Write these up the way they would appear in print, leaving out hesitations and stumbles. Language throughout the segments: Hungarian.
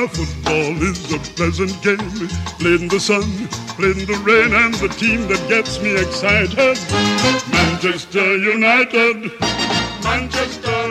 Now football is a pleasant game, played in the sun, played in the rain, and the team that gets me excited, Manchester United, Manchester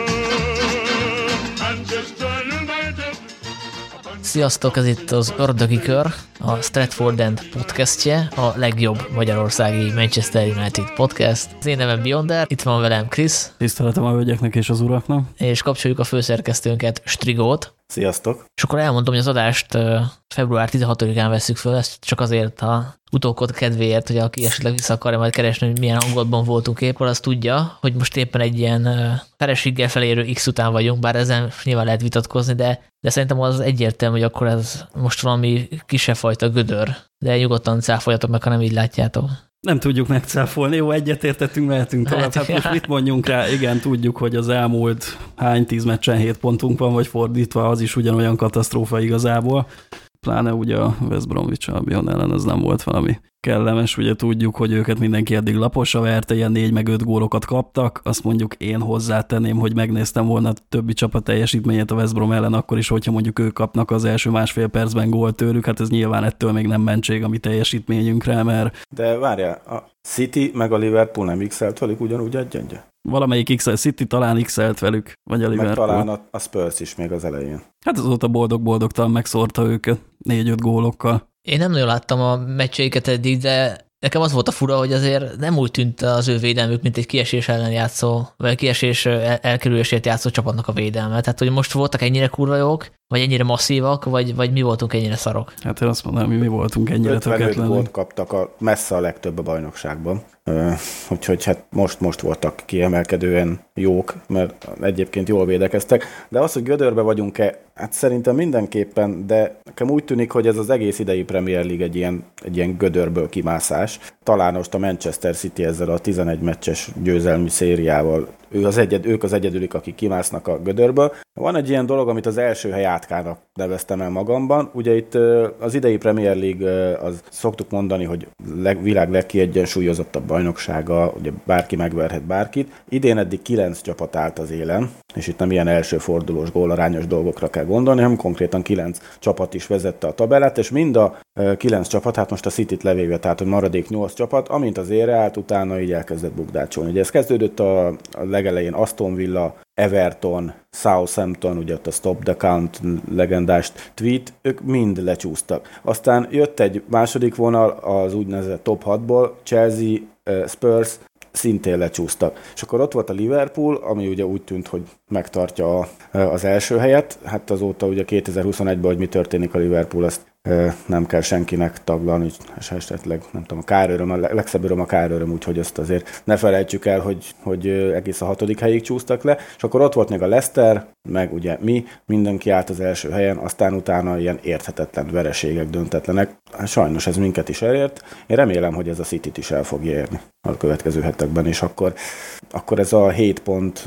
United. Sziasztok, ez itt az Ördögi Kör, a Stratford End podcastje, a legjobb magyarországi Manchester United podcast. Az én nevem Beyonder, itt van velem Krisz. Tiszteletem a hölgyeknek és az uraknak. És kapcsoljuk a főszerkesztőnket, Strigót. Sziasztok! És akkor elmondom, hogy az adást február 16-án vesszük föl, ezt csak azért a utókod kedvéért, hogy aki esetleg vissza akarja majd keresni, hogy milyen hangulatban voltunk épp, az tudja, hogy most éppen egy ilyen feleséggel felérő X után vagyunk, bár ezen nyilván lehet vitatkozni, de szerintem az egyértelmű, hogy akkor ez most valami kisebb fajta gödör, de nyugodtan cáfoljatok meg, ha nem így látjátok. Nem tudjuk megcáfolni, jó, egyetértettünk, mehetünk tovább. Hát most mit mondjunk rá? Igen, tudjuk, hogy az elmúlt 10 meccsen 7 pontunk van, vagy fordítva, az is ugyanolyan katasztrófa igazából. Pláne ugye a West Bromwich Albion ellen ez nem volt valami kellemes, ugye tudjuk, hogy őket mindenki eddig laposra verte, ilyen 4 meg 5 gólokat kaptak, azt mondjuk én hozzátenném, hogy megnéztem volna a többi csapat teljesítményét a West Brom ellen, akkor is, hogyha mondjuk ők kapnak az első másfél percben gólt tőlük, hát ez nyilván ettől még nem mentség a mi teljesítményünkre, mert... De várjál, a City meg a Liverpool nem x-elt velük ugyanúgy egyenlye? Valamelyik x-el, City talán x-elt velük, vagy a Liverpool. Meg talán a Spurs is még az elején. Hát azóta boldog-boldogtalan megszórta őket 4-5 gólokkal. Én nem nagyon láttam a meccseiket eddig, de nekem az volt a fura, hogy azért nem úgy tűnt az ő védelmük, mint egy kiesés ellen játszó, vagy kiesés elkerülésért játszó csapatnak a védelme. Tehát, hogy most voltak ennyire kurva jók, vagy ennyire masszívak, vagy mi voltunk ennyire szarok? Hát én azt mondanám, hogy mi voltunk ennyire tökéletlenek. 55 gólt kaptak, messze a legtöbb a bajnokságban. Úgyhogy hát most voltak kiemelkedően jók, mert egyébként jól védekeztek. De az, hogy gödörbe vagyunk-e, hát szerintem mindenképpen, de nekem úgy tűnik, hogy ez az egész idei Premier League egy ilyen gödörből kimászás. Talán most a Manchester City ezzel a 11 meccses győzelmi szériával, ők az egyedülik, akik kimásznak a gödörből. Van egy ilyen dolog, amit az első hely átkának neveztem el magamban. Ugye itt az idei Premier League, az szoktuk mondani, hogy világ legkiegyensúlyozottabb bajnoksága, ugye bárki megverhet bárkit. Idén eddig 9 csapat állt az élen, és itt nem ilyen első fordulós gólarányos dolgokra kell gondolni, hanem konkrétan 9 csapat is vezette a tabellát, és mind a 9 csapat, hát most a Cityt levéve, tehát hogy maradék 8 csapat, amint az élre állt, utána így elkezdett bukdácsolni. Ugye ez kezdődött a legelején Aston Villa, Everton, Southampton, ugye ott a Stop the Count legendás tweet, ők mind lecsúsztak. Aztán jött egy második vonal az úgynevezett top 6-ból, Chelsea, Spurs, szintén lecsúsztak. És akkor ott volt a Liverpool, ami ugye úgy tűnt, hogy megtartja az első helyet. Hát azóta ugye 2021-ben, hogy mi történik a Liverpool, azt nem kell senkinek taglalni, és esetleg, nem tudom, a káröröm, a legszebb öröm a káröröm, úgyhogy ezt azért ne felejtsük el, hogy egész a 6. helyig csúsztak le, és akkor ott volt még a Leicester, meg ugye mindenki állt az első helyen, aztán utána ilyen érthetetlen vereségek, döntetlenek. Hát sajnos ez minket is elért. Én remélem, hogy ez a Cityt is el fogja érni a következő hetekben, és akkor ez a 7 pont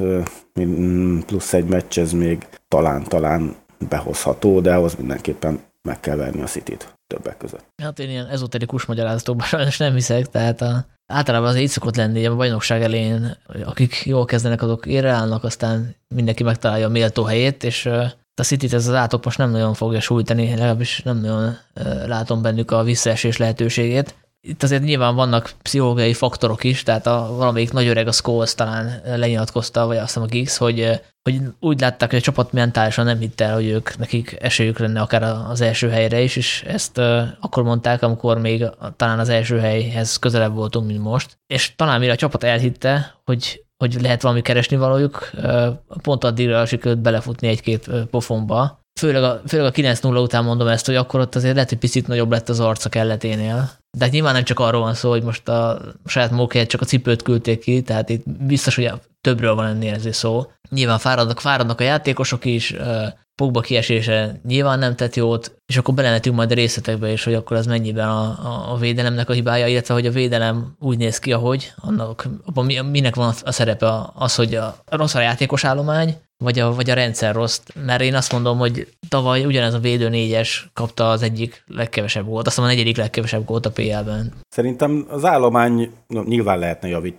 plusz egy meccs, ez még talán behozható, de ahhoz mindenképpen meg kell verni a Cityt többek között. Hát én ilyen ezoterikus magyarázatokban sajnos nem hiszek, tehát általában az így szokott lenni, a bajnokság elején, akik jól kezdenek, azok érre állnak, aztán mindenki megtalálja a méltó helyét, és a Cityt ez az átok most nem nagyon fogja sújtani, legalábbis nem nagyon látom bennük a visszaesés lehetőségét. Itt azért nyilván vannak pszichológiai faktorok is, tehát valamelyik nagy öreg, a Scholes talán lenyilatkozta, vagy azt hiszem a Geeks, hogy úgy látták, hogy a csapat mentálisan nem hitt el, hogy nekik esélyük lenne akár az első helyre is, és ezt akkor mondták, amikor még talán az első helyhez közelebb voltunk, mint most. És talán mire a csapat elhitte, hogy lehet valami keresni valójuk, pont addigra sikerült belefutni egy-két pofonba. Főleg a 9-0 után mondom ezt, hogy akkor ott azért lehet, hogy picit nagyobb lett az arca kelleténél. De hát nyilván nem csak arról van szó, hogy most a saját mókáját csak a cipőt küldték ki, tehát itt biztos, hogy többről van ennél ezért szó. Nyilván fáradnak a játékosok is, Pogba kiesése nyilván nem tett jót, és akkor belemetünk majd a részletekbe is, hogy akkor ez mennyiben a védelemnek a hibája, illetve hogy a védelem úgy néz ki, ahogy abban minek van a szerepe, az, hogy a rossz a játékos állomány, vagy a rendszer rossz. Mert én azt mondom, hogy tavaly ugyanez a védő 4-es kapta az egyik legkevesebb gólt, azt mondom a negyedik legkevesebb gólt a PL-ben. Szerintem az állomány nyilván lehetne javítani.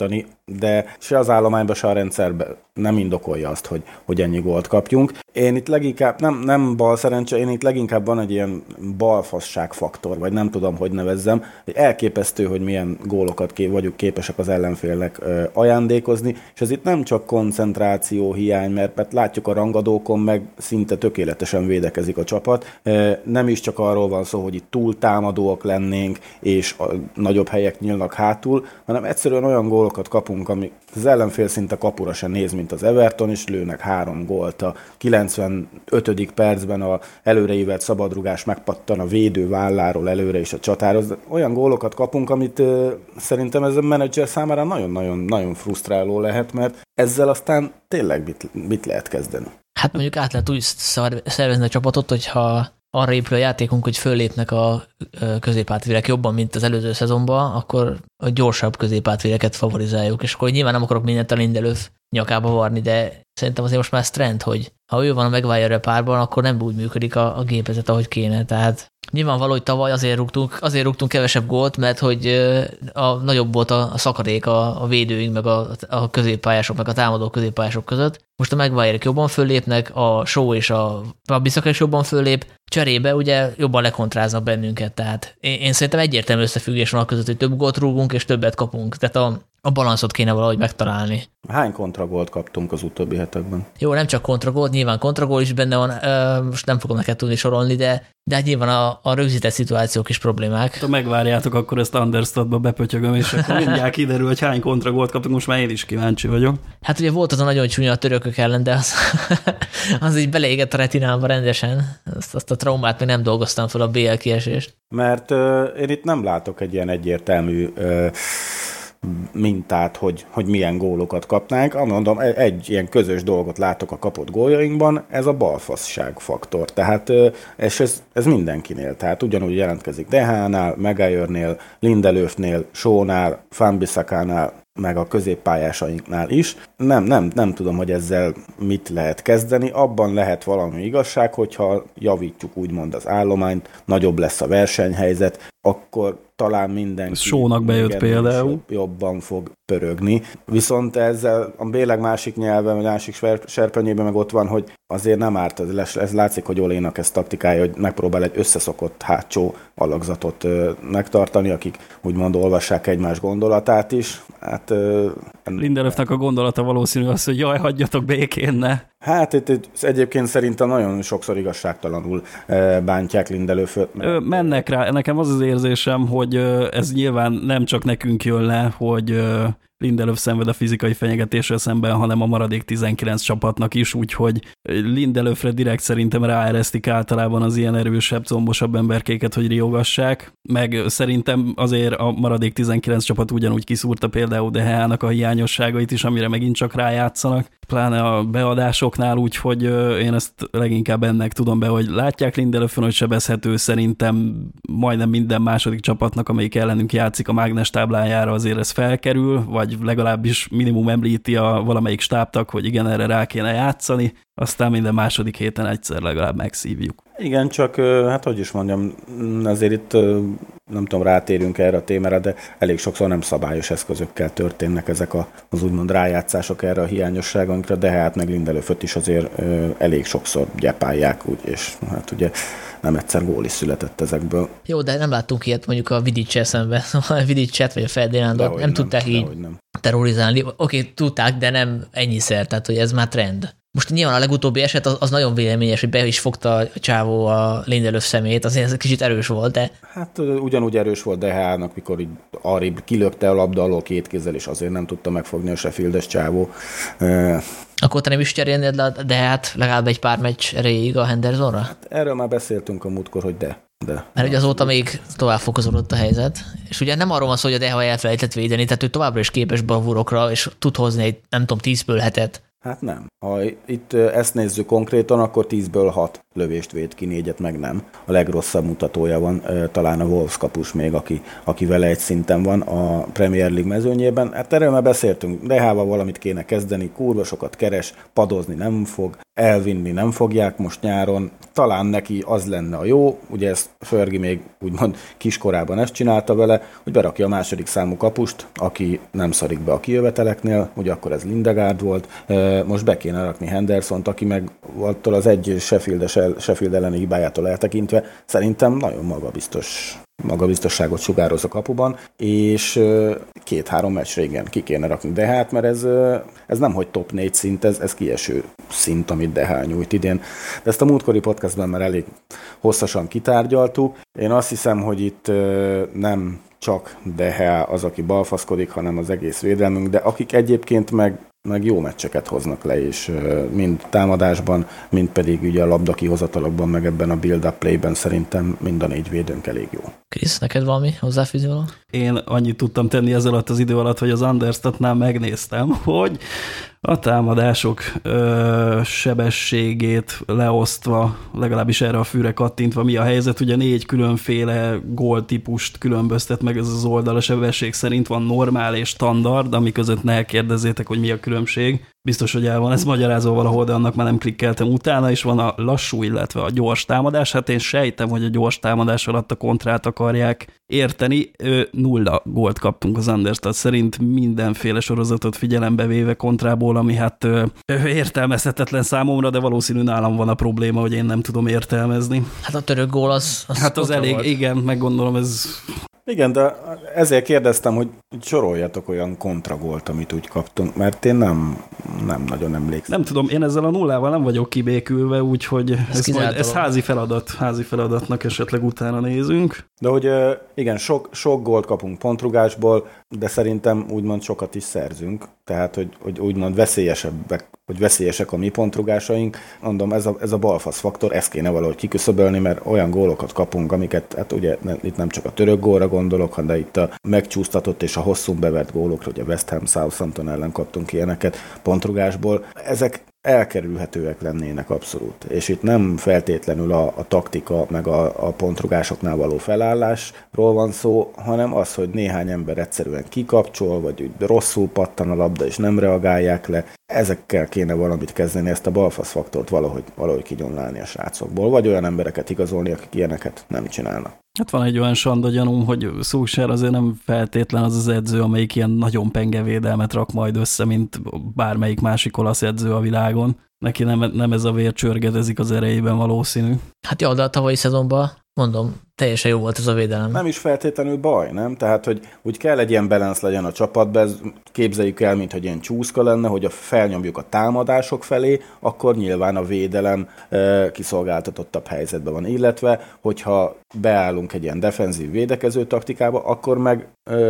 de se az állományban, se a rendszerben nem indokolja azt, hogy ennyi gólt kapjunk. Én itt leginkább, nem bal szerencse, én itt leginkább van egy ilyen balfasság faktor, vagy nem tudom, hogy nevezzem, hogy elképesztő, hogy milyen gólokat vagyunk képesek az ellenfélnek ajándékozni, és ez itt nem csak koncentráció hiány, mert látjuk a rangadókon, meg szinte tökéletesen védekezik a csapat. Nem is csak arról van szó, hogy itt túl támadóak lennénk, és a nagyobb helyek nyílnak hátul, hanem egyszerűen olyan gólokat kapunk, ami az ellenfél szinte kapura se néz, mint az Everton, és lőnek 3 gólt. A 95. percben a előreívelt szabadrugás megpattan a védő válláról előre is a csatároz. Olyan gólokat kapunk, amit szerintem ez a menedzser számára nagyon-nagyon frusztráló lehet, mert ezzel aztán tényleg mit lehet kezdeni. Hát mondjuk át lehet úgy szervezni a csapatot, hogyha arra épül a játékunk, hogy föllépnek a középátvérek jobban, mint az előző szezonban, akkor a gyorsabb középátvéreket favorizáljuk, és akkor nyilván nem akarok mindent a Lindelöf nyakába varni, de szerintem azért most már ez trend, hogy ha ő van a Maguire párban, akkor nem úgy működik a gépezet, ahogy kéne. Tehát nyilvánvaló, hogy tavaly azért rúgtunk kevesebb gólt, mert hogy nagyobb volt a szakadék a védőink, meg a középpályások, meg a támadó középpályások között. Most a Maguire-ek jobban föllépnek, a Shaw és a Wan-Bissaka is jobban föllép, cserébe ugye jobban lekontráznak bennünket. Tehát én szerintem egyértelmű összefüggés van a között, hogy több gólt rúgunk és többet kapunk. Tehát a balanszot kéne valahogy megtalálni. Hány kontragólt kaptunk az utóbbi hetekben? Jó, nem csak kontragólt, nyilván kontragól is benne van, most nem fogom neked tudni sorolni, de hát nyilván a rögzített szituációk is problémák. Ha megvárjátok, akkor ezt Understatba bepötyögöm, és akkor mindjárt kiderül, hogy hány kontragólt kaptunk, most már én is kíváncsi vagyok. Hát ugye volt az a nagyon csúnya a törökök ellen, de az így beleégett a retinámba rendesen. Azt a traumát még nem dolgoztam fel, a BL kiesést. Mert én itt nem látok egy ilyen egyértelmű mintát, hogy milyen gólokat kapnánk. Mondom, egy ilyen közös dolgot látok a kapott góljainkban, ez a balfasság faktor. Tehát és ez mindenkinél. Tehát ugyanúgy jelentkezik Dehánál, Maguire-nél, Lindelöfnél, Shawnál, Wan-Bissakánál, meg a középpályásainknál is. Nem tudom, hogy ezzel mit lehet kezdeni. Abban lehet valami igazság, hogyha javítjuk úgymond az állományt, nagyobb lesz a versenyhelyzet, akkor talán mindenki Shaw-nak bejött például. Jobban fog pörögni. Viszont ezzel a béleg másik nyelven, vagy másik serpenyőben meg ott van, hogy azért nem árt. Ez látszik, hogy Olénak ez taktikája, hogy megpróbál egy összeszokott hátsó alakzatot megtartani, akik úgymond olvassák egymás gondolatát is. Hát, Lindelöfnek a gondolata valószínű az, hogy jaj, hagyjatok békén, ne. Hát itt egyébként szerintem nagyon sokszor igazságtalanul bántják Lindelöföt. Mennek rá. Nekem az érzésem, hogy ez nyilván nem csak nekünk jön le, hogy Lindelöf szenved a fizikai fenyegetéssel szemben, hanem a maradék 19 csapatnak is, úgyhogy Lindelöfre direkt szerintem ráeresztik általában az ilyen erősebb, combosabb emberkéket, hogy riogassák, meg szerintem azért a maradék 19 csapat ugyanúgy kiszúrta például De Geának a hiányosságait is, amire megint csak rájátszanak, pláne a beadásoknál, úgyhogy én ezt leginkább ennek tudom be, hogy látják Lindelöfön, hogy sebezhető, szerintem majdnem minden második csapatnak, amelyik ellenünk játszik a mágnes táblájára, azért ez felkerül, vagy legalábbis minimum említi a valamelyik stábtag, hogy igen, erre rá kéne játszani, aztán minden második héten egyszer legalább megszívjuk. Igen, csak hát hogy is mondjam, azért itt nem tudom, rátérünk erre a témára, de elég sokszor nem szabályos eszközökkel történnek ezek az úgymond rájátszások erre a hiányosságainkra, de hát meg Lindelöföt is azért elég sokszor gyepálják, és hát ugye nem egyszer gól is született ezekből. Jó, de nem láttunk ilyet mondjuk a Vidic-sel szemben, a Vidic-et vagy a Ferdinándot nem tudták így terrorizálni. Oké, tudták, de nem ennyiszer, tehát hogy ez már trend. Most nyilván a legutóbbi eset az nagyon véleményes, hogy be is fogta a csávó a Lindelöf szemét, azért ez kicsit erős volt, de... Hát ugyanúgy erős volt De Geának, mikor így arrébb kilökte a labda alól 2 kézzel, és azért nem tudta megfogni a Sheffieldes csávó. Akkor te nem is cserélnéd le De Geát legalább egy pár meccs erejéig a Hendersonra? Hát erről már beszéltünk a múltkor, hogy de. Mert ugye azóta még tovább fokozódott a helyzet. És ugye nem arról van szó, hogy a De Gea elfelejtett védeni, tehát ő továbbra is képes bravúrokra, és tud hozni egy, nem tudom, 10-ből 7-et. Hát nem. Ha itt ezt nézzük konkrétan, akkor 10-ből 6 lövést véd ki, 4-et meg nem. A legrosszabb mutatója van talán a Wolves kapus még, aki vele egy szinten van a Premier League mezőnyében. Hát erről már beszéltünk, De Geával valamit kéne kezdeni, kurva sokat keres, padozni nem fog. elvinni nem fogják most nyáron, talán neki az lenne a jó, ugye ezt Fergie még úgymond kiskorában ezt csinálta vele, hogy berakja a második számú kapust, aki nem szarik be a kijöveteleknél, ugye akkor ez Lindegaard volt, most be kéne rakni Hendersont, aki meg attól az egy Sheffield elleni hibájától eltekintve szerintem nagyon magabiztosságot sugároz a kapuban, és 2-3 meccsre igen, ki kéne rakni Dehát, mert ez nem hogy top 4 szint, ez kieső szint, amit Deha nyújt idén. De ezt a múltkori podcastben már elég hosszasan kitárgyaltuk. Én azt hiszem, hogy itt nem csak Deha az, aki balfaszkodik, hanem az egész védelmünk, de akik egyébként meg jó meccseket hoznak le, és mind támadásban, mind pedig ugye a labda kihozatalokban, meg ebben a build-up playben szerintem mind a 4 védőnk elég jó. Krisz, neked valami hozzáfűzni való? Én annyit tudtam tenni ez alatt az idő alatt, hogy az Understatnál megnéztem, hogy a támadások sebességét leosztva, legalábbis erre a fűre kattintva, mi a helyzet, ugye 4 különféle góltípust különböztet meg ez az oldal, a sebesség szerint van normál és standard, ami között ne kérdezzétek, hogy mi a különbség. Biztos, hogy el van ez magyarázva valahol, de annak már nem klikkeltem utána, és van a lassú, illetve a gyors támadás. Hát én sejtem, hogy a gyors támadás alatt a kontrát akarják érteni. 0 gólt kaptunk az Understat szerint, mindenféle sorozatot figyelembe véve kontrából, ami hát értelmezhetetlen számomra, de valószínű nálam van a probléma, hogy én nem tudom értelmezni. Hát a török gól az hát az elég, volt. Igen, meggondolom ez... Igen, de ezért kérdeztem, hogy soroljatok olyan kontragólt, amit úgy kaptunk, mert én nem nagyon emlékszem. Nem tudom, én ezzel a 0-val nem vagyok kibékülve, úgyhogy ez házi feladatnak esetleg utána nézünk. De hogy igen, sok gólt kapunk pontrugásból, de szerintem úgymond sokat is szerzünk, tehát hogy úgymond veszélyesek a mi pontrugásaink. Mondom, ez a balfasz faktor, ezt kéne valahogy kiküszöbölni, mert olyan gólokat kapunk, amiket, hát ugye itt nem csak a török gólra gondolok, hanem itt a megcsúsztatott és a hosszú bevert gólokra, ugye West Ham, Southampton ellen kaptunk ilyeneket pontrugásból. Ezek elkerülhetőek lennének abszolút. És itt nem feltétlenül a taktika, meg a pontrugásoknál való felállásról van szó, hanem az, hogy néhány ember egyszerűen kikapcsol, vagy rosszul pattan a labda, és nem reagálják le. Ezekkel kéne valamit kezdeni, ezt a balfasz faktort valahogy kinyomlálni a srácokból, vagy olyan embereket igazolni, akik ilyeneket nem csinálnak. Hát van egy olyan sanda gyanúm, hogy Solskjaer azért nem feltétlen az edző, amelyik ilyen nagyon penge védelmet rak majd össze, mint bármelyik másik olasz edző a világon. Neki nem ez a vér csörgedezik az erejében valószínű. Hát jó, de a tavalyi szezonban, mondom, teljesen jó volt ez a védelem. Nem is feltétlenül baj, nem? Tehát, hogy úgy kell egy ilyen balance legyen a csapatban, képzeljük el, mintha ilyen csúszka lenne, hogy felnyomjuk a támadások felé, akkor nyilván a védelem kiszolgáltatottabb helyzetben van. Illetve, hogyha beállunk egy ilyen defenzív védekező taktikába, akkor meg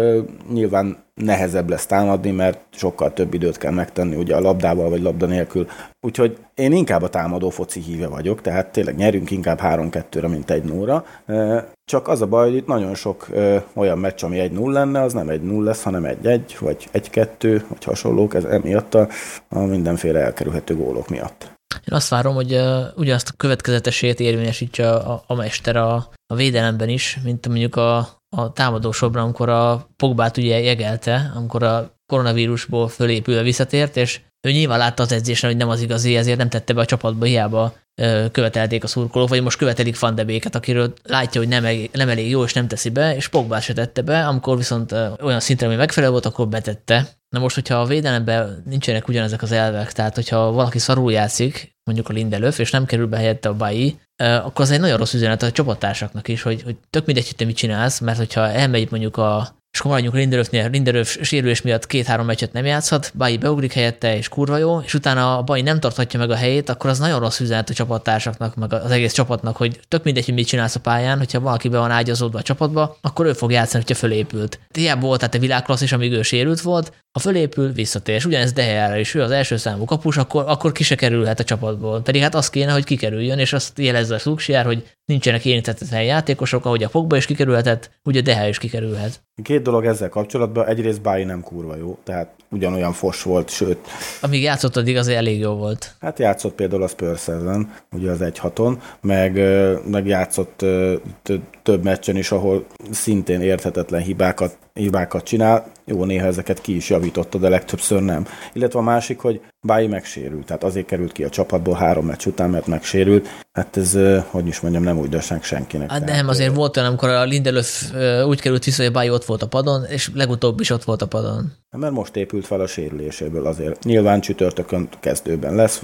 nyilván nehezebb lesz támadni, mert sokkal több időt kell megtenni ugye a labdával vagy labda nélkül. Úgyhogy én inkább a támadó foci híve vagyok, tehát tényleg nyerünk inkább 3-2-re, mint 1-0-ra. Csak az a baj, hogy itt nagyon sok olyan meccs, ami 1-0 lenne, az nem 1-0 lesz, hanem 1-1, vagy 1-2, vagy hasonlók, ez emiatt a mindenféle elkerülhető gólok miatt. Én azt várom, hogy ugyanazt a következetesét érvényesítse a mester a védelemben is, mint mondjuk a támadósorban, amikor a Pogbát ugye jegelte, amikor a koronavírusból fölépülve visszatért, és ő nyilván látta az edzésen, hogy nem az igazi, ezért nem tette be a csapatba, hiába követelték a szurkolók, vagy most követelik Van de Beeket, akiről látja, hogy nem elég jó, és nem teszi be, és Pogbát se tette be, amikor viszont olyan szintre, ami megfelelő volt, akkor betette. Na most, hogyha a védelemben nincsenek ugyanezek az elvek, tehát hogyha valaki szarul játszik, mondjuk a Lindelöf, és nem kerül be helyette a Bailly, akkor az egy nagyon rossz üzenet a csapattársaknak is, hogy tök mindegy, hogy te mit csinálsz, mert hogyha elmegy mondjuk és akkor maradjunk Lindelöfnél, Lindelöf sérülés miatt 2-3 meccset nem játszhat, Bailly beugrik helyette, és kurva jó, és utána a Bailly nem tarthatja meg a helyét, akkor az nagyon rossz üzenet a csapattársaknak, meg az egész csapatnak, hogy tök mindegy, hogy mit csinálsz a pályán, hogyha valaki be van ágyazódva a csapatba, akkor ő fog játszani, hogyha fölépült. Hiába volt tehát a világklasszis, amíg ő sérült volt, ha fölépül, visszatér, és ugyanez Deherre is, ő az első számú kapus, akkor ki se kerülhet a csapatból. Pedig hát az kéne, hogy kikerüljön, és azt jelezze a Solskjaer, hogy nincsenek érintetlen játékosok, ahogy a Pogba is kikerülhetett, ugye Deher is kikerülhet. Két dolog ezzel kapcsolatban, egyrészt Bailly nem kurva jó, tehát ugyanolyan fos volt, sőt... Amíg játszott, addig azért elég jó volt. Hát játszott például a Spurs ellen, ugye az 1-6-on, meg játszott több meccsen is, ahol szintén érthetetlen hibákat csinál. Jó, néha ezeket ki is javította, de legtöbbször nem. Illetve a másik, hogy Bailly megsérült, tehát azért került ki a csapatból 3 meccs után, mert megsérült. Hát ez, hogy is mondjam, nem újdonság senkinek. Hát nem, azért volt olyan, amikor a Lindelöf úgy került vissza, hogy Bailly ott volt a padon, és legutóbb is ott volt a padon. Mert most épült fel a sérüléséből azért. Nyilván csütörtökön kezdőben lesz.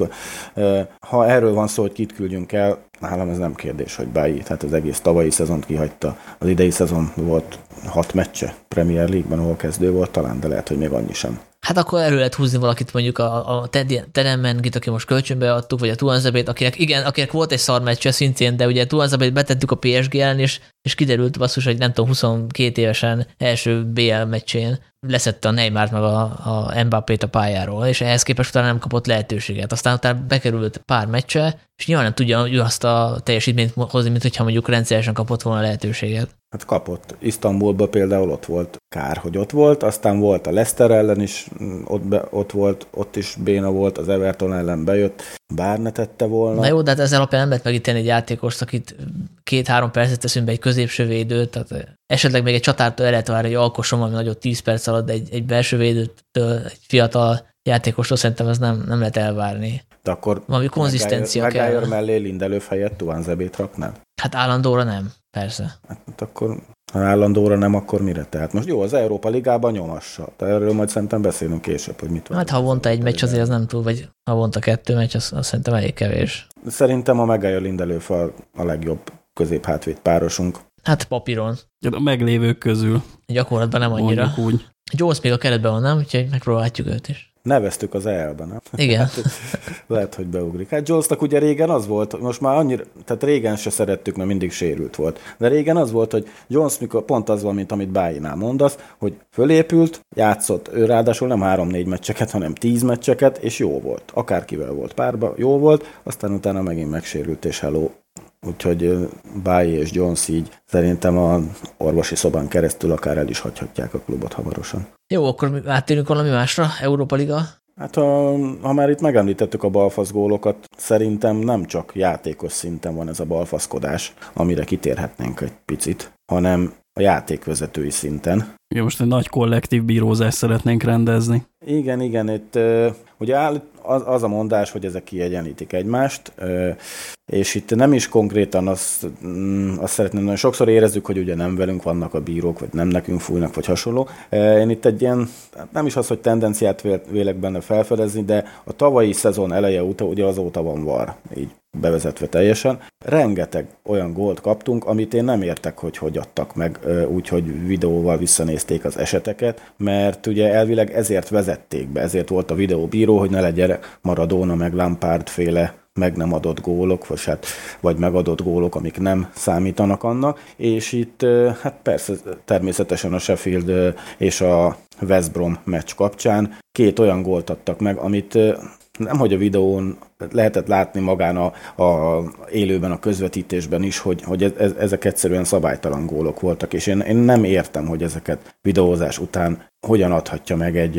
Ha erről van szó, hogy kit küldjünk el, nálam ez nem kérdés, hogy Bailly. Tehát az egész tavalyi szezont kihagyta. Az idei szezon volt 6 meccse Premier League-ben, ahol kezdő volt talán, de lehet, hogy még annyi sem. Hát akkor elő lehet húzni valakit, mondjuk a Teremengit, aki most kölcsönbe adtuk, vagy a Tuanzebét, akinek volt egy szar meccse szintén, de ugye Tuanzebét betettük a PSG ellen, és kiderült basszus, hogy nem tudom, 22 évesen első BL meccsén leszette a Neymart meg a Mbappét a pályáról, és ehhez képest utána nem kapott lehetőséget. Aztán utána bekerült pár meccse, és nyilván nem tudja azt a teljesítményt hozni, mint hogyha mondjuk rendszeresen kapott volna lehetőséget. Hát kapott. Isztambulban például ott volt, kár, hogy ott volt, aztán volt a Leicester ellen is, ott volt, ott is béna volt, az Everton ellen bejött, bár ne tette volna. Na jó, de hát ezzel alapján nem lehet megítélni egy játékost, akit 2-3 percet teszünk be egy középső védőt, tehát esetleg még egy csatártól el lehet várni, hogy alkosson valami nagyot 10 perc alatt, de egy belső védőtől, egy fiatal játékostól szerintem ez nem lehet elvárni. De akkor valami konzisztencia kell. Maguire mellé Lindelöf helyett Tuanzebét raknál? Hát állandóra nem, persze. Hát akkor ha állandóra nem, akkor mire? Tehát most jó, az Európa Ligában nyomassa. De erről majd szerintem beszélünk később, hogy mit van. Hát havonta egy meccs azért az nem túl, vagy havonta 2 meccs, az szerintem elég kevés. Szerintem a Maguire Lindelöf a legjobb középhátvéd párosunk. Hát papíron. A meglévők közül. Gyakorlatban nem annyira. Úgy. Jones még a keretben van, nem? Úgyhogy megpróbálhatjuk őt is. Neveztük az EL-ben, nem? Igen. Hát, lehet, hogy beugrik. Hát Jonesnak ugye régen az volt, most már annyira, tehát régen se szerettük, mert mindig sérült volt. De régen az volt, hogy Jones mikor pont az van, mint amit Baillynál mondasz, hogy fölépült, játszott, ő ráadásul nem 3-4 meccseket, hanem 10 meccseket, és jó volt. Akárkivel volt párba, jó volt, aztán utána megint megsérült, és hello. Úgyhogy Bailly és Jones így szerintem a orvosi szobán keresztül akár el is hagyhatják a klubot hamarosan. Jó, akkor áttérünk valami másra, Európa Liga. Hát ha már itt megemlítettük a balfasz gólokat, szerintem nem csak játékos szinten van ez a balfaszkodás, amire kitérhetnénk egy picit, hanem a játékvezetői szinten. Ja, most egy nagy kollektív bírózást szeretnénk rendezni. Igen, itt ugye az a mondás, hogy ezek kiegyenlítik egymást, és itt nem is konkrétan azt szeretném, nagyon sokszor érezzük, hogy ugye nem velünk vannak a bírók, vagy nem nekünk fújnak, vagy hasonló. Én itt egy ilyen, nem is az, hogy tendenciát vélek benne felfedezni, de a tavalyi szezon eleje óta, ugye azóta van VAR, így bevezetve teljesen. Rengeteg olyan gólt kaptunk, amit én nem értek, hogy adtak meg, úgyhogy videóval visszanézték az eseteket, mert ugye elvileg ezért vezették be, ezért volt a videóbíró, hogy ne legyen Maradona meg Lampard féle meg nem adott gólok, vagy megadott gólok, amik nem számítanak annak, és itt hát persze természetesen a Sheffield és a West Brom meccs kapcsán 2 olyan gólt adtak meg, amit nemhogy a videón lehetett látni magán a élőben, a közvetítésben is, hogy ezek egyszerűen szabálytalan gólok voltak, és én nem értem, hogy ezeket videózás után hogyan adhatja meg egy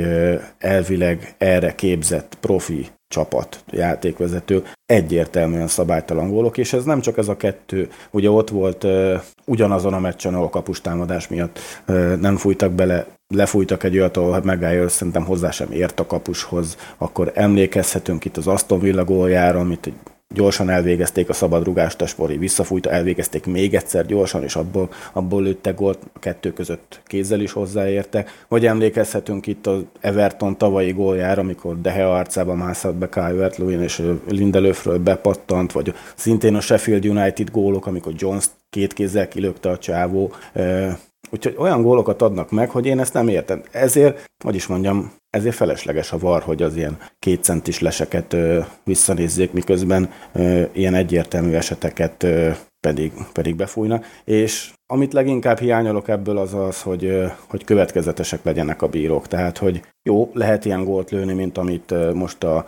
elvileg erre képzett profi csapat, játékvezető, egyértelműen szabálytalan gólok, és ez nem csak ez a 2, ugye ott volt ugyanazon a meccsen, ahol kapustámadás miatt nem fújtak bele, lefújtak egy olyat, ahol Maguire szerintem hozzá sem ért a kapushoz, akkor emlékezhetünk itt az Aston Villa góljára, amit gyorsan elvégezték a szabadrugást, a Spori visszafújta, elvégezték még egyszer gyorsan, és abból lőttek gólt, a 2 között kézzel is hozzáértek. Vagy emlékezhetünk itt az Everton tavalyi góljára, amikor De Gea arcába mászott be Calvert-Lewin, és Lindelöfről bepattant, vagy szintén a Sheffield United gólok, amikor Jones 2 kézzel kilökte a csávó. Úgyhogy olyan gólokat adnak meg, hogy én ezt nem értem. Ezért, hogy is mondjam, ezért felesleges a VAR, hogy az ilyen 2 centis leseket visszanézzék, miközben ilyen egyértelmű eseteket pedig befújnak. És amit leginkább hiányolok ebből az, hogy következetesek legyenek a bírók. Tehát, hogy jó, lehet ilyen gólt lőni, mint amit most a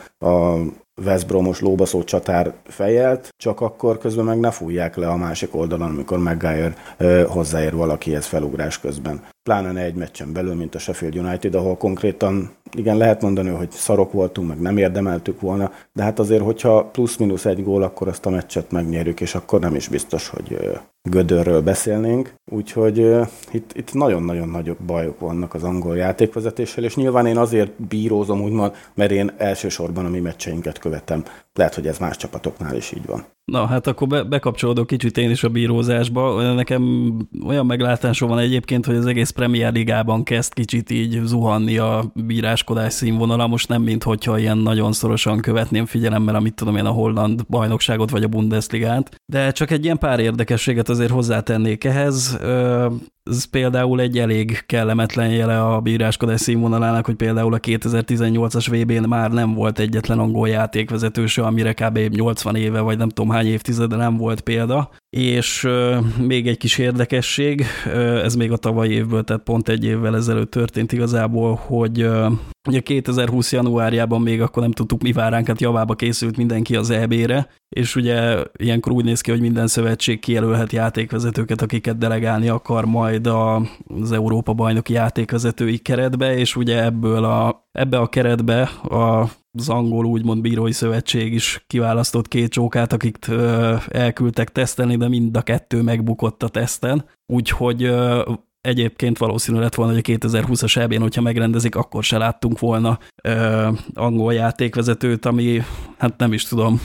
West Bromos lóbaszó csatár fejelt, csak akkor közben meg ne fújják le a másik oldalon, amikor Maguire hozzáér valakihez felugrás közben. pláne ne egy meccsen belül, mint a Sheffield United, ahol konkrétan, igen, lehet mondani, hogy szarok voltunk, meg nem érdemeltük volna, de hát azért, hogyha plusz-minusz egy gól, akkor azt a meccset megnyerjük, és akkor nem is biztos, hogy gödörről beszélnénk. Úgyhogy itt nagyon-nagyon nagyobb bajok vannak az angol játékvezetéssel, és nyilván én azért bírózom, úgymond, mert én elsősorban a mi meccseinket követem. Lehet, hogy ez más csapatoknál is így van. Na, hát akkor bekapcsolódok kicsit én is a bírózásba. Nekem olyan meglátásom van egyébként, hogy az egész Premier Ligában kezd kicsit így zuhanni a bíráskodás színvonala. Most nem, minthogyha ilyen nagyon szorosan követném figyelemmel, amit tudom én, a holland bajnokságot vagy a Bundesligát. De csak egy ilyen pár érdekességet azért hozzátennék ehhez. Ez például egy elég kellemetlen jele a bíráskodás színvonalának, hogy például a 2018-as VB-n már nem volt egyetlen angol játékvezető se, amire kb. 80 éve, vagy nem tudom hány évtizede nem volt példa. És még egy kis érdekesség, ez még a tavalyi évből, tehát pont egy évvel ezelőtt történt igazából, hogy ugye 2020 januárjában még akkor nem tudtuk, mi vár ránk, hát javába készült mindenki az EB-re, és ugye ilyenkor úgy néz ki, hogy minden szövetség kijelölhet játékvezetőket, akiket delegálni akar majd az Európa-bajnoki játékvezetői keretbe, és ugye ebbe a keretbe az angol úgymond bírói szövetség is kiválasztott 2 csókát, akikt elküldtek tesztelni, de mind a 2 megbukott a teszten, úgyhogy egyébként valószínű lett volna, hogy a 2020-as EB-n, hogyha megrendezik, akkor se láttunk volna angol játékvezetőt, ami, hát nem is tudom,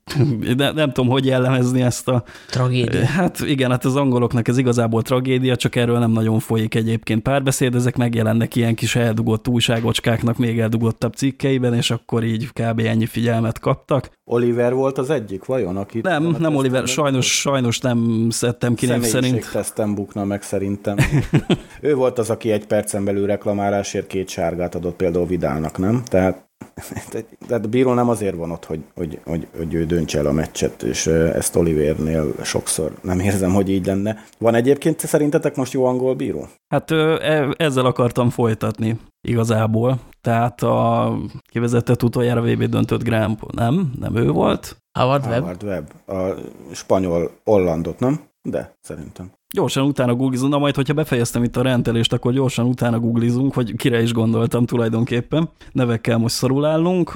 nem tudom, hogy jellemezni ezt a... Tragédia. Hát igen, hát az angoloknak ez igazából tragédia, csak erről nem nagyon folyik egyébként párbeszéd, ezek megjelennek ilyen kis eldugott újságocskáknak még eldugottabb cikkeiben, és akkor így kb. Ennyi figyelmet kaptak. Oliver volt az egyik, vajon? Aki nem Oliver, sajnos nem szedtem ki név szerint. Személyiségtesztem bukna meg szerintem. Ő volt az, aki 1 percen belül reklamálásért 2 sárgát adott például Vidalnak, nem? Tehát a bíró nem azért van ott, hogy ő döntse el a meccset, és ezt Olivernél sokszor nem érzem, hogy így lenne. Van egyébként szerintetek most jó angol bíró? Hát ezzel akartam folytatni igazából. Tehát a kivezetett utoljára VB döntött Graham, nem ő volt? Howard Webb. A spanyol Hollandot, nem? De szerintem. Gyorsan utána googlizunk, na majd, hogyha befejeztem itt a rendelést, akkor gyorsan utána googlizunk, hogy kire is gondoltam tulajdonképpen. Nevekkel most szarul állunk.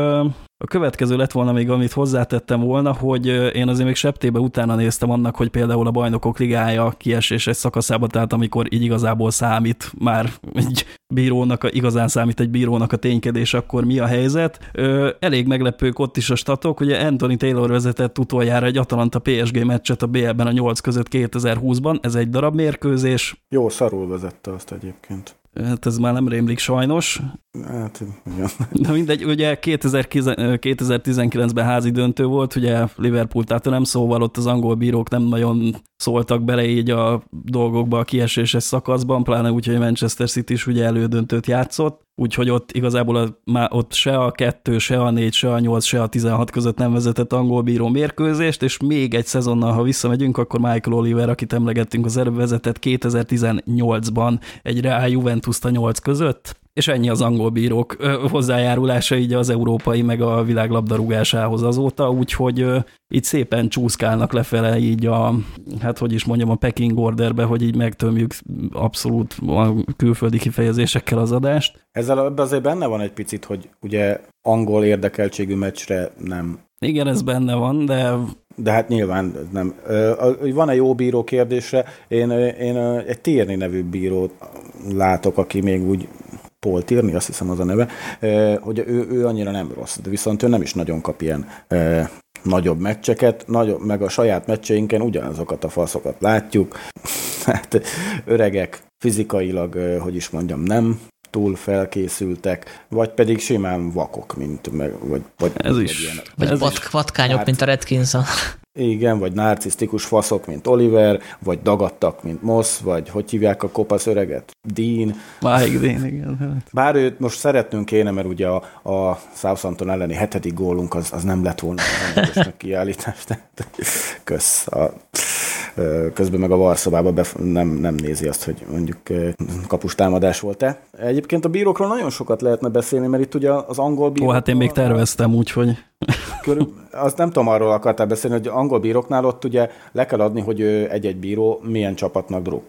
A következő lett volna még, amit hozzátettem volna, hogy én azért még septébe utána néztem annak, hogy például a Bajnokok Ligája kieséses szakaszába, tehát amikor így igazából számít már igazán számít egy bírónak a ténykedés, akkor mi a helyzet. Elég meglepők ott is a statok, ugye Anthony Taylor vezetett utoljára egy Atalanta PSG meccset a BL-ben a 8 között 2020-ban, ez egy darab mérkőzés. Jó, szarul vezette azt egyébként. Hát ez már nem rémlik sajnos. Hát, igen. De mindegy, ugye 2019-ben házi döntő volt, ugye Liverpool-Tottenham, szóval ott az angol bírók nem nagyon szóltak bele így a dolgokba a kieséses szakaszban, pláne úgy, hogy Manchester City is ugye elődöntőt játszott, úgyhogy ott igazából már ott se a 2, se a 4, se a 8, se a 16 között nem vezetett angol bíró mérkőzést, és még egy szezonnal, ha visszamegyünk, akkor Michael Oliver, akit emlegettünk, az előbb vezetett 2018-ban egy Real Juventus-t a 8 között, és ennyi az angol bírók hozzájárulása így az európai meg a világ labdarúgásához azóta, úgyhogy így szépen csúszkálnak lefele így a pecking orderbe, hogy így megtömjük abszolút a külföldi kifejezésekkel az adást. Ezzel azért benne van egy picit, hogy ugye angol érdekeltségű meccsre nem. Igen, ez benne van, de hát nyilván nem. Van-e jó bíró kérdésre? Én egy Tierney nevű bírót látok, aki még úgy Paul Tierney, azt hiszem az a neve, hogy ő annyira nem rossz, de viszont ő nem is nagyon kap ilyen nagyobb meccseket, meg a saját meccseinken ugyanazokat a faszokat látjuk. Hát öregek, fizikailag, nem túl felkészültek, vagy pedig simán vakok, vagy ez is. Vagy patkányok, mint a Redkinson. Igen, vagy narcisztikus faszok, mint Oliver, vagy dagadtak, mint Moss, vagy hogy hívják a kopasz öreget? Dean. Mike Dean, igen. Bár őt most szeretnünk kéne, mert ugye a Southampton elleni 7. gólunk az nem lett volna a kiállítás. Kösz. Közben meg a Varszobában nem nézi azt, hogy mondjuk kapustámadás volt-e. Egyébként a bírókról nagyon sokat lehetne beszélni, mert itt ugye az angol bírók... Hát én még terveztem, úgyhogy... Azt nem tudom, arról akartál beszélni, hogy angol bíróknál ott ugye le kell adni, hogy egy-egy bíró milyen csapatnak drukkol.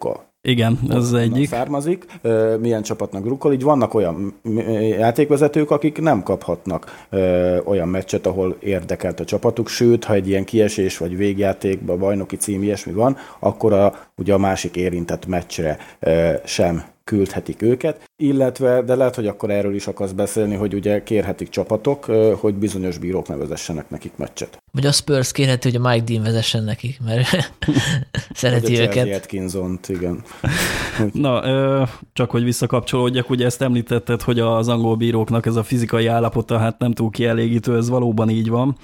Igen, ez az egyik. Származik, milyen csapatnak drukkol. Így vannak olyan játékvezetők, akik nem kaphatnak olyan meccset, ahol érdekelt a csapatuk, sőt, ha egy ilyen kiesés vagy végjátékban bajnoki cím ilyesmi van, akkor ugye a másik érintett meccsre sem küldhetik őket, illetve, de lehet, hogy akkor erről is akarsz beszélni, hogy ugye kérhetik csapatok, hogy bizonyos bírók ne vezessenek nekik meccset. Vagy a Spurs kérheti, hogy a Mike Dean vezessen nekik, mert szereti őket. Atkinsont, igen. Na, csak hogy visszakapcsolódjak, ugye ezt említetted, hogy az angol bíróknak ez a fizikai állapota hát nem túl kielégítő, ez valóban így van.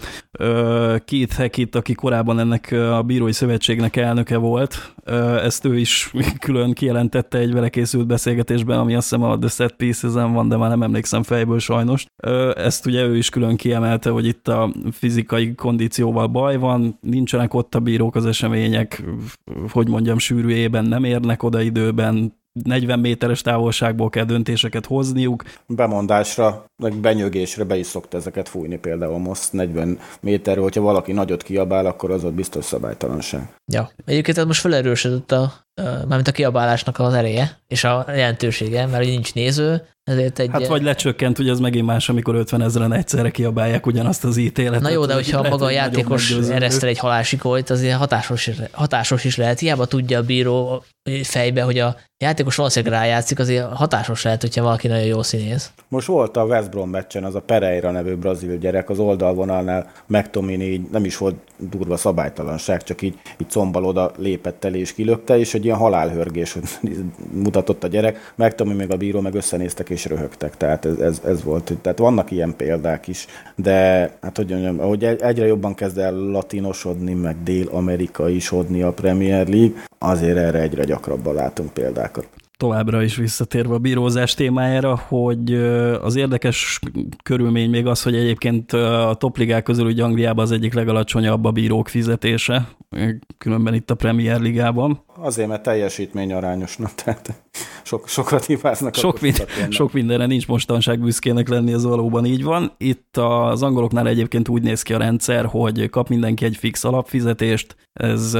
Keith Hackett, aki korábban ennek a bírói szövetségnek elnöke volt, ezt ő is külön kijelentette egy vele készült beszélgetésben, ami azt hiszem a The Set Pieces-en van, de már nem emlékszem fejből sajnos. Ezt ugye ő is külön kiemelte, hogy itt a fizikai kondícióval baj van, nincsenek ott a bírók, az események, hogy mondjam, sűrűjében nem érnek oda időben, 40 méteres távolságból kell döntéseket hozniuk. Bemondásra, meg benyögésre be is szokta ezeket fújni például most 40 méterről, hogyha valaki nagyot kiabál, akkor az ott biztos szabálytalanság. Ja, egyébként ez most felerősödött mármint a kiabálásnak az ereje és a jelentősége, mert nincs néző, ezért egy... Hát vagy lecsökkent, ugye az megint más, amikor 50 000-en egyszerre kiabálják ugyanazt az ítéletet. Na jó, de hogyha maga a játékos eresztel egy halálsikolyt, azért hatásos is lehet. Hiába tudja a bíró fejbe, hogy a játékos valószínűleg rájátszik, azért hatásos lehet, hogyha valaki nagyon jó színész. Most volt a West Brom meccsen az a Pereira nevű brazil gyerek, az oldalvonalnál McTominay így nem is volt durva szabálytalanság, csak így combal oda lépett el és kilökte, és egy ilyen halálhörgés mutatott a gyerek. McTominay meg a bíró meg összenéztek és röhögtek, tehát ez volt. Tehát vannak ilyen példák is, de hát hogy mondjam, ahogy egyre jobban kezd el latinosodni, meg dél-amerikaisodni a Premier League, azért erre egyre gyakrabban látunk példákat. Továbbra is visszatérve a bírózás témájára, hogy az érdekes körülmény még az, hogy egyébként a topligák közül ugye Angliában az egyik legalacsonyabb a bírók fizetése, különben itt a Premier Ligában. Azért, mert teljesítményarányosnak, tehát sokat hibáznak. Sok mindenre nincs mostanság büszkének lenni, ez valóban így van. Itt az angoloknál egyébként úgy néz ki a rendszer, hogy kap mindenki egy fix alapfizetést, ez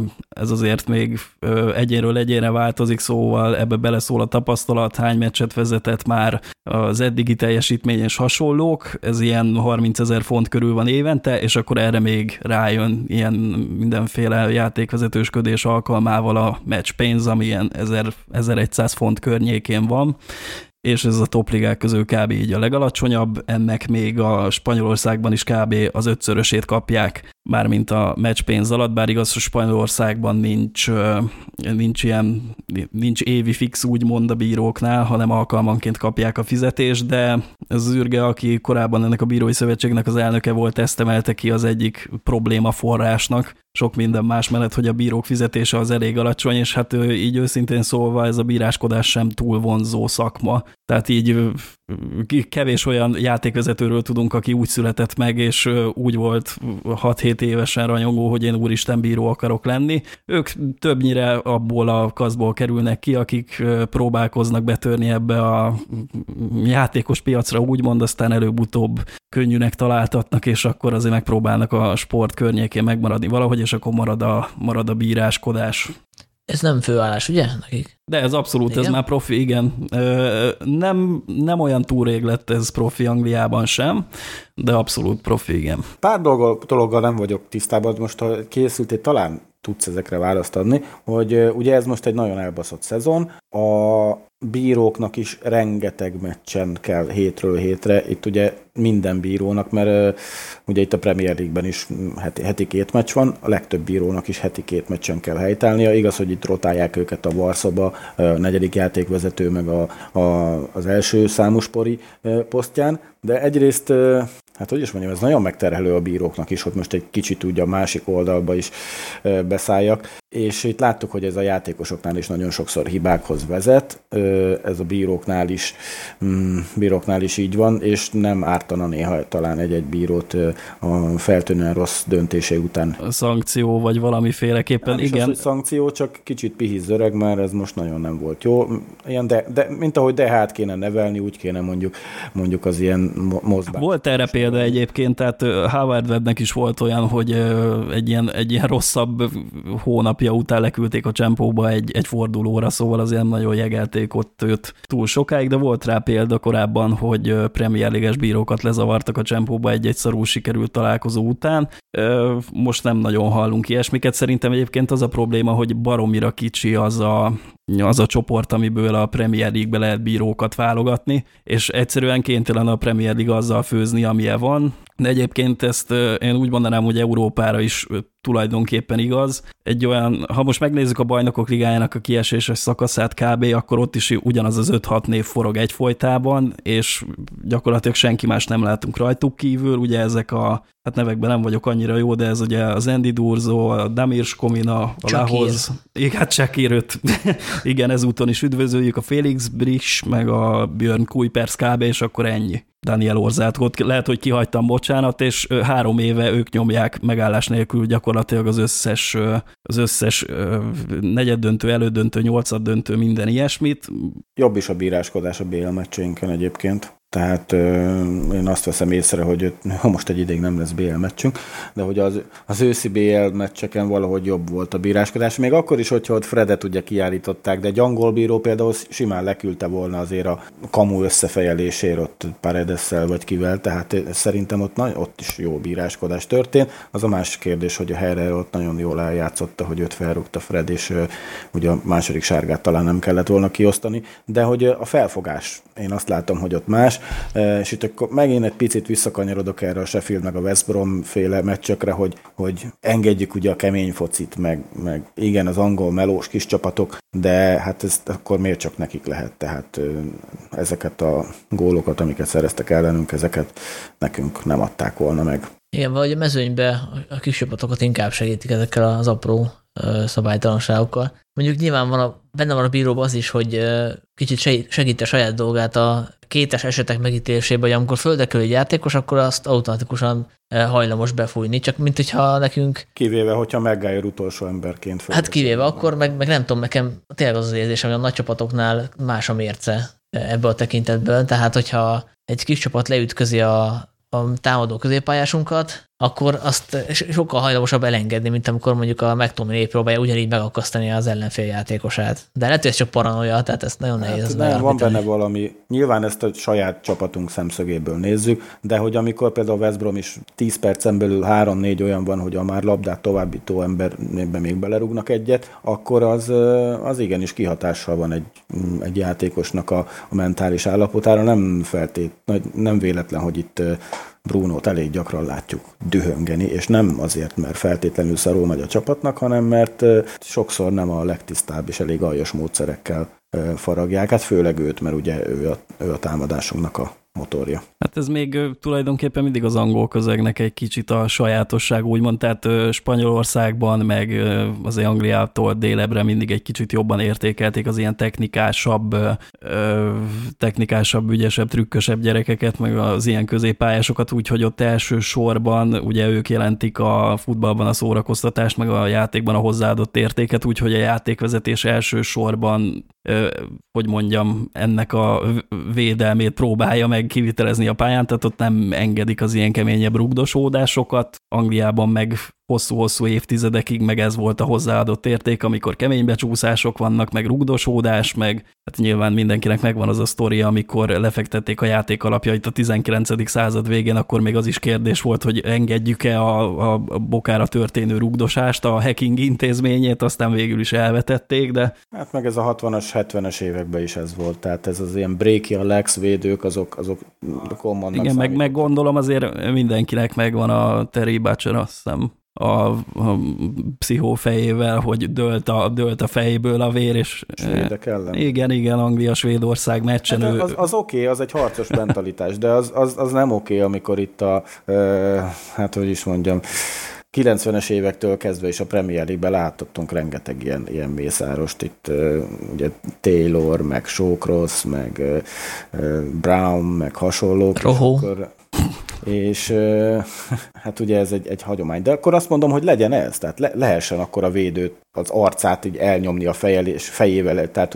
azért még egyénről egyénre változik, szóval ebbe beleszól a tapasztalat, hány meccset vezetett már, az eddigi teljesítmény és hasonlók, ez ilyen 30 000 font körül van évente, és akkor erre még rájön ilyen mindenféle játékvezetősködés alkalmával a matchpénz, ami ilyen 1100 font környékén van, és ez a topligák közül kb. Így a legalacsonyabb, ennek még a Spanyolországban is kb. Az 5-szörösét kapják, mármint a matchpénz alatt, bár igaz, hogy Spanyolországban nincs évi fix úgymond a bíróknál, hanem alkalmanként kapják a fizetést, de ez az űrge, aki korábban ennek a bírói szövetségnek az elnöke volt, ezt emelte ki az egyik probléma forrásnak, sok minden más mellett, hogy a bírók fizetése az elég alacsony, és hát így őszintén szólva ez a bíráskodás sem túl vonzó szakma. Tehát így kevés olyan játékvezetőről tudunk, aki úgy született meg, és úgy volt 6-7 évesen ranyogó, hogy én úristen bíró akarok lenni. Ők többnyire abból a kaszból kerülnek ki, akik próbálkoznak betörni ebbe a játékos piacra, úgymond, aztán előbb-utóbb könnyűnek találtatnak, és akkor azért megpróbálnak a sport környékén megmaradni valahogy, és akkor marad a bíráskodás. Ez nem főállás, ugye, nekik? De ez abszolút, igen? Ez már profi, igen. Nem olyan túl rég lett ez profi Angliában sem, de abszolút profi, igen. Pár dologgal nem vagyok tisztában, most ha készültél, talán tudsz ezekre választ adni, hogy ugye ez most egy nagyon elbaszott szezon, a bíróknak is rengeteg meccsen kell hétről hétre, itt ugye minden bírónak, mert ugye itt a Premier League-ben is heti 2 meccs van, a legtöbb bírónak is heti 2 meccsen kell helytállnia, igaz, hogy itt rotálják őket a Varszoba, a 4. játékvezető, meg az első számú spori posztján, de egyrészt hát hogy is mondjam, ez nagyon megterhelő a bíróknak is, hogy most egy kicsit úgy a másik oldalba is beszálljak, és itt láttuk, hogy ez a játékosoknál is nagyon sokszor hibákhoz vezet, ez a bíróknál is így van, és nem ártana néha talán egy-egy bírót a feltűnően rossz döntése után. A szankció, vagy valamiféleképpen, nem igen. Az, szankció, csak kicsit pihízzöreg, mert ez most nagyon nem volt jó. Ilyen de mint ahogy DH-t kéne nevelni, úgy kéne mondjuk az ilyen mozgás. Volt erre példa egyébként, tehát Howard Webbnek is volt olyan, hogy egy ilyen rosszabb hónap napja után leküldték a Csempóba egy fordulóra, szóval azért nagyon jegelték ott őt túl sokáig, de volt rá példa korábban, hogy Premier League-es bírókat lezavartak a Csempóba egy szarul sikerült találkozó után. Most nem nagyon hallunk ilyesmiket. Szerintem egyébként az a probléma, hogy baromira kicsi az a csoport, amiből a Premier League-be lehet bírókat válogatni, és egyszerűen kénytelen a Premier League azzal főzni, amilyen van. De egyébként ezt én úgy mondanám, hogy Európára is tulajdonképpen igaz. Egy olyan, ha most megnézzük a Bajnokok Ligájának a kieséses szakaszát kb., akkor ott is ugyanaz az 5-6 név forog egyfolytában, és gyakorlatilag senki más nem látunk rajtuk kívül. Ugye ezek hát nevekben nem vagyok annyira jó, de ez ugye az Andy Durzo, a Damir Skomina, a Lahoz. Igen, hát Shakiröt. Igen, ezúton is üdvözöljük a Felix Brisch, meg a Björn Kuipers kb., és akkor ennyi. Daniel Orzátkot. Lehet, hogy kihagytam, bocsánat, és 3 éve ők nyomják megállás nélkül gyakorlatilag az összes negyeddöntő, elődöntő, nyolcaddöntő, minden ilyesmit. Jobb is a bíráskodás a BL meccseinken egyébként. Tehát én azt veszem észre, hogy most egy ideig nem lesz BL meccsünk, de hogy az őszi BL meccseken valahogy jobb volt a bíráskodás. Még akkor is, hogyha ott Fredet ugye kiállították, de egy angol bíró például simán leküldte volna azért a kamu összefejelésért ott Paredesszel vagy kivel, tehát szerintem ott is jó bíráskodás történt. Az a másik kérdés, hogy a Herrera ott nagyon jól eljátszotta, hogy őt felrúgta Fred, és ugye a második sárgát talán nem kellett volna kiosztani, de hogy a felfogás, én azt látom, hogy ott más, és itt akkor megint egy picit visszakanyarodok erre a Sheffield meg a West Brom féle meccsekre, hogy engedjük ugye a kemény focit, meg igen, az angol melós kis csapatok, de hát ezt akkor miért csak nekik lehet, tehát ezeket a gólokat, amiket szereztek ellenünk, ezeket nekünk nem adták volna meg. Igen, vagy a mezőnybe a kis csapatokat inkább segítik ezekkel az apró szabálytalanságokkal. Mondjuk nyilván benne van a bíróban az is, hogy kicsit segíti a saját dolgát a kétes esetek megítélésében, hogy amikor földre kerül egy játékos, akkor azt automatikusan hajlamos befújni, csak mint hogyha nekünk... Kivéve, hogyha Maguire utolsó emberként földre. Hát kivéve akkor, meg nem tudom, nekem tényleg az érzésem, hogy a nagy csapatoknál más a mérce ebből a tekintetből, tehát hogyha egy kis csapat leütközi a támadó középpályásunkat, akkor azt sokkal hajlamosabb elengedni, mint amikor mondjuk a McTominay próbálja ugyanígy megakasztani az ellenfél játékosát. De lehet, hogy ez csak paranoia, tehát ez nagyon nehéz. Nem, van benne valami, nyilván ezt a saját csapatunk szemszögéből nézzük, de hogy amikor például a West Brom is 10 percen belül 3-4 olyan van, hogy a már labdát továbbító emberbe még belerúgnak egyet, akkor az igenis kihatással van egy játékosnak a mentális állapotára. Nem véletlen, hogy itt Brunót elég gyakran látjuk dühöngeni, és nem azért, mert feltétlenül szarul megy a csapatnak, hanem mert sokszor nem a legtisztább és elég aljas módszerekkel faragják, hát főleg őt, mert ugye ő a támadásunknak a motorja. Hát ez még tulajdonképpen mindig az angol közegnek egy kicsit a sajátosság, úgymond, tehát Spanyolországban, meg az Angliától délebre mindig egy kicsit jobban értékelték az ilyen technikásabb, ügyesebb, trükkösebb gyerekeket, meg az ilyen középpályásokat, úgyhogy ott elsősorban ugye ők jelentik a futballban a szórakoztatást, meg a játékban a hozzáadott értéket, úgyhogy a játékvezetés elsősorban, hogy mondjam, ennek a védelmét próbálja meg kivitelezni a pályán, tehát ott nem engedik az ilyen keményebb rugdosódásokat. Angliában meg hosszú-hosszú évtizedekig meg ez volt a hozzáadott érték, amikor kemény becsúszások vannak, meg rugdosódás, meg hát nyilván mindenkinek megvan az a sztoria, amikor lefektették a játék alapjait a 19. század végén, akkor még az is kérdés volt, hogy engedjük-e a bokára történő rugdosást, a hacking intézményét, aztán végül is elvetették, de... Hát meg ez a 60-as, 70-es években is ez volt, tehát ez az ilyen breaky a legs védők, azok commonnak. Igen, meg gondolom azért mindenkinek megvan a Terry Butcher, azt hiszem, a pszichófejével, hogy dölt a fejéből a vér, és... Svédek ellen. Igen, Anglia-Svédország meccsen. Hát az oké, az egy harcos mentalitás, de az nem oké, amikor itt hát hogy is mondjam, 90-es évektől kezdve is a Premier League-ben láthattunk rengeteg ilyen mészárost, itt ugye Taylor, meg Shawcross, meg Brown, meg hasonlók. Roho. És hát ugye ez egy hagyomány. De akkor azt mondom, hogy legyen ez, tehát lehessen akkor a védőt, az arcát így elnyomni a fejével, tehát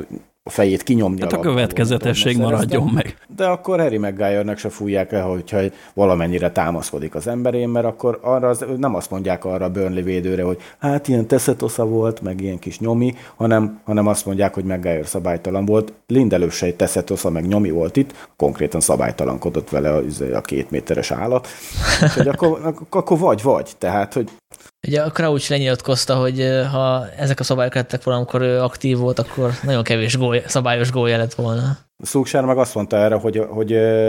a fejét kinyomni. Hát a következetesség maradjon meg. De akkor Harry Maguire-nek se fújják le, hogyha valamennyire támaszkodik az emberén, mert akkor arra nem azt mondják arra a Burnley védőre, hogy hát ilyen teszetosza volt, meg ilyen kis nyomi, hanem azt mondják, hogy Maguire szabálytalan volt. Lindelöf se egy teszetosza, meg nyomi volt itt, konkrétan szabálytalankodott vele a 2 méteres állat. Úgyhogy akkor vagy. Tehát, hogy ugye a Crouch lenyilatkozta, hogy ha ezek a szabályok lettek volna, amikor ő aktív volt, akkor nagyon kevés szabályos gólja lett volna. Solskjaer meg azt mondta erre, hogy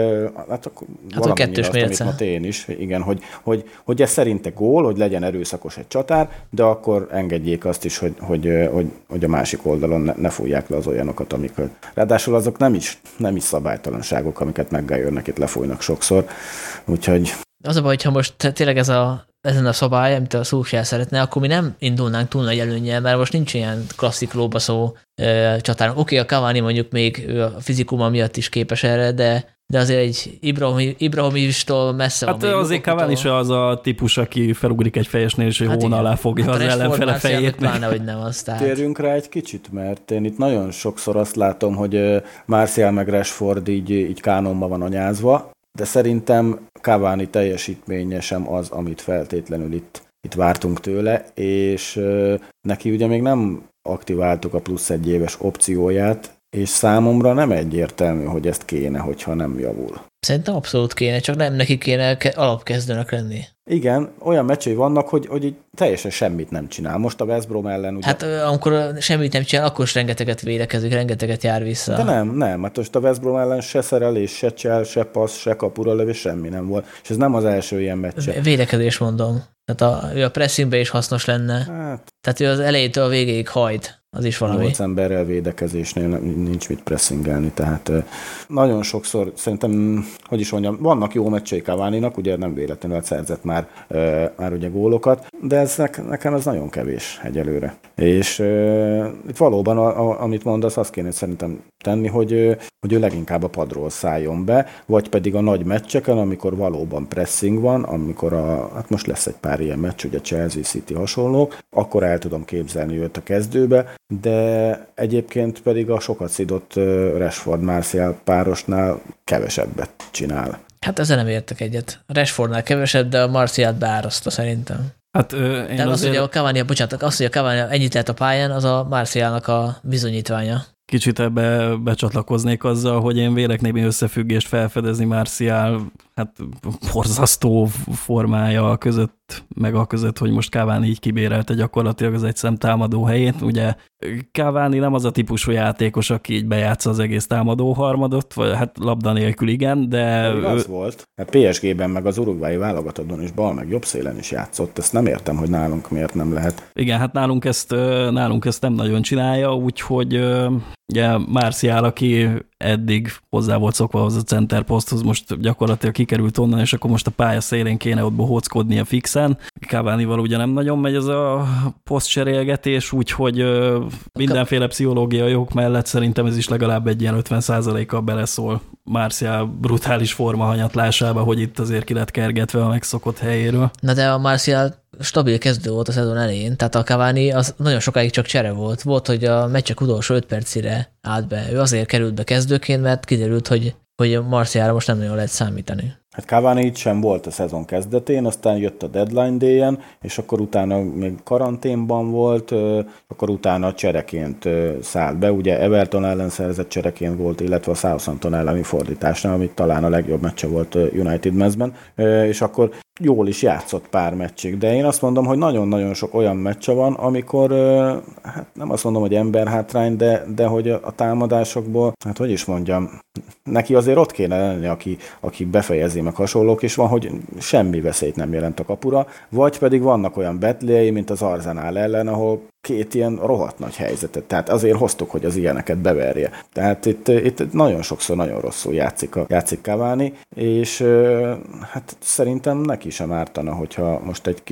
hát a kettős mérce. Amit én is, igen, hogy ez szerinte gól, hogy legyen erőszakos egy csatár, de akkor engedjék azt is, hogy a másik oldalon ne fújják le az olyanokat, amiket. Ráadásul azok nem is szabálytalanságok, amiket Maguire-nek itt lefújnak sokszor, úgyhogy... Az a baj, hogyha most tényleg ezen a szabály, amit a Solskjaer szeretne, akkor mi nem indulnánk túl nagy előnnyel, mert most nincs ilyen klasszik lóbaszó csatárunk. Oké, a Cavani mondjuk még a fizikuma miatt is képes erre, de azért egy Ibrahimistól messze van. Hát azért Cavani is az a típus, aki felugrik egy fejesnél, és hogy hóna alá fogja az ellenfele fejét. Pláne, hogy nem az. Térjünk rá egy kicsit, mert én itt nagyon sokszor azt látom, hogy Martial meg Rashford így kánonba van anyázva, de szerintem Cavani teljesítménye sem az, amit feltétlenül itt vártunk tőle, és neki ugye még nem aktiváltuk a plusz 1 éves opcióját, és számomra nem egyértelmű, hogy ezt kéne, hogyha nem javul. Szerintem abszolút kéne, csak nem neki kéne alapkezdőnek lenni. Igen, olyan meccsei vannak, hogy így teljesen semmit nem csinál. Most a West Brom ellen ugye... Hát amikor semmit nem csinál, akkor is rengeteget védekezik, rengeteget jár vissza. De nem. Hát most a West Brom ellen se szerelés, se csel, se passz, se kapura lövés, semmi nem volt. És ez nem az első ilyen meccse. Védekezés mondom. Tehát ő a pressingbe is hasznos lenne. Hát. Tehát ő az elejétől a végéig hajt. Az is valami. 8 emberrel védekezésnél nincs mit pressingelni, tehát nagyon sokszor szerintem, hogy is mondjam, vannak jó meccsei Cavaninak, ugye nem véletlenül szerzett már ugye gólokat, de nekem ez nagyon kevés egyelőre. És itt valóban, amit mondasz, azt kéne szerintem tenni, hogy ő leginkább a padról szálljon be, vagy pedig a nagy meccseken, amikor valóban pressing van, amikor hát most lesz egy pár ilyen meccs, ugye Chelsea City hasonlók, akkor el tudom képzelni őt a kezdőbe, de egyébként pedig a sokat szidott Rashford Martial párosnál kevesebbet csinál. Hát ezzel nem értek egyet. A Rashfordnál kevesebb, de a Martialt beáraszta szerintem. Hát, de az, hogy a Cavani ennyit lehet a pályán, az a Martialnak a bizonyítványa. Kicsit ebbe becsatlakoznék azzal, hogy én vélek némi összefüggést felfedezni Martial borzasztó formája között, meg a között, hogy most Cavani így kibérelte gyakorlatilag az egyszem támadó helyét. Ugye Cavani nem az a típusú játékos, aki így bejátsza az egész támadó harmadot, vagy hát labda nélkül igen, de... Az volt. Hát PSG-ben meg az uruguayi válogatottban is bal meg jobb szélen is játszott. Ezt nem értem, hogy nálunk miért nem lehet. Igen, hát nálunk ezt nem nagyon csinálja, úgyhogy ugye Martial, aki eddig hozzá volt szokva az a center poszthoz, most gyakorlatilag kikerült onnan, és akkor most a pálya szélén kéne ott bohóckodnia fixen. Cavanival ugye nem nagyon megy ez a posztcserélgetés, úgyhogy mindenféle pszichológiai jogok mellett szerintem ez is legalább egy ilyen 50%-kal beleszól Martial brutális formahanyatlásába, hogy itt azért ki lett kergetve a megszokott helyéről. Na de a Martial stabil kezdő volt a szezon elején, tehát a Cavani az nagyon sokáig csak csere volt. Volt, hogy a meccsek utolsó 5 percére állt be. Ő azért került be kezdőként, mert kiderült, hogy Martialra most nem nagyon lehet számítani. Hát Cavani itt sem volt a szezon kezdetén, aztán jött a deadline day-en, és akkor utána még karanténban volt, akkor utána csereként szállt be. Ugye Everton ellen szerzett csereként volt, illetve a Southampton elleni fordításnál, amit talán a legjobb meccse volt United mezben, és akkor jól is játszott pár meccsig, de én azt mondom, hogy nagyon-nagyon sok olyan meccse van, amikor, hát nem azt mondom, hogy emberhátrány, de hogy a támadásokból, hát hogy is mondjam, neki azért ott kéne lenni, aki befejezi, meg hasonlók is van, hogy semmi veszélyt nem jelent a kapura, vagy pedig vannak olyan betléjei, mint az Arsenal ellen, ahol 2 ilyen rohadt nagy helyzetet, tehát azért hoztuk, hogy az ilyeneket beverje. Tehát itt nagyon sokszor nagyon rosszul játszik Cavani, és hát szerintem neki sem ártana, hogyha most egy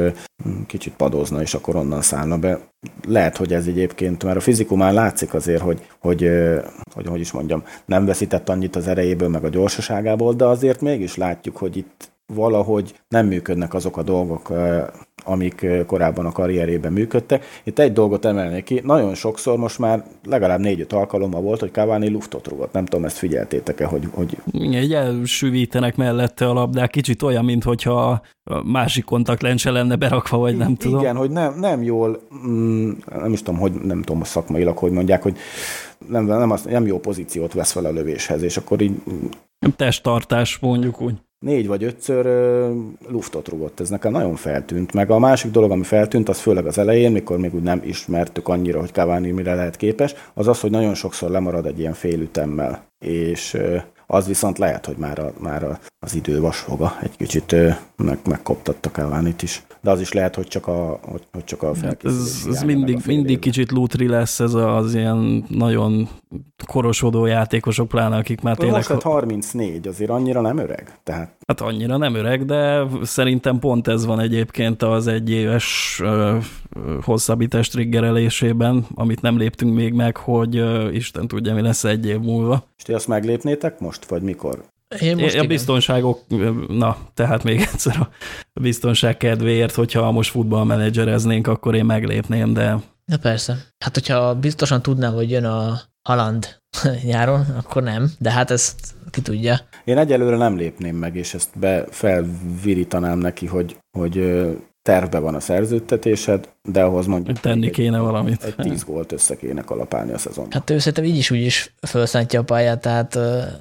kicsit padozna, és akkor onnan szállna be. Lehet, hogy ez egyébként, mert a fizikumán látszik azért, hogy is mondjam, nem veszített annyit az erejéből, meg a gyorsaságából, de azért mégis látjuk, hogy itt valahogy nem működnek azok a dolgok, amik korábban a karrierében működtek. Itt egy dolgot emelnék ki, nagyon sokszor most már legalább 4-5 alkalommal volt, hogy Cavani luftot rúgott. Nem tudom, ezt figyeltétek-e, hogy... Így elsüvítenek mellette a labdák, kicsit olyan, mintha a másik kontaktlencse lenne berakva, vagy nem tudom. Igen, hogy nem jól, nem is tudom, nem tudom szakmailag, hogy mondják, hogy nem jó pozíciót vesz fel a lövéshez, és akkor így... Testtartás, mondjuk úgy. 4 vagy 5-ször luftot rúgott. Ez nekem nagyon feltűnt. Meg a másik dolog, ami feltűnt, az főleg az elején, mikor még úgy nem ismertük annyira, hogy Cavani mire lehet képes, az, hogy nagyon sokszor lemarad egy ilyen félütemmel. És az viszont lehet, hogy már az idő vasfoga egy kicsit megkoptatta Cavanit is. De az is lehet, hogy csak a felkészülés. Ez mindig kicsit lútri lesz, ez az ilyen nagyon korosodó játékosok, pláne akik már tényleg... Most lett 34, azért annyira nem öreg? Hát annyira nem öreg, de szerintem pont ez van egyébként az egyéves hosszabbítás triggerelésében, amit nem léptünk még meg, hogy Isten tudja, mi lesz egy év múlva. És ti azt meglépnétek most, vagy mikor? A biztonságok, tehát még egyszer a biztonság kedvéért, hogyha most futballmenedzsereznénk, akkor én meglépném, de... Na persze. Hát, hogyha biztosan tudnám, hogy jön a Haaland nyáron, akkor nem, de hát ezt ki tudja. Én egyelőre nem lépném meg, és ezt felvirítanám neki, hogy tervbe van a szerződtetésed, de ahhoz mondjuk... Tenni kéne valamit. Egy 10 gólt össze kéne kalapálni a szezonban. Hát ő szerintem így is felszántja a pályát, tehát...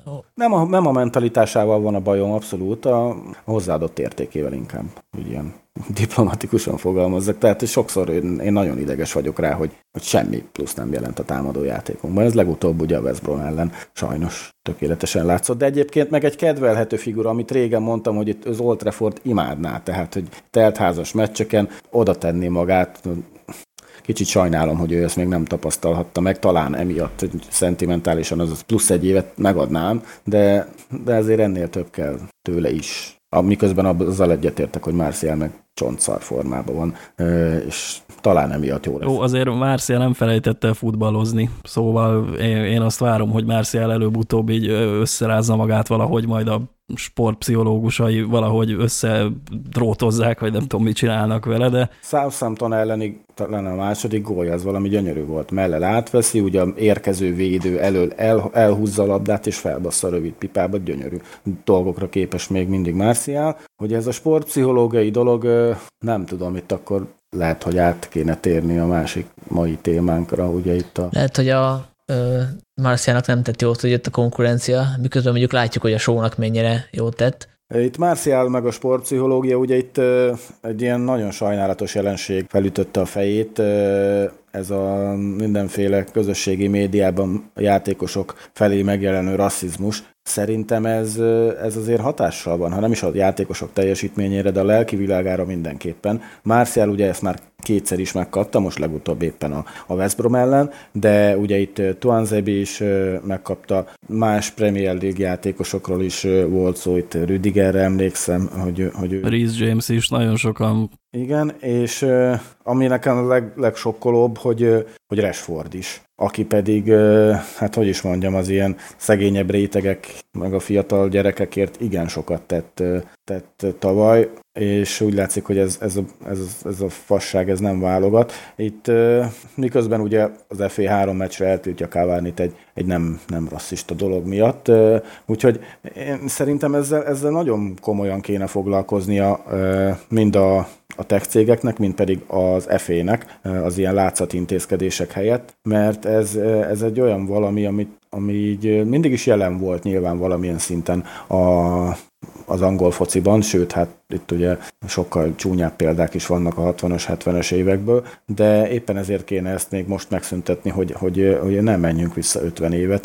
Nem a mentalitásával van a bajom, abszolút, a hozzáadott értékével inkább, úgy ilyen diplomatikusan fogalmazzak. Tehát sokszor én nagyon ideges vagyok rá, hogy semmi plusz nem jelent a támadó játékunkban. Ez legutóbb ugye a West Brom ellen sajnos tökéletesen látszott, de egyébként meg egy kedvelhető figura, amit régen mondtam, hogy itt az Old Trafford imádná, tehát hogy teltházas meccseken oda tenné magát. Kicsit sajnálom, hogy ő ezt még nem tapasztalhatta meg, talán emiatt, hogy szentimentálisan az plusz egy évet megadnám, de ezért ennél több kell tőle is. Miközben azzal egyetértek, hogy Martial meg csontszar formában van, és talán emiatt jó lesz. Jó, azért Martial nem felejtette el futballozni, szóval én azt várom, hogy Martial előbb-utóbb így összerázza magát valahogy, majd a sportpszichológusai valahogy összedrótozzák, vagy nem tudom, mit csinálnak vele, de... Southampton elleni talán a második gólja, az valami gyönyörű volt. Mellel átveszi, ugye érkező védő elől elhúzza a labdát, és felbassza a rövid pipába, gyönyörű dolgokra képes még mindig Martial. Hogy ez a sportpszichológiai dolog, nem tudom, itt akkor lehet, hogy át kéne térni a másik mai témánkra, ugye itt a... Lehet, hogy a Martialnak nem tett jót, hogy jött a konkurencia, miközben mondjuk látjuk, hogy a Shawnak mennyire jót tett. Itt Martial meg a sportpszichológia, ugye itt egy ilyen nagyon sajnálatos jelenség felütötte a fejét, ez a mindenféle közösségi médiában a játékosok felé megjelenő rasszizmus. Szerintem ez azért hatással van, ha nem is a játékosok teljesítményére, de a lelki világára mindenképpen. Martial ugye ezt már 2-szer is megkapta, most legutóbb éppen a West Brom ellen, de ugye itt Tuanzebe is megkapta, más Premier League játékosokról is volt szó, itt Rüdigerre emlékszem, hogy ő... Reece James is, nagyon sokan. Igen, és ami nekem a legsokkolóbb, hogy Rashford is, aki pedig, hát hogy is mondjam, az ilyen szegényebb rétegek, meg a fiatal gyerekekért igen sokat tett tavaly, és úgy látszik, hogy ez a fasság ez nem válogat. Itt miközben ugye az FA3 meccsre eltiltja Cavanit egy nem rasszista dolog miatt, úgyhogy én szerintem ezzel nagyon komolyan kéne foglalkoznia mind a tech cégeknek, mind pedig az FA-nek az ilyen látszatintézkedések helyett, mert ez egy olyan valami, ami így mindig is jelen volt nyilván valamilyen szinten az angol fociban, sőt, hát itt ugye sokkal csúnyább példák is vannak a 60-as, 70-es évekből, de éppen ezért kéne ezt még most megszüntetni, hogy nem menjünk vissza 50 évet.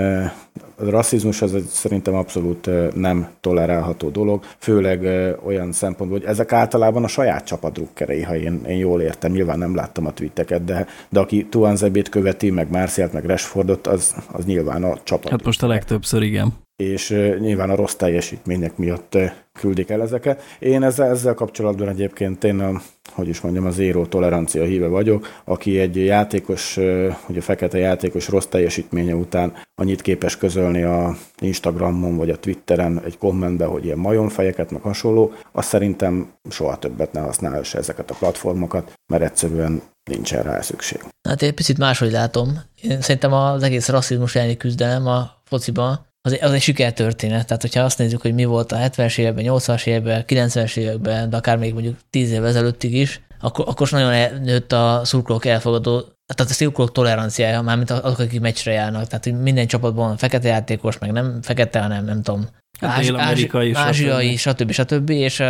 A rasszizmus az szerintem abszolút nem tolerálható dolog, főleg olyan szempontból, hogy ezek általában a saját csapat drukkerei, ha én jól értem, nyilván nem láttam a tweeteket, de aki Tuanzebét követi, meg Martialt, meg Rashfordot, az nyilván a csapat. Hát most a legtöbbször igen. És nyilván a rossz teljesítmények miatt küldik el ezeket. Én ezzel kapcsolatban egyébként hogy is mondjam, a zéró tolerancia híve vagyok, aki egy játékos, ugye a fekete játékos rossz teljesítménye után annyit képes közölni a Instagramon vagy a Twitteren egy kommentbe, hogy ilyen majomfejeket, meg hasonló, azt szerintem soha többet ne használhassa ezeket a platformokat, mert egyszerűen nincsen rá szükség. Hát én picit máshogy látom. Én szerintem az egész rasszizmus elleni küzdelem a fociban az egy sikertörténet. Tehát, hogyha azt nézzük, hogy mi volt a 70-es években, 80-as években, 90-es években, de akár még mondjuk 10 év ezelőttig is, akkor nagyon nőtt a szurkolók elfogadó, tehát a szurkolók toleranciája, mármint azok, akik meccsre járnak. Tehát, hogy minden csapatban fekete játékos, meg nem fekete, hanem nem tudom, ázsiai, stb. És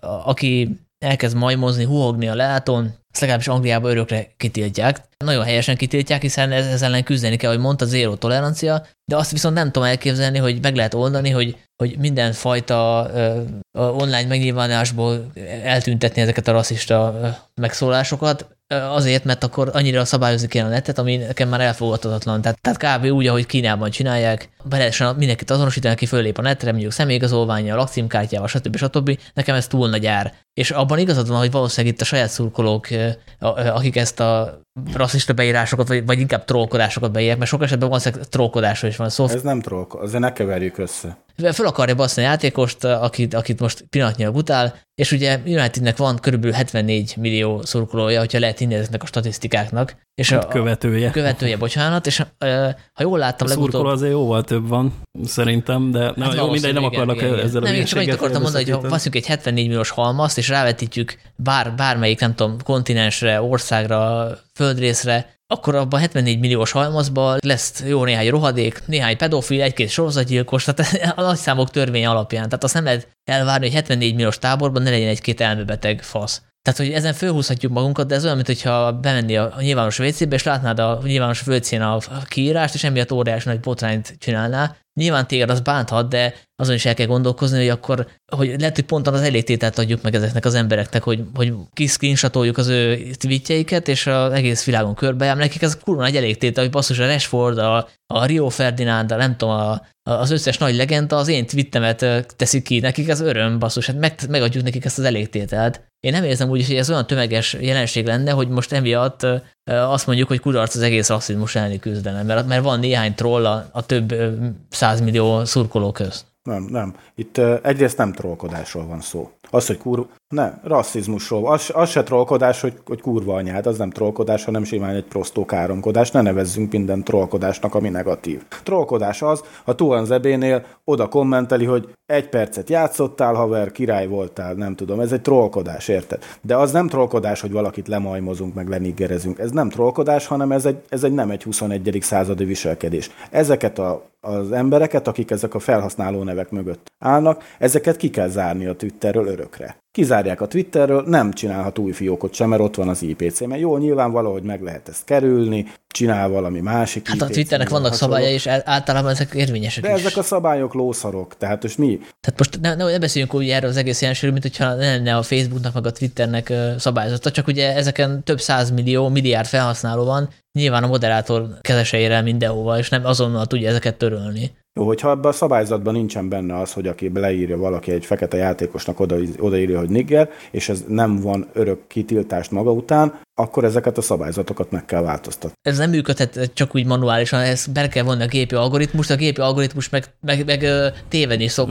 aki elkezd majmozni, huhogni a leáton, ezt legalábbis Angliában örökre kitiltják. Nagyon helyesen kitiltják, hiszen ez ellen küzdeni kell, hogy mondta, zéró tolerancia, de azt viszont nem tudom elképzelni, hogy meg lehet oldani, hogy mindenfajta online megnyilvánulásból eltüntetni ezeket a rasszista megszólásokat, azért, mert akkor annyira szabályozni kéne a netet, ami nekem már elfogadhatatlan. Tehát kb. Úgy, ahogy Kínában csinálják, be lehessen mindenkit azonosítani, aki föllép a netre, mondjuk személyigazolványjal, lakcímkártyával, stb. Nekem ez túl nagy ár. És abban igazad van, hogy valószínűleg itt a saját szurkolók, akik ezt a rasszista beírásokat, vagy inkább trollkodásokat beírják, mert sok esetben valószínűleg trollkodásról is van szó. Ez nem trollkodás, azért ne keverjük össze. Föl akarja basszni a játékost, akit most pillanatnyilag utál, és ugye Unitednek van körülbelül 74 millió szurkolója, hogyha lehet hinni ezeknek a statisztikáknak. És a követője, bocsánat, és ha jól láttam a legutóbb... szurkoló azért jóval több van, szerintem, de hát jó, mindegy, nem akarnak ezzel a csak annyit akartam mondani, hogy ha veszünk egy 74 milliós halmazt, és rávetítjük bármelyik, nem tudom, kontinensre, országra, földrészre, akkor abban a 74 milliós halmazban lesz jó néhány rohadék, néhány pedofil, egy-két sorozatgyilkos, tehát a nagyszámok törvény alapján. Tehát azt nem lehet elvárni, hogy 74 milliós táborban ne legyen egy-két elmebeteg fasz. Tehát, hogy ezen fölhúzhatjuk magunkat, de ez olyan, mintha bemennél a nyilvános WC-be, és látnád a nyilvános WC-n a kiírást, és emiatt óriási nagy botrányt csinálnál. Nyilván téged az bánthat, de azon is el kell gondolkozni, hogy akkor, hogy lehet, hogy pont az elégtételt adjuk meg ezeknek az embereknek, hogy kiscreenshotoljuk az ő tweetjeiket, és az egész világon körbejárnak. Nekik ez kurva nagy elégtétel, hogy basszus a Rashford, a Rio Ferdinand, nem tudom, az összes nagy legenda az én twittemet teszik ki, nekik ez öröm, basszus, hát megadjuk nekik ezt az elégtételt. Én nem érzem úgy, hogy ez olyan tömeges jelenség lenne, hogy most emiatt azt mondjuk, hogy kudarc az egész rasszizmus elleni küzdelem, mert van néhány troll a több 100 millió szurkoló közt. Nem. Itt egyrészt nem trollkodásról van szó. Az, hogy rasszizmusról. Az se trollkodás, hogy kurva anyád, az nem trollkodás, hanem simán egy prostó káromkodás. Ne nevezzünk minden trollkodásnak, ami negatív. Trollkodás az, ha Tuanzebénél oda kommenteli, hogy 1 percet játszottál, haver, király voltál, nem tudom. Ez egy trollkodás, érted? De az nem trollkodás, hogy valakit lemajmozunk, meg leniggerezünk. Ez nem trollkodás, hanem ez egy nem egy 21. századi viselkedés. Ezeket az embereket, akik ezek a felhasználó nevek mögött állnak, ezeket ki kell zárni a Twitterről örökre. Kizárják a Twitterről, nem csinálhat új fiókot sem, mert ott van az IPC, mert jó, nyilván valahogy meg lehet ezt kerülni, csinál valami másik. Hát a Twitternek vannak szabályai, és általában ezek érvényesek is. De ezek a szabályok lószarok, tehát most mi? Tehát most ne beszéljünk úgy erről az egész jelenségről, mint hogyha ne lenne a Facebooknak, meg a Twitternek szabályozata, csak ugye ezeken több 100 millió, milliárd felhasználó van, nyilván a moderátor kezese ér el mindenhova, és nem azonnal tudja ezeket törölni. Jó, hogyha ebben a szabályzatban nincsen benne az, hogy aki leírja valaki egy fekete játékosnak odaírja, hogy nigger, és ez nem van örök kitiltást maga után, akkor ezeket a szabályzatokat meg kell változtatni. Ez nem működhet csak úgy manuálisan, ez be kell vonni a gépi algoritmust, a gépi algoritmus meg tévedni szok.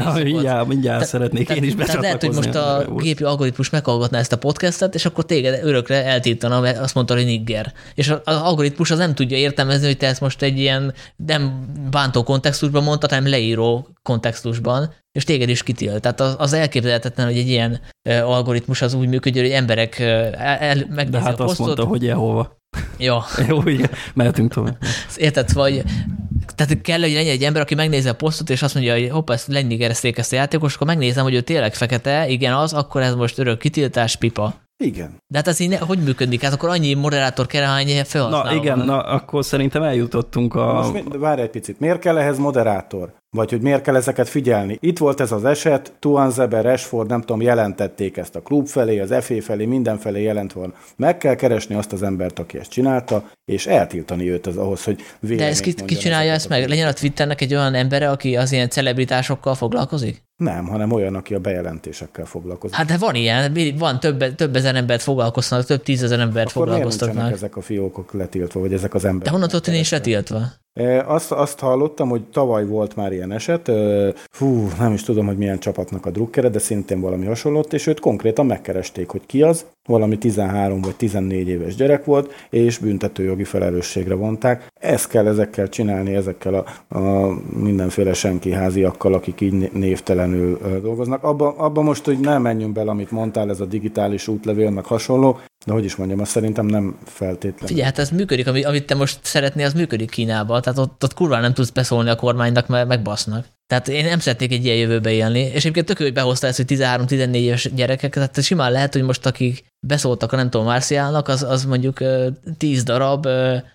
Mindjárt szeretnék én is becsatlakozni. Lehet, hogy most a gépi algoritmus meghallgatná ezt a podcastet, és akkor téged örökre eltiltana, mert azt mondta, hogy nigger. És az algoritmus az nem tudja értelmezni, hogy te ezt most egy ilyen nem bántó kontextusban mondtad, hanem leíró kontextusban, és téged is kitilt. Tehát az elképzelhetetlen, hogy egy ilyen algoritmus az úgy működjön, hogy emberek megnézik de hát a posztot. Azt mondta, hogy Jehova. Ja. Jó, igen, mehetünk tovább. Érted, vagy... Tehát kell, hogy legyen egy ember, aki megnézi a posztot, és azt mondja, hogy hoppá, ezt lennigerezték ezt a játékos, akkor megnézem, hogy ő tényleg fekete, igen az, akkor ez most örök kitiltás, pipa. Igen. De hát ez így hogy működik? Hát akkor annyi moderátor kell, annyi felhasználó. Na igen, akkor szerintem eljutottunk a... Most várj egy picit, miért kell ehhez moderátor? Vagy hogy miért kell ezeket figyelni? Itt volt ez az eset, Tuanzebe, Rashford, nem tudom, jelentették ezt a klub felé, az FA felé, mindenfelé jelent van. Meg kell keresni azt az embert, aki ezt csinálta, és eltiltani őt ahhoz, hogy véleményt. De ezt ki csinálja ezt meg? Legyen a Twitternek egy olyan embere, aki az ilyen celebritásokkal foglalkozik? Nem, hanem olyan, aki a bejelentésekkel foglalkozik. Hát de van ilyen, van több ezer embert foglalkoztatnak, több tízezer embert foglalkoztatnak. Akkor ezek a fiókok letiltva, vagy ezek az emberek? De honnan tudod, hogy nincs letiltva? Azt hallottam, hogy tavaly volt már ilyen eset, nem is tudom, hogy milyen csapatnak a drukkere, de szintén valami hasonlót, és őt konkrétan megkeresték, hogy ki az, valami 13 vagy 14 éves gyerek volt, és büntetőjogi felelősségre vonták. Ezt kell ezekkel csinálni, ezekkel a mindenféle senkiháziakkal, akik így névtelenül dolgoznak. Abba most, hogy nem menjünk bele, amit mondtál, ez a digitális útlevél, meg hasonló, de hogy is mondjam, azt szerintem nem feltétlenül. Figyelj, hát ez működik, amit te most szeretnél, az működik Kínában, tehát ott kurva nem tudsz beszólni a kormánynak, mert megbasznak. Tehát én nem szeretnék egy ilyen jövőbe élni, és egyébként tök jó, hogy behozta ezt, hogy 13-14 éves gyerekek, tehát simán lehet, hogy most akik beszóltak a nem tudom, Marcialnak, az mondjuk 10 darab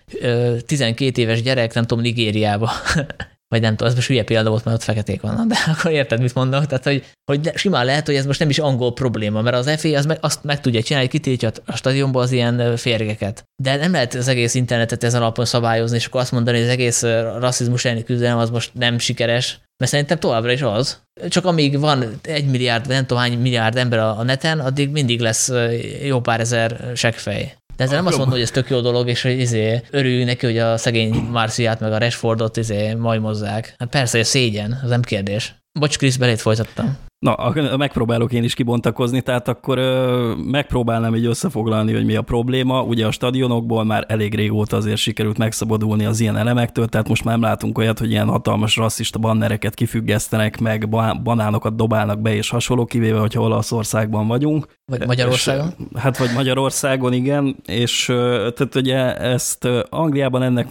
12 éves gyerek, nem tudom, Nigériába. Vagy nem tudom, ez most hülye példa volt, mert ott feketék vannak, de akkor érted, mit mondok? Tehát, hogy simán lehet, hogy ez most nem is angol probléma, mert az FA azt meg tudja csinálni, kitiltja a stadionból az ilyen férgeket. De nem lehet az egész internetet ezen alapon szabályozni, és akkor azt mondani, hogy az egész rasszizmus elleni küzdelem az most nem sikeres, mert szerintem továbbra is az. Csak amíg van 1 milliárd, vagy nem tudom hány milliárd ember a neten, addig mindig lesz jó pár ezer seggfej. De ezzel nem azt mondom, hogy ez tök jó dolog, és hogy örüljünk neki, hogy a szegény Marcialt meg a Rashfordot majmozzák. Hát persze, ez szégyen, az nem kérdés. Bocs, Krisz, belét folytattam. Na, megpróbálok én is kibontakozni, tehát akkor megpróbálnám így összefoglalni, hogy mi a probléma. Ugye a stadionokból már elég régóta azért sikerült megszabadulni az ilyen elemektől, tehát most már nem látunk olyat, hogy ilyen hatalmas rasszista bannereket kifüggesztenek, meg banánokat dobálnak be és hasonló, kivéve, hogyha Olaszországban vagyunk. Vagy Magyarországon? Hát vagy Magyarországon, igen, és tehát ugye ezt Angliában ennek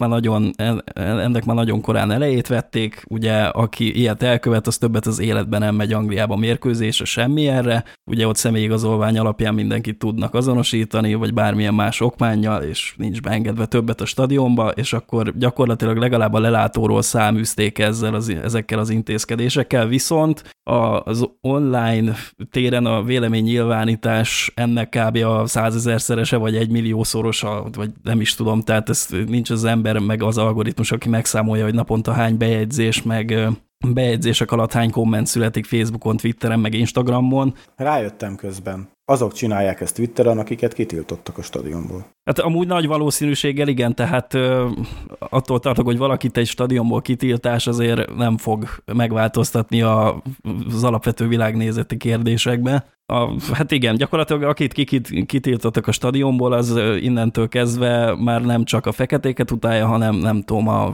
már nagyon korán elejét vették, ugye aki ilyet elkövet, az többet az életben nem megy Angliába mérkőzésre, semmi erre. Ugye ott személyigazolvány alapján mindenkit tudnak azonosítani, vagy bármilyen más okmánnyal, és nincs beengedve többet a stadionba, és akkor gyakorlatilag legalább a lelátóról száműzték ezekkel az intézkedésekkel. Viszont az online téren a véleménynyilvánítás ennek kb. A 100 000-szerese, vagy 1 milliószorosa, vagy nem is tudom, tehát ez nincs az ember, meg az algoritmus, aki megszámolja, hogy naponta hány bejegyzés, meg bejegyzések alatt hány komment születik Facebookon, Twitteren, meg Instagramon. Rájöttem közben. Azok csinálják ezt Twitteren, akiket kitiltottak a stadionból. Hát amúgy nagy valószínűséggel igen, tehát attól tartok, hogy valakit egy stadionból kitiltás azért nem fog megváltoztatni az alapvető világnézeti kérdésekbe. Hát igen, gyakorlatilag akit kitiltottak a stadionból, az innentől kezdve már nem csak a feketéket utálja, hanem nem tudom, a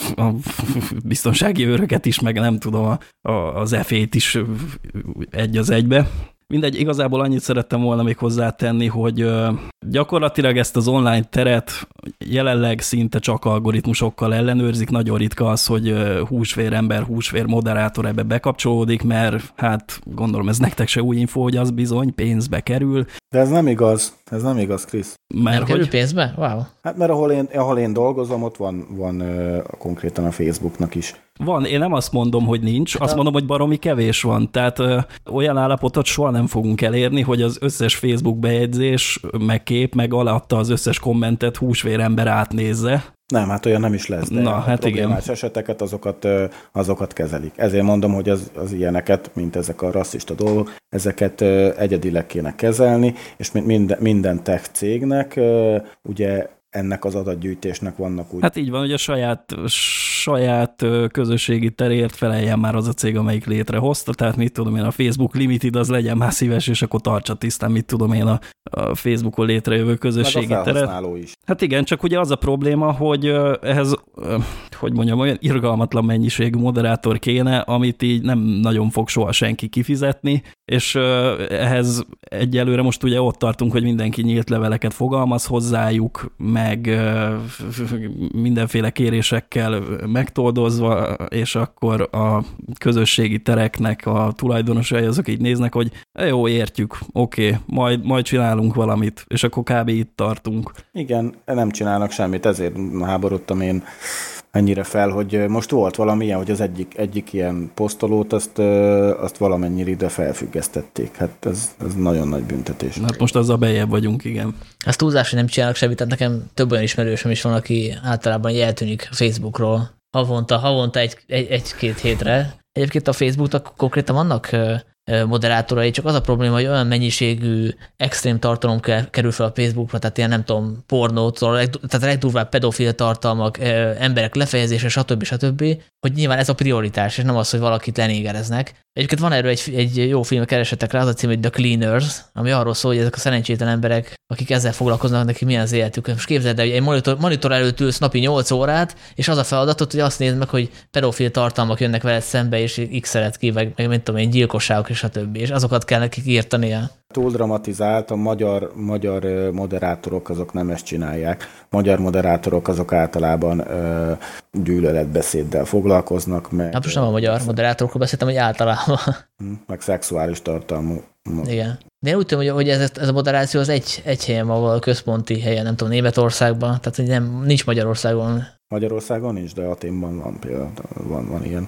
biztonsági őröket is, meg nem tudom, az FA-t is egy az egybe. Mindegy, igazából annyit szerettem volna még hozzátenni, hogy gyakorlatilag ezt az online teret jelenleg szinte csak algoritmusokkal ellenőrzik. Nagyon ritka az, hogy húsvér moderátor ebbe bekapcsolódik, mert hát gondolom ez nektek se új info, hogy az bizony pénzbe kerül. De ez nem igaz, Krisz. Nem kerül pénzbe? Wow. Hát mert ahol én dolgozom, ott van konkrétan a Facebooknak is. Van, én nem azt mondom, hogy nincs, azt mondom, hogy baromi kevés van. Tehát olyan állapotot soha nem fogunk elérni, hogy az összes Facebook bejegyzés, meg kép, meg alatta az összes kommentet húsvér ember átnézze. Nem, hát olyan nem is lesz, de hát problémás eseteket azokat kezelik. Ezért mondom, hogy az ilyeneket, mint ezek a rasszista dolgok, ezeket egyedileg kéne kezelni, és minden tech cégnek ugye ennek az adatgyűjtésnek vannak úgy. Hát így van, hogy a saját közösségi terért feleljen már az a cég, amelyik létrehozta, tehát mit tudom én, a Facebook Limited az legyen már szíves, és akkor tartsa tisztán, mit tudom én, a Facebookon létrejövő közösségi teret. Is. Hát igen, csak ugye az a probléma, hogy ehhez, hogy mondjam, olyan irgalmatlan mennyiségű moderátor kéne, amit így nem nagyon fog soha senki kifizetni, és ehhez egyelőre most ugye ott tartunk, hogy mindenki nyílt leveleket fogalmaz hozzájuk, meg mindenféle kérésekkel megtoldozva, és akkor a közösségi tereknek a tulajdonosai azok így néznek, hogy jó, értjük, oké, majd csinálunk valamit, és akkor kb. Itt tartunk. Igen, nem csinálnak semmit, ezért háborodtam én ennyire fel, hogy most volt valamilyen, hogy az egyik ilyen posztolót, azt valamennyire ide felfüggesztették. Hát ez nagyon nagy büntetés. Hát most azzal bejjebb vagyunk, igen. Ez túlzás, hogy nem csinálnak semmit, tehát nekem több olyan ismerősöm is van, aki általában eltűnik Facebookról havonta egy-két hétre, Egyébként a Facebooknak konkrétan vannak moderátorai, csak az a probléma, hogy olyan mennyiségű extrém tartalom kerül fel a Facebookra, tehát ilyen nem tudom, pornótól, tehát legdurvább pedofil tartalmak, emberek lefejezése, stb. Hogy nyilván ez a prioritás, és nem az, hogy valakit lenégereznek. Egyébként van erről egy jó film, keresetek rá, az a cím, hogy The Cleaners, ami arról szól, hogy ezek a szerencsétlen emberek, akik ezzel foglalkoznak, neki milyen az életük. Most képzeld el, hogy egy monitor előtt ülsz napi 8 órát, és az a feladatod, hogy azt nézd meg, hogy pedofil tartalmak jönnek veled szembe, és x-eled ki, meg mint tudom én, gyilkosságok, és stb. És azokat kell nekik írtania. Túl dramatizált, a magyar moderátorok azok nem ezt csinálják. Magyar moderátorok azok általában gyűlöletbeszéddel foglalkoznak. Hát most nem a magyar moderátorokról beszéltem, hogy általában. Meg szexuális tartalmú. Igen. De én úgy tudom, hogy ez a moderáció az egy helyen van, valahol központi helyen, nem tudom, Németországban, tehát hogy nincs Magyarországon. Magyarországon nincs, de Athénban van például, van ilyen.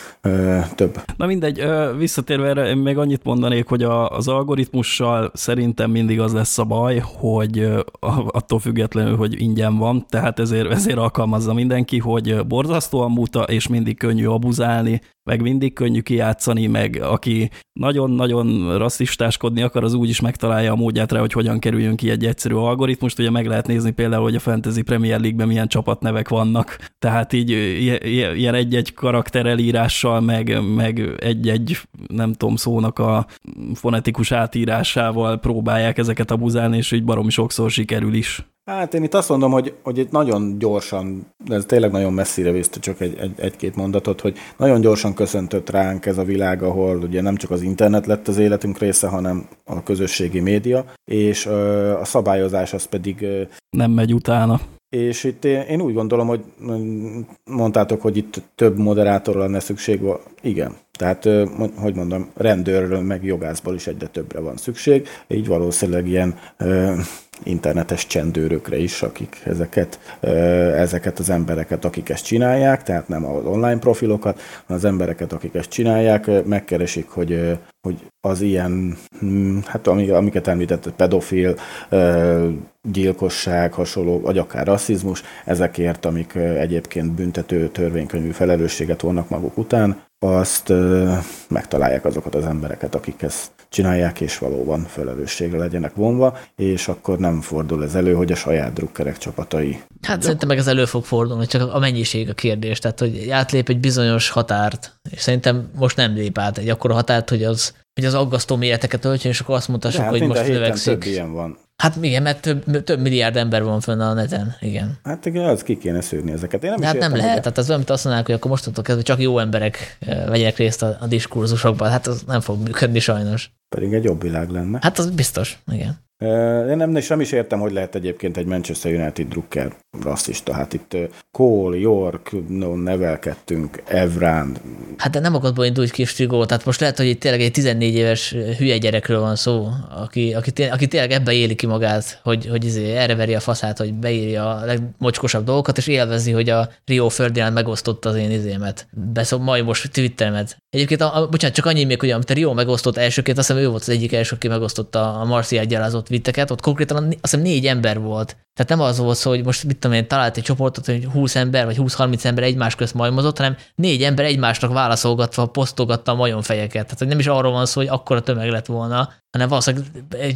Több. Na mindegy, visszatérve erre, én még annyit mondanék, hogy az algoritmussal szerintem mindig az lesz a baj, hogy attól függetlenül, hogy ingyen van, tehát ezért alkalmazza mindenki, hogy borzasztóan muta, és mindig könnyű abuzálni, meg mindig könnyű kijátszani, meg aki nagyon-nagyon rasszistáskodni akar, az úgy is megtalálja a módját rá, hogy hogyan kerüljön ki egy egyszerű algoritmust. Ugye meg lehet nézni például, hogy a Fantasy Premier League-ben milyen csapatnevek vannak. Tehát így ilyen egy-egy karakter elírással, meg egy-egy, nem tudom, szónak a fonetikus átírásával próbálják ezeket abuzálni, és így baromi sokszor sikerül is. Hát én itt azt mondom, hogy itt nagyon gyorsan, ez tényleg nagyon messzire viszte, csak egy-két mondatot, hogy nagyon gyorsan köszöntött ránk ez a világ, ahol ugye nem csak az internet lett az életünk része, hanem a közösségi média, és a szabályozás az pedig... nem megy utána. És itt én úgy gondolom, hogy mondtátok, hogy itt több moderátorra lenne szükség. Igen. Tehát, hogy mondom, rendőrről meg jogászból is egyre többre van szükség. Így valószínűleg ilyen internetes csendőrökre is, akik ezeket az embereket, akik ezt csinálják, tehát nem az online profilokat, hanem az embereket, akik ezt csinálják, megkeresik, hogy az ilyen, hát amiket említett, pedofil, gyilkosság, hasonló, vagy akár rasszizmus, ezekért, amik egyébként büntető törvénykönyvű felelősséget vonnak maguk után, azt megtalálják azokat az embereket, akik ezt csinálják, és valóban felelősségre legyenek vonva, és akkor nem fordul ez elő, hogy a saját drukkerek csapatai. Hát szerintem meg ez elő fog fordulni, csak a mennyiség a kérdés, tehát hogy átlép egy bizonyos határt, és szerintem most nem lép át egy akkora határt, hogy az aggasztó méreteket öltsön, és akkor azt mutassuk, hogy most növekszik. Több ilyen van. Hát igen, mert több milliárd ember van fönn a neten, igen. Hát igen, az ki kéne szűrni ezeket. Én nem lehet, tehát az olyan, amit azt mondanák, hogy akkor mostantól kezdve csak jó emberek vegyenek részt a diskurzusokban, hát az nem fog működni sajnos. Pedig egy jobb világ lenne. Hát az biztos, igen. Én nem is értem, hogy lehet egyébként egy Manchester United drukker rasszista. Hát itt Cole, York, nevelkedtünk, Evran. Hát de nem akadból indulj ki, Strigó, tehát most lehet, hogy itt tényleg egy 14 éves hülye gyerekről van szó, aki tényleg ebbe éli ki magát, hogy erre veri a faszát, hogy beírja a legmocskosabb dolgokat, és élvezi, hogy a Rio Ferdinand megosztotta az én izémet. Majd most Twitteremet. Egyébként, bocsánat, csak annyi még, hogy amit a Rio megosztott elsőként, azt hiszem ő volt az egyik első, aki megosztotta a Marcial gyalázott vitteket, ott konkrétan azt hiszem 4 ember volt. Tehát nem az volt szó, hogy most mit tudom én, talált egy csoportot, hogy 20 ember vagy 20-30 ember egymás közt majmozott, hanem 4 ember egymásnak válaszolgatva posztolgatta a majomfejeket. Tehát hogy nem is arról van szó, hogy akkora tömeg lett volna, hanem valószínűleg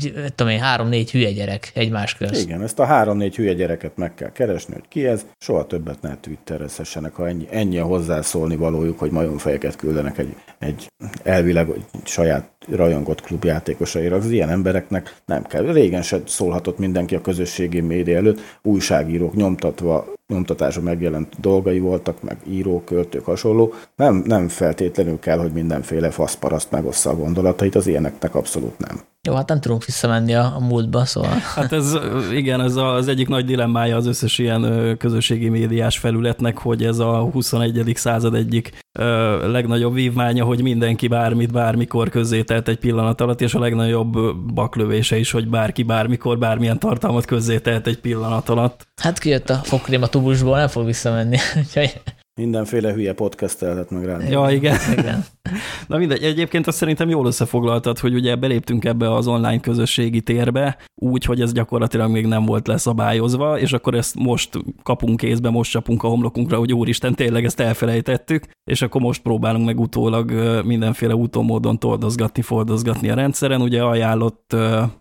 3-4 hülye gyerek egymás közt. Igen, ezt a 3-4 hülye gyereket meg kell keresni, hogy ki ez. Soha többet ne Twitterezhessenek, ha ennyi a hozzászólni valójuk, hogy majomfejeket küldenek egy elvileg saját rajongott klubjátékosaira. Az ilyen embereknek nem kell. Régen se szólhatott mindenki a közösségi média előtt. Újságírók nyomtatásra megjelent dolgai voltak, meg írók, költők, hasonló. Nem feltétlenül kell, hogy mindenféle faszparaszt megossza a gondolatait, az ilyeneknek abszolút nem. Jó, hát nem tudunk visszamenni a múltba, szóval. Hát ez az egyik nagy dilemmája az összes ilyen közösségi médiás felületnek, hogy ez a 21. század egyik legnagyobb vívmánya, hogy mindenki bármit, bármikor közzételt egy pillanat alatt, és a legnagyobb baklövése is, hogy bárki bármikor bármilyen tartalmat közzételt egy pillanat alatt. Hát kijött a fogkrém a tubusból, nem fog visszamenni. Mindenféle hülye podcastelhet meg rá. Ja, igen. Na mindegy, egyébként azt szerintem jól összefoglaltad, hogy ugye beléptünk ebbe az online közösségi térbe, úgy, hogy ez gyakorlatilag még nem volt leszabályozva, és akkor ezt most kapunk kézbe, most csapunk a homlokunkra, hogy úristen, tényleg ezt elfelejtettük, és akkor most próbálunk meg utólag mindenféle utómódon fordozgatni a rendszeren. Ugye ajánlott,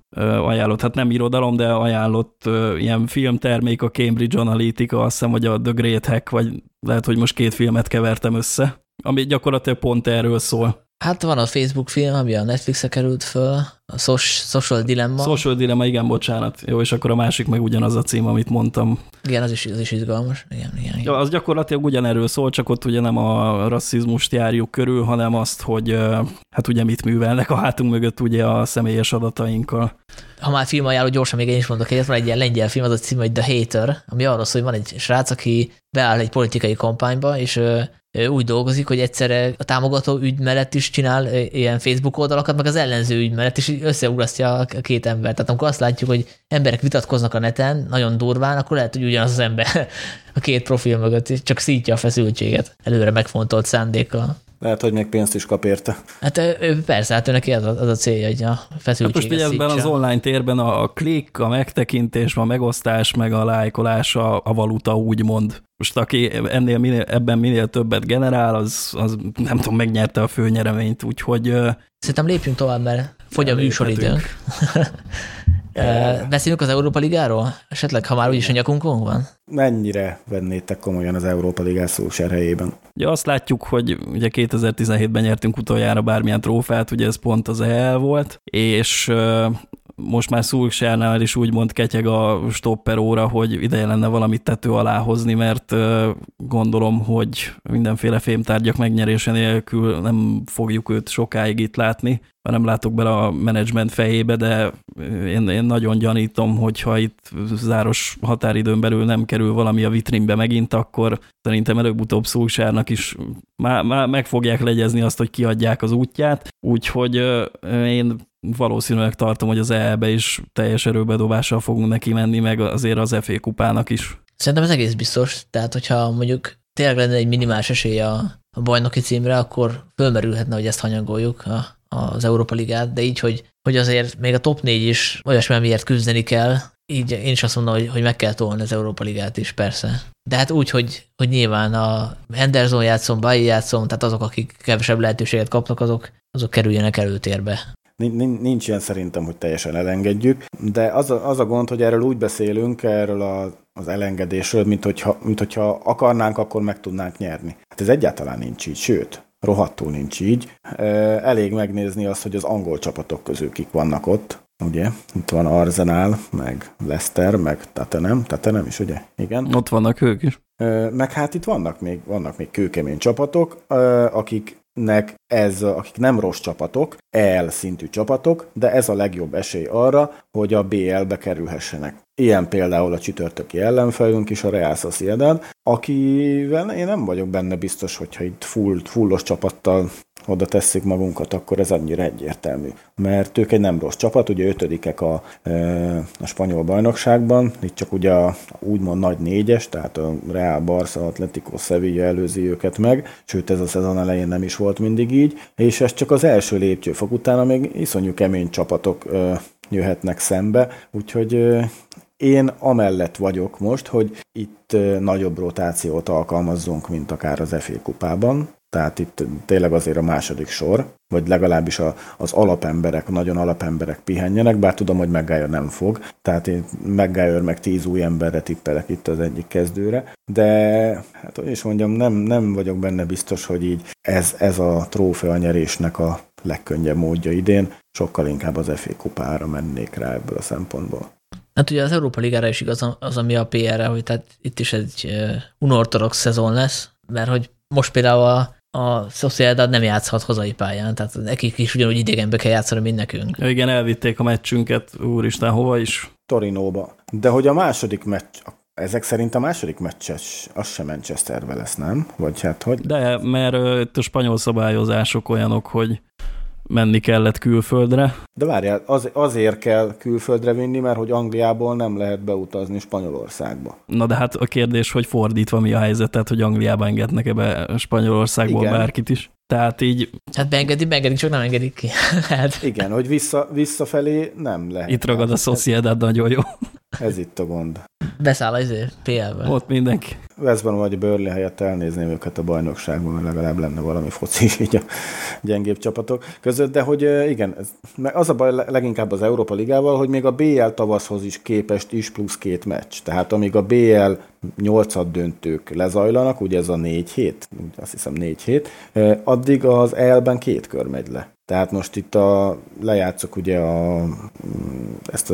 hát nem irodalom, de ajánlott ilyen filmtermék, a Cambridge Analytica, azt hiszem, vagy a The Great Hack, vagy lehet, hogy most két filmet kevertem össze, ami gyakorlatilag pont erről szól. Hát van a Facebook film, ami a Netflixre került föl, a Social Dilemma. Social Dilemma, igen, bocsánat. Jó, és akkor a másik meg ugyanaz a cím, amit mondtam. Igen, az is izgalmas. Igen. Ja, az gyakorlatilag ugyanerről szól, csak ott ugye nem a rasszizmust járjuk körül, hanem azt, hogy hát ugye mit művelnek a hátunk mögött ugye a személyes adatainkkal. Ha már filmajánló, gyorsan még én is mondok egyet, van egy ilyen lengyel film, az a cím, hogy The Hater, ami arról szól, hogy van egy srác, aki beáll egy politikai kampányba, és úgy dolgozik, hogy egyszerre a támogató ügy mellett is csinál ilyen Facebook oldalakat, meg az ellenző ügy mellett is összeugrasztja a két embert. Tehát amikor azt látjuk, hogy emberek vitatkoznak a neten, nagyon durván, akkor lehet, hogy ugyanaz az ember a két profil mögött, csak szítja a feszültséget előre megfontolt szándékkal. Lehet, hogy még pénzt is kap érte. Hát persze, hát őnek az a célja, hogy a feszültséget hát most szítsa. ebben az online térben a klikk, a megtekintés, a megosztás, meg a lájkolás a valuta, úgymond. Most aki ebben minél többet generál, az nem tudom, megnyerte a főnyereményt, úgyhogy... Szerintem lépjünk tovább, mert fogy a műsoridőnk. Beszélünk az Európa Ligáról? Esetleg, ha már úgyis a nyakunkon van? Mennyire vennétek komolyan az Európa Ligás Solskjaer-helyében? Ugye azt látjuk, hogy ugye 2017-ben nyertünk utoljára bármilyen trófeát, ugye ez pont az EL volt, és most már Solskjaernál is úgymond ketyeg a stopper óra, hogy ideje lenne valamit tető alá hozni, mert gondolom, hogy mindenféle fémtárgyak megnyerése nélkül nem fogjuk őt sokáig itt látni. Nem látok bele a menedzsment fejébe, de én nagyon gyanítom, hogyha itt záros határidőn belül nem kerül valami a vitrínbe megint, akkor szerintem előbb-utóbb Solskjaernak is meg fogják legyezni azt, hogy kiadják az útját. Úgyhogy én valószínűleg tartom, hogy az EL-be is teljes erőbedobással fogunk neki menni, meg azért az FA kupának is. Szerintem ez egész biztos. Tehát, hogyha mondjuk tényleg lenne egy minimális esély a bajnoki címre, akkor fölmerülhetne, hogy ezt hanyagoljuk az Európa Ligát, de így, hogy azért még a top 4 is olyasmi, miért küzdeni kell, így én is azt mondom, hogy meg kell tolni az Európa Ligát is, persze. De hát úgy, hogy nyilván a Henderson játszom, Bailly játszom, tehát azok, akik kevesebb lehetőséget kapnak, azok kerüljenek előtérbe. Nincs ilyen szerintem, hogy teljesen elengedjük, de az a gond, hogy erről úgy beszélünk, erről az elengedésről, mint hogyha akarnánk, akkor meg tudnánk nyerni. Hát ez egyáltalán nincs így, sőt, rohadtul nincs így. Elég megnézni azt, hogy az angol csapatok közül kik vannak ott, ugye? Itt van Arsenal, meg Leicester, meg Tottenham is, ugye? Igen. Ott vannak ők is. Meg hát itt vannak még kőkemény csapatok, akik nem rossz csapatok, EL szintű csapatok, de ez a legjobb esély arra, hogy a BL-be kerülhessenek. Ilyen például a csütörtöki ellenfelünk is, a Real Sociedad, akivel én nem vagyok benne biztos, hogyha itt fullos csapattal oda tesszük magunkat, akkor ez annyira egyértelmű. Mert ők egy nem rossz csapat, ugye 5-ek a spanyol bajnokságban, itt csak ugye úgymond nagy 4-es, tehát a Real, Barca, Atletico, Sevilla előzi őket meg, sőt ez a szezon elején nem is volt mindig így, és ez csak az első lépcsőfok, utána még iszonyú kemény csapatok jöhetnek szembe, úgyhogy én amellett vagyok most, hogy itt nagyobb rotációt alkalmazzunk, mint akár az FA kupában. Tehát itt tényleg azért a második sor, vagy legalábbis az alapemberek, nagyon alapemberek pihenjenek, bár tudom, hogy Maguire nem fog. Tehát én Maguire meg 10 új emberre tippelek itt az egyik kezdőre. De hát hogy is mondjam, nem vagyok benne biztos, hogy így ez a trófea nyerésnek a legkönnyebb módja idén. Sokkal inkább az FA kupára mennék rá ebből a szempontból. Hát ugye az Európa Ligára is igaz az, ami a PR-re, hogy tehát itt is egy unorthodox szezon lesz, mert hogy most például a Sociedad nem játszhat hazai pályán, tehát nekik is ugyanúgy idegenbe kell játszani, mint nekünk. Ja, igen, elvitték a meccsünket, úristen, hova is? Torinóba. De hogy a második meccs, ezek szerint a második meccses, az sem Manchesterbe lesz, nem? Vagy hát hogy? De, mert itt a spanyol szabályozások olyanok, hogy menni kellett külföldre. De várjál, azért kell külföldre vinni, mert hogy Angliából nem lehet beutazni Spanyolországba. Na de hát a kérdés, hogy fordítva mi a helyzet, tehát hogy Angliába engednek-e be Spanyolországból igen. Bárkit is? Tehát így... Hát beengedi, csak nem engedik ki. Hát. Igen, hogy visszafelé nem lehet. Itt ragad a Sociedad nagyon jó. Ez itt a gond. Beszáll az PL-be. Ott mindenki. Westben vagy a Burnley helyett elnézném őket a bajnokságban, mert legalább lenne valami foci így a gyengébb csapatok között, de hogy igen, az a baj leginkább az Európa Ligával, hogy még a BL tavaszhoz is képest is plusz 2 meccs. Tehát amíg a BL 8-ad döntők lezajlanak, ugye ez a 4 hét, azt hiszem 4 hét, addig az EL-ben 2 kör megy le. Tehát most itt lejátszok ugye ezt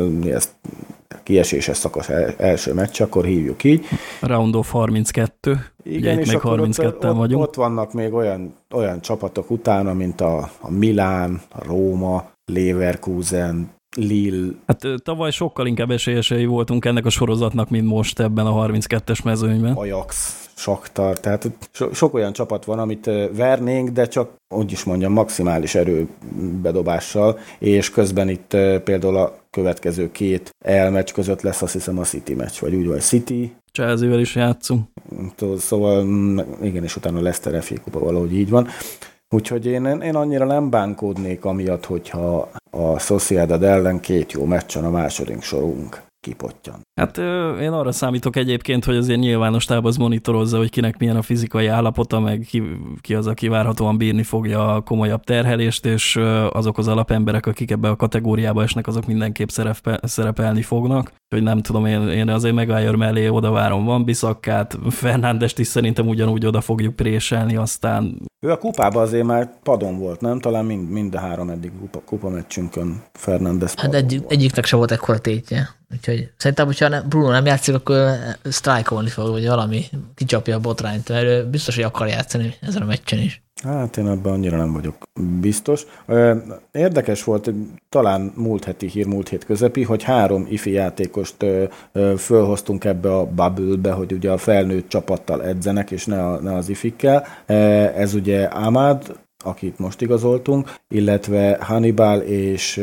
kieséses szakasz első meccs, akkor hívjuk így. Round of 32. Igen, és még 32-en vagyunk. Ott vannak még olyan csapatok utána, mint a Milán, a Róma, Leverkusen, Lille. Hát tavaly sokkal inkább esélyesei voltunk ennek a sorozatnak, mint most ebben a 32-es mezőnyben. Ajax, Saktar, tehát sok olyan csapat van, amit vernénk, de csak, úgy is mondjam, maximális erőbedobással, és közben itt például a következő 2 elmeccs között lesz, azt hiszem, a City meccs, vagy úgy vagy City. Chelsea-vel is játszunk. Szóval igen, és utána Leicester FA Kupa, valahogy így van. Úgyhogy én annyira nem bánkódnék amiatt, hogyha a Sociedad ellen 2 jó meccsen a második sorunk kipottyan. Hát én arra számítok egyébként, hogy azért nyilvános táb az monitorozza, hogy kinek milyen a fizikai állapota, meg ki az, aki várhatóan bírni fogja a komolyabb terhelést, és azok az alapemberek, akik ebbe a kategóriába esnek, azok mindenképp szerepelni fognak. Hogy nem tudom, én azért Maguire mellé oda várom Van Bissakkát, Fernándest is szerintem ugyanúgy oda fogjuk préselni, aztán... Ő a kupában azért már padon volt, nem? Talán mind a 3 eddig kupameccsünkön Fernández hát egyiknek se volt ekkora tétje. Úgyhogy szerintem, hogyha Bruno nem játszik, akkor sztrájkolni fog, vagy valami kicsapja a botrányt, mert ő biztos, hogy akar játszani ezen a meccsen is. Hát én abban annyira nem vagyok biztos. Érdekes volt, talán múlt hét közepi, hogy 3 ifi játékost fölhoztunk ebbe a bubble-be, hogy ugye a felnőtt csapattal edzenek, és ne az ifikkel. Ez ugye Ahmad, akit most igazoltunk, illetve Hannibal és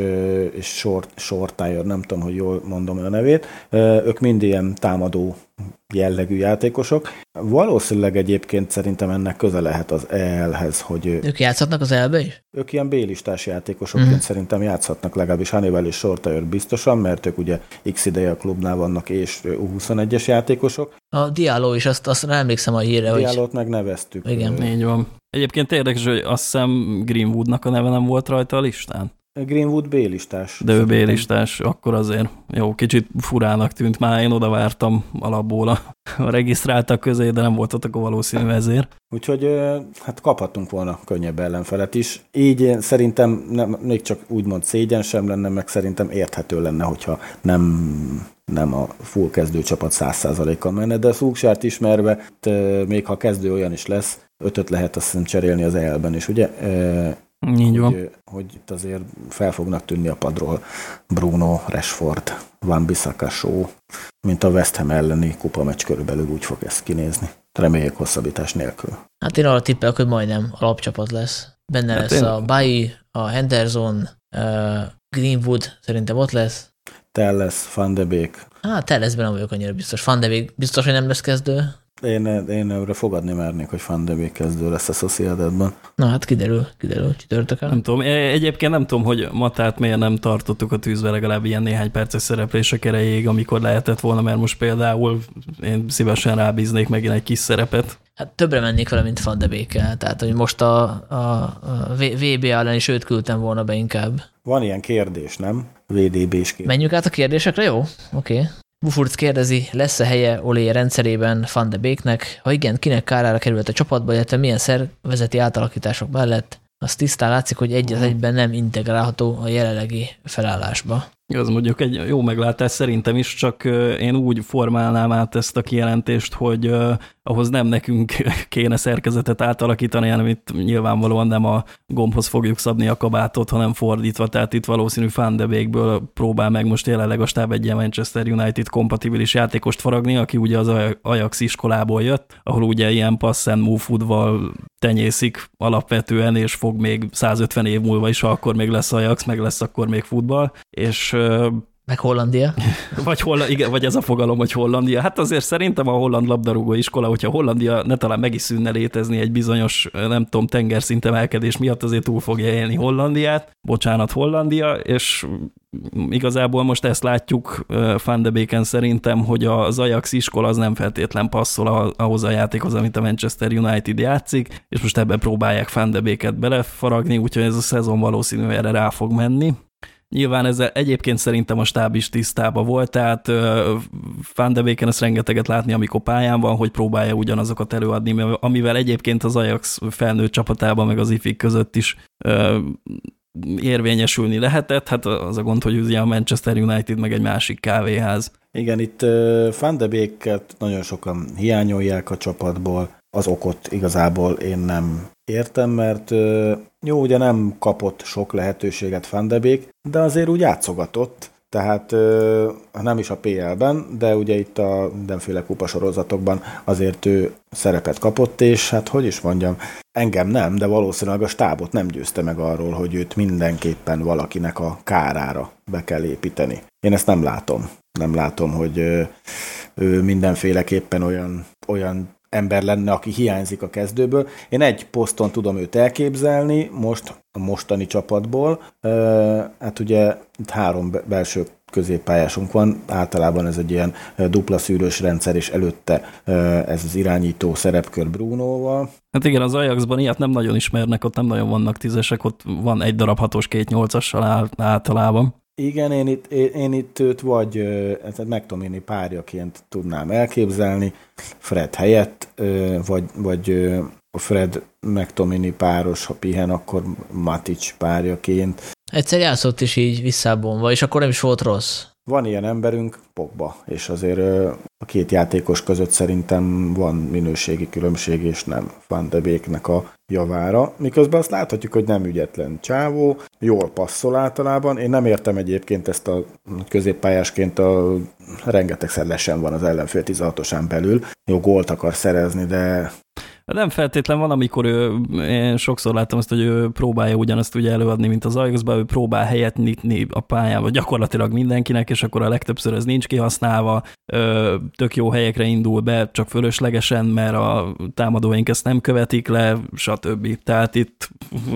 Shortire, nem tudom, hogy jól mondom a nevét. Ők mind ilyen támadó jellegű játékosok. Valószínűleg egyébként szerintem ennek köze lehet az EL-hez, hogy... Ők játszhatnak az EL-be is? Ők ilyen B-listás játékosokként szerintem játszhatnak, legalábbis Hannibal és Shortire biztosan, mert ők ugye X ideje a klubnál vannak, és U21-es játékosok. A Diallo is, azt emlékszem a hírre, hogy... Diallót megneveztük. Igen. Így van. Egyébként érdekes, hogy azt hiszem Greenwoodnak a neve nem volt rajta a listán. Greenwood B-listás. De ő B-listás, akkor azért jó, kicsit furának tűnt már, én oda vártam alapból a regisztráltak közé, de nem volt ott akkor valószínű ezért. Úgyhogy hát kaphattunk volna könnyebb ellenfelet is. Így szerintem még csak úgymond szégyen sem lenne, meg szerintem érthető lenne, hogyha nem a full kezdőcsapat 100%-kal menne, de a Szúksárt ismerve, még ha kezdő olyan is lesz, 5-öt lehet azt hiszem cserélni az EL-ben is, ugye? Így van. Hogy itt azért fel fognak tűnni a padról Bruno, Rashford, Van Bissaka show, mint a West Ham elleni kupameccs, körülbelül úgy fog ezt kinézni. Reméljük hosszabbítás nélkül. Hát én arra tippelek, hogy majdnem alapcsapat lesz. Benne lesz a Bailly, a Henderson, Greenwood szerintem ott lesz. Telles, Van de Beek. Hát Tellesben nem vagyok annyira biztos. Van de Beek biztos, hogy nem lesz kezdő. Én őre fogadni mernék, hogy Van de Beek kezdő lesz a Sociedadban. Na hát kiderül csütörtökön. Nem tudom, egyébként nem tudom, hogy Matát miért nem tartottuk a tűzbe legalább ilyen néhány perces szereplések erejéig, amikor lehetett volna, mert most például én szívesen rábíznék megint egy kis szerepet. Hát többre mennék vele, mint Van de Beekkel, tehát hogy most a VB ellen is őt küldtem volna be inkább. Van ilyen kérdés, nem? VDB-s kérdés. Menjünk át a kérdésekre, jó? Oké. Bufurc kérdezi, lesz-e helye Olé rendszerében Van de Beeknek? Ha igen, kinek kárára került a csapatba, illetve milyen szervezeti átalakítások mellett? Az tisztán látszik, hogy egy az egyben nem integrálható a jelenlegi felállásba. Az mondjuk egy jó meglátás szerintem is, csak én úgy formálnám át ezt a kijelentést, hogy ahhoz nem nekünk kéne szerkezetet átalakítani, hanem itt nyilvánvalóan nem a gombhoz fogjuk szabni a kabátot, hanem fordítva, tehát itt valószínű Van de Beekből próbál meg most jelenleg a stáb egy ilyen Manchester United kompatibilis játékost faragni, aki ugye az Ajax iskolából jött, ahol ugye ilyen pass and move football tenyészik alapvetően, és fog még 150 év múlva is, ha akkor még lesz Ajax, meg lesz akkor még futball, és Meg Hollandia. Igen, vagy ez a fogalom, hogy Hollandia. Hát azért szerintem a holland labdarúgó iskola, hogyha Hollandia ne talán meg is szűnne létezni egy bizonyos, nem tudom, tengerszint emelkedés miatt, azért túl fogja élni Hollandiát. Bocsánat, Hollandia, és igazából most ezt látjuk Van de Beeken szerintem, hogy az Ajax iskola az nem feltétlen passzol ahhoz a játékhoz, amit a Manchester United játszik, és most ebbe próbálják Van de Beeket belefaragni, úgyhogy ez a szezon valószínűleg erre rá fog menni. Nyilván ezzel egyébként szerintem a stáb is tisztában volt, tehát Van de Beeken ezt rengeteget látni, amikor pályán van, hogy próbálja ugyanazokat előadni, amivel egyébként az Ajax felnőtt csapatában, meg az ifik között is érvényesülni lehetett. Hát az a gond, hogy ugye a Manchester United meg egy másik kávéház. Igen, itt Van de Beeket nagyon sokan hiányolják a csapatból. Az okot igazából én nem értem, mert jó, ugye nem kapott sok lehetőséget Van de Beek, de azért úgy játszogatott, tehát nem is a PL-ben, de ugye itt a mindenféle kupasorozatokban azért ő szerepet kapott, és hát hogy is mondjam, engem nem, de valószínűleg a stábot nem győzte meg arról, hogy őt mindenképpen valakinek a kárára be kell építeni. Én ezt nem látom. Nem látom, hogy ő mindenféleképpen olyan ember lenne, aki hiányzik a kezdőből. Én egy poszton tudom őt elképzelni, most a mostani csapatból. Hát ugye itt 3 belső középpályásunk van, általában ez egy ilyen dupla szűrős rendszer, és előtte ez az irányító szerepkör Brunóval. Hát igen, az Ajaxban ilyet nem nagyon ismernek, ott nem nagyon vannak 10-esek, ott van egy darab 6-os, 2 8-assal általában. Igen, én itt őt vagy McTominay párjaként tudnám elképzelni, Fred helyett, vagy a Fred McTominay páros, ha pihen, akkor Matic párjaként. Egyszer játszott is így visszábonva, és akkor nem is volt rossz. Van ilyen emberünk, Pogba, és azért a 2 játékos között szerintem van minőségi különbség, és nem Van de Beeknek a javára. Miközben azt láthatjuk, hogy nem ügyetlen csávó, jól passzol általában. Én nem értem egyébként ezt a középpályásként, rengetegszer lesen van az ellenfél 16-osán belül. Jó, gólt akar szerezni, de... Nem feltétlen van, amikor én sokszor láttam azt, hogy ő próbálja ugyanazt ugye előadni, mint az Ajaxban, ő próbál helyet nyitni a pályán, vagy gyakorlatilag mindenkinek, és akkor a legtöbbször ez nincs kihasználva, tök jó helyekre indul be, csak fölöslegesen, mert a támadóink ezt nem követik le, stb. Tehát itt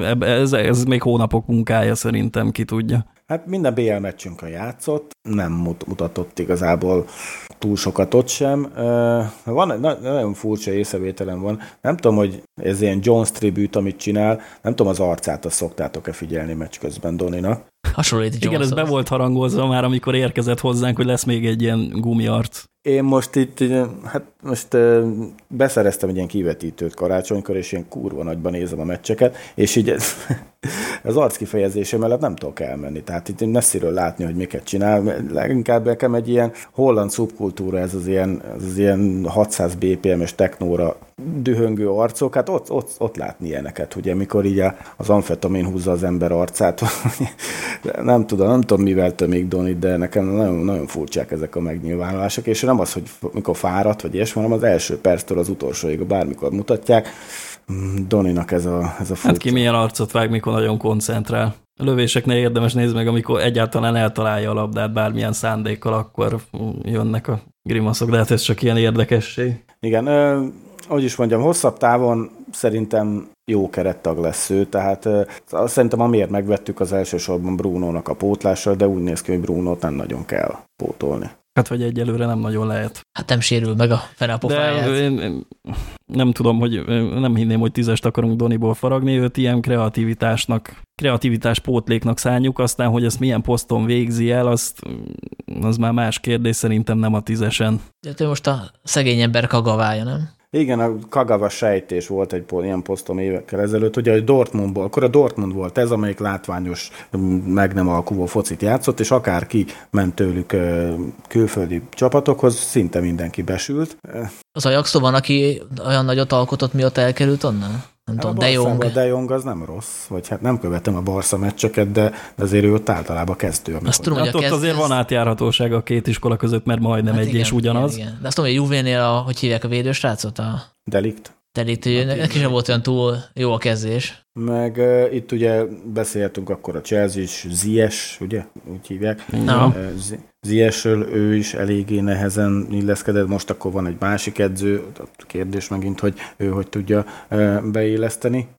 ez még hónapok munkája szerintem, ki tudja. Hát minden BL meccsünkön játszott, nem mutatott igazából túl sokat ott sem. Van, nagyon furcsa észrevételem van. Nem tudom, hogy ez ilyen Jones tribute, amit csinál, nem tudom, az arcát azt szoktátok-e figyelni meccs közben Doninak. Hasonlít Jones. Igen, ez be volt harangozva már, amikor érkezett hozzánk, hogy lesz még egy ilyen gumiarc. Én most beszereztem egy ilyen kivetítőt karácsonykor, és ilyen kurva nagyban nézem a meccseket, és így az arc kifejezése mellett nem tudok elmenni. Tehát itt messziről látni, hogy miket csinál. Leginkább nekem egy ilyen holland szubkultúra, ez az ilyen 600 BPM-es technóra dühöngő arcok, hát ott látni ilyeneket, ugye, mikor így az amfetamin húzza az ember arcát. nem tudom mivel tömik Donit, de nekem nagyon, nagyon furcsák ezek a megnyilvánulások, és nem az, hogy mikor fáradt, vagy ilyesmi, hanem az első perctől az utolsóig bármikor mutatják. Doninak ez a furcsa. Hát ki milyen arcot vág, mikor nagyon koncentrál. A lövéseknél érdemes nézni meg, amikor egyáltalán eltalálja a labdát bármilyen szándékkal, akkor jönnek a grimaszok, de hát ez csak ilyen érdekesség. Igen, ahogy is mondjam, hosszabb távon szerintem jó kerettag lesz ő, tehát szerintem amiért megvettük az elsősorban Brunónak a pótlással, de úgy néz ki, hogy Brunót nem nagyon kell pótolni. Hát vagy egyelőre nem nagyon lehet. Hát nem sérül meg a fene a pofáját. De én nem tudom, hogy nem hinném, hogy 10-est akarunk Doniból faragni, őt ilyen kreativitás pótléknak szánjuk, aztán, hogy ezt milyen poszton végzi el, az már más kérdés, szerintem nem a 10-esen. De most a szegény ember Kagavája, nem? Igen, a Kagawa sejtés volt egy ilyen posztom évekkel ezelőtt, ugye a Dortmundból, akkor a Dortmund volt ez, amelyik látványos, meg nem alkuvó focit játszott, és akárki ment tőlük külföldi csapatokhoz, szinte mindenki besült. Az Ajaxon van, aki olyan nagyot alkotott, miatt elkerült onnan? Nem tudom, De Jong az nem rossz, vagy hát nem követem a Barca meccseket, de azért ő ott általában kezdő. Azt tudom, hát ott azért van átjárhatóság a 2 iskola között, mert majdnem hát egy igen, és ugyanaz. Igen. De azt tudom, hogy a Juvénél, hogy hívják a védősrácot? Delikt. Neki sem volt olyan túl jó a kezdés. meg itt ugye beszéltünk akkor a Chelsea-s Ziyech, ugye? Úgy hívják. No. Ziyechről ő is eléggé nehezen illeszkedett, most akkor van egy másik edző, a kérdés megint, hogy ő hogy tudja beilleszteni.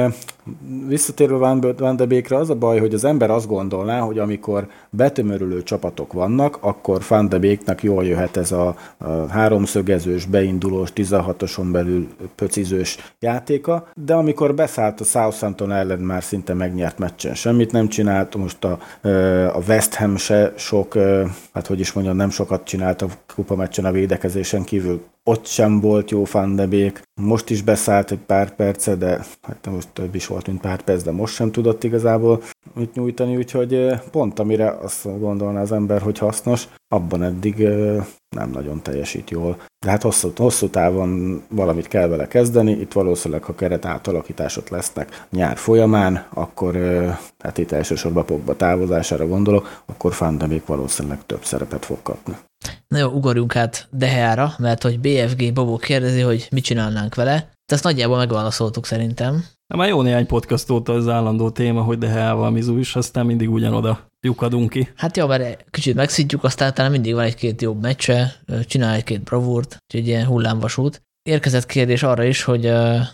Visszatérve Van de Beekre, az a baj, hogy az ember azt gondolná, hogy amikor betömörülő csapatok vannak, akkor Van de Beeknek jól jöhet ez a háromszögezős, beindulós, 16-oson belül pöcizős játéka, de amikor beszállt a Southampton ellen, már szinte megnyert meccsen semmit nem csinált, most a West Ham se sok, hát hogy is mondjam, nem sokat csinált a kupameccsen a védekezésen kívül. Ott sem volt jó Van de Beek. Most is beszállt egy pár perce, de hát most több is volt, mint pár perc, de most sem tudott igazából mit nyújtani, úgyhogy pont amire azt gondolná az ember, hogy hasznos, abban eddig nem nagyon teljesít jól. De hát hosszú távon valamit kell vele kezdeni, itt valószínűleg, ha keret átalakítások lesznek nyár folyamán, akkor hát itt elsősorban Pogba távozására gondolok, akkor Van de Beek valószínűleg több szerepet fog kapni. Na jó, ugorjunk át De Gea-ra, mert hogy BFG Bobó kérdezi, hogy mit csinálnánk vele. De ezt nagyjából megválaszoltuk szerintem. Már jó néhány podcast óta az állandó téma, hogy De Gea-val Mizu is, aztán mindig ugyanoda lyukadunk ki. Hát jó, mert kicsit megszidjuk, aztán talán mindig van egy-két jobb meccse, csinál egy-két bravúrt, úgyhogy ilyen hullámvasút. Érkezett kérdés arra is, hogy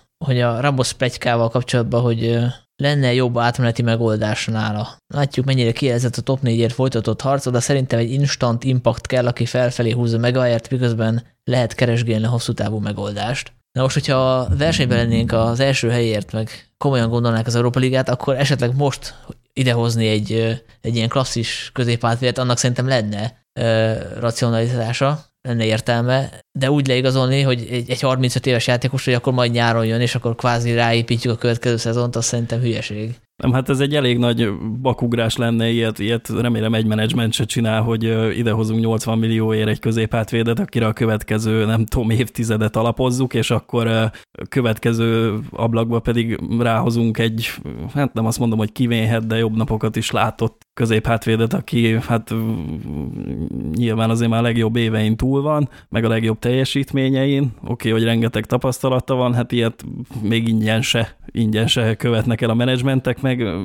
a Ramos pletykával kapcsolatban, hogy lenne jobb átmeneti megoldás nála. Látjuk, mennyire kijelzett a top 4-ért folytatott harca, de szerintem egy instant impact kell, aki felfelé húzza Maguiret, miközben lehet keresgélni hosszú távú megoldást. Na most, hogyha a versenyben lennénk az első helyért, meg komolyan gondolnánk az Európa Ligát, akkor esetleg most idehozni egy ilyen klasszis középátvédet, annak szerintem lenne racionalizása, lenne értelme, de úgy leigazolni, hogy egy 35 éves játékos, hogy akkor majd nyáron jön, és akkor kvázi ráépítjük a következő szezont, az szerintem hülyeség. Nem, hát ez egy elég nagy bakugrás lenne, ilyet remélem egy menedzsment se csinál, hogy idehozunk 80 millióért egy középhátvédet, akire a következő, nem tudom, évtizedet alapozzuk, és akkor a következő ablakba pedig ráhozunk egy, hát nem azt mondom, hogy kivénhet, de jobb napokat is látott középhátvédet, aki hát nyilván azért már a legjobb évein túl van, meg a legjobb teljesítményein. Oké, hogy rengeteg tapasztalata van, hát ilyet még ingyen se követnek el a menedzsmentek,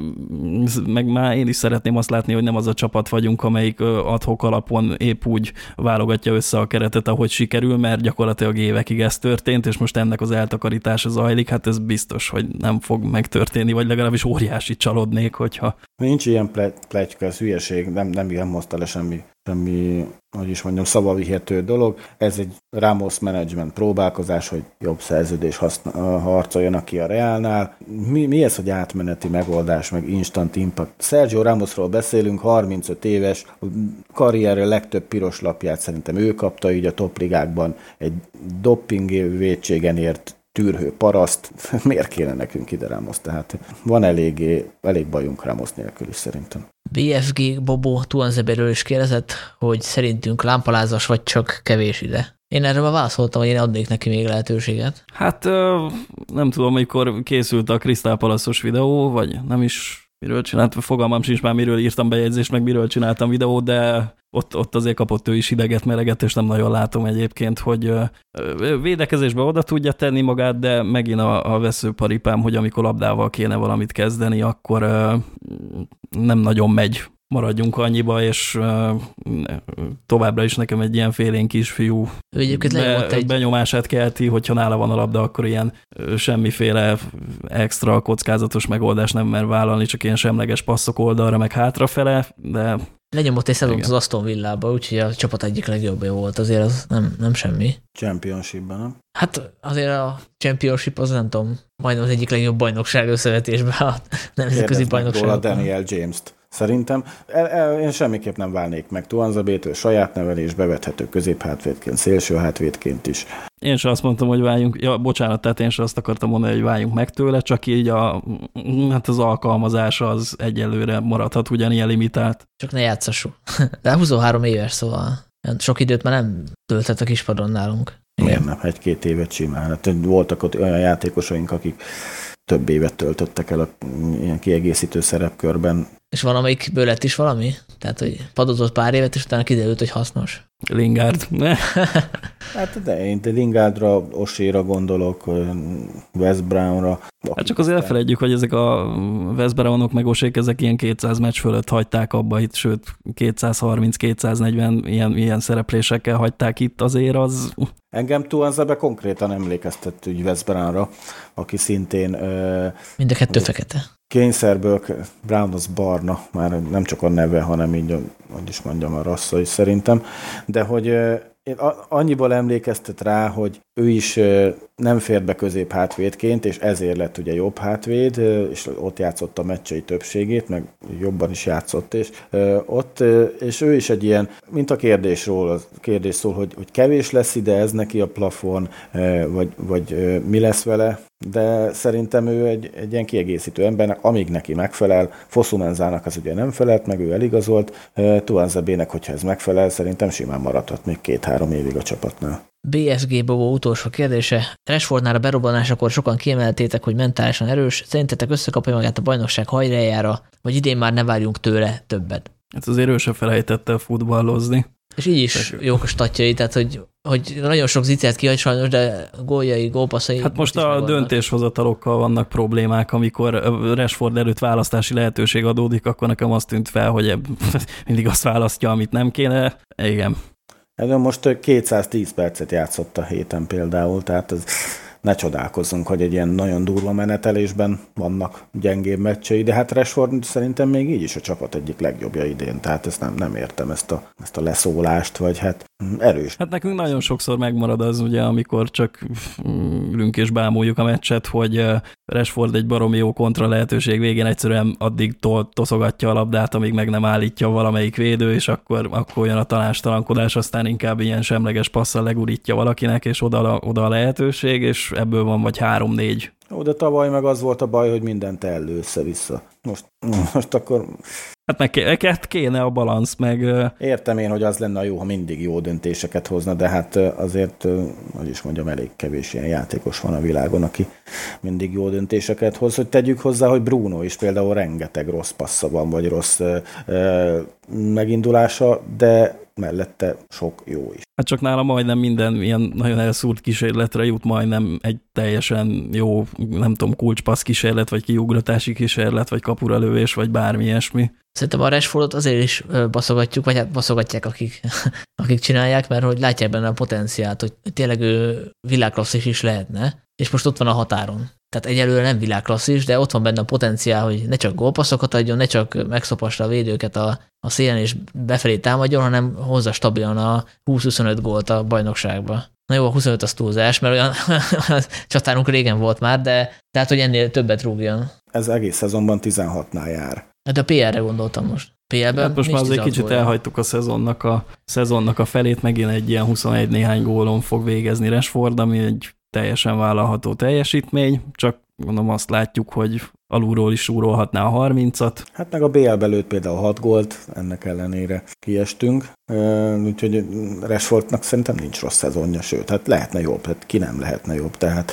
meg már én is szeretném azt látni, hogy nem az a csapat vagyunk, amelyik ad hoc alapon épp úgy válogatja össze a keretet, ahogy sikerül, mert gyakorlatilag évekig ez történt, és most ennek az eltakarítása zajlik, hát ez biztos, hogy nem fog megtörténni, vagy legalábbis óriási csalódnék, hogyha... Nincs ilyen pletyka, ez hülyeség, nem hozta le semmi, hogy is mondjam, szavavihető dolog. Ez egy Ramos management próbálkozás, hogy jobb szerződés harcoljanak ki a Realnál. Mi ez, hogy átmeneti megoldás, meg instant impact? Sergio Ramosról beszélünk, 35 éves, karrierre legtöbb piros lapját szerintem ő kapta így a topligákban, egy dopping vétségen ért tűrhő paraszt. Miért kéne nekünk ide Ramos? Tehát van elég bajunk Ramos nélkül is szerintem. BFG Bobo Tuanzeberről is kérdezett, hogy szerintünk lámpalázas vagy csak kevés ide. Én erre már válaszoltam, hogy én adnék neki még lehetőséget. Hát nem tudom, amikor készült a Crystal Palace-os videó, vagy nem is miről csináltam, fogalmam sincs már, miről írtam bejegyzést, meg miről csináltam videót, de ott azért kapott ő is hideget, meleget, és nem nagyon látom egyébként, hogy védekezésbe oda tudja tenni magát, de megint a veszőparipám, hogy amikor labdával kéne valamit kezdeni, akkor nem nagyon megy. Maradjunk annyiba, és továbbra is nekem egy ilyen félénk kisfiú benyomását kelti, hogyha nála van a labda, akkor ilyen semmiféle extra kockázatos megoldás nem mer vállalni, csak ilyen semleges passzok oldalra, meg hátrafele, de... Lenyomott egy szezont az Aston Villába, úgyhogy a csapat egyik legjobbja volt, azért az nem semmi. Championshipben, nem? Hát azért a Championship az nem tudom, majdnem az egyik legjobb bajnokság összevetésben a nemzetközi bajnokságban. Daniel James-t. Szerintem én semmiképp nem válnék meg Tuanzebétől, saját nevelés, bevethető középhátvédként, szélső hátvédként is. Én sem azt mondtam, hogy váljunk, bocsánat, tehát én sem azt akartam mondani, hogy váljunk meg tőle, csak így hát az alkalmazása az egyelőre maradhat ugyanilyen limitált. Csak ne játszassuk. De 23 éves, szóval sok időt már nem tölthet a kispadon nálunk. Miért nem? 1-2 évet simán. Hát voltak ott olyan játékosaink, akik több évet töltöttek el a ilyen kiegészítő szerepkörben. És van, amelyikből lett is valami? Tehát, hogy padozott pár évet, és utána kiderült, hogy hasznos. Lingard. Hát de én Lingardra, Oséra gondolok, Wes Brownra. Hát csak azért elfelejtjük, hogy ezek a Wes Brownok meg Osék, ezek ilyen 200 meccs fölött hagyták abba itt, sőt 230-240 ilyen szereplésekkel hagyták itt, azért az... Engem Tuanzebe konkrétan emlékeztett úgy Wes Brownra, aki szintén... Mind a kettő fekete. Kényszerből, Brown az barna, már nem csak a neve, hanem így, hogy is mondjam, a rassza is szerintem, de hogy én annyiból emlékeztet rá, hogy ő is nem fér be közép hátvédként, és ezért lett ugye jobb hátvéd, és ott játszott a meccsei többségét, meg jobban is játszott, és ő is egy ilyen, mint a kérdés szól, hogy kevés lesz ide ez neki a plafon, vagy mi lesz vele, de szerintem ő egy ilyen kiegészítő embernek, amíg neki megfelel. Fosumenzának az ugye nem felelt, meg ő eligazolt, Tuanzebének, hogyha ez megfelel, szerintem simán maradhat még 2-3 évig a csapatnál. BSG Bobó utolsó kérdése. Rashfordnál a berobbanásakor sokan kiemeltétek, hogy mentálisan erős. Szerintetek összekapja magát a bajnokság hajrájára, vagy idén már ne várjunk tőle többet? Hát azért ő se felejtette futballozni. És így is jók a statjai, tehát hogy nagyon sok zicert kihagy sajnos, de góljai, gólpasszai... Hát most a döntéshozatalokkal vannak problémák, amikor Rashford előtt választási lehetőség adódik, akkor nekem azt tűnt fel, hogy mindig azt választja, amit nem kéne. Igen. De most 210 percet játszott a héten például, tehát ne csodálkozzunk, hogy egy ilyen nagyon durva menetelésben vannak gyengébb meccsei, de hát Rashford szerintem még így is a csapat egyik legjobbja idén, tehát ezt nem értem, ezt a leszólást, vagy hát erős. Hát nekünk nagyon sokszor megmarad az, ugye, amikor csak ülünk és bámuljuk a meccset, hogy Rashford egy baromi jó kontra lehetőség végén egyszerűen addig toszogatja a labdát, amíg meg nem állítja valamelyik védő, és akkor jön a tanástalankodás, aztán inkább ilyen semleges passzal legurítja valakinek, és oda a lehetőség, és ebből van vagy 3-4. Ó, de tavaly meg az volt a baj, hogy mindent ellő össze-vissza. Most akkor... Hát meg kéne a balansz, meg... Értem én, hogy az lenne jó, ha mindig jó döntéseket hozna, de hát azért, hogy is mondjam, elég kevés ilyen játékos van a világon, aki mindig jó döntéseket hoz. Hogy tegyük hozzá, hogy Bruno is például rengeteg rossz passza van, vagy rossz megindulása, de mellette sok jó is. Hát csak nála majdnem minden ilyen nagyon elszúrt kísérletre jut, majdnem egy teljesen jó, nem tudom, kulcspassz kísérlet, vagy kiugratási kísérlet, vagy kapura lövés, vagy bármi ilyesmi. Szerintem a Rashfordot azért is baszogatjuk, vagy hát baszogatják, akik csinálják, mert hogy látják benne a potenciált, hogy tényleg ő világklasszis is lehetne, és most ott van a határon. Tehát egyelőre nem világklasszis, de ott van benne a potenciál, hogy ne csak gólpasszokat adjon, ne csak megszopassa a védőket a szélen és befelé támadjon, hanem hozza stabilan a 20-25 gólt a bajnokságba. Na jó, a 25 az túlzás, mert olyan csatárunk régen volt már, de tehát, hogy ennél többet rúgjon. Ez egész szezonban 16-nál jár. De a PR-re gondoltam most. PR-ben hát most már azért kicsit elhagytuk a szezonnak a felét, megint egy ilyen 21 néhány gólon fog végezni Rashford, ami egy teljesen vállalható teljesítmény, csak mondom azt látjuk, hogy alulról is súrolhatná a 30-at. Hát meg a BL-ben lőtt például 6 gólt, ennek ellenére kiestünk, úgyhogy Rashfordnak szerintem nincs rossz szezonja, sőt, hát lehetne jobb, hát ki nem lehetne jobb, tehát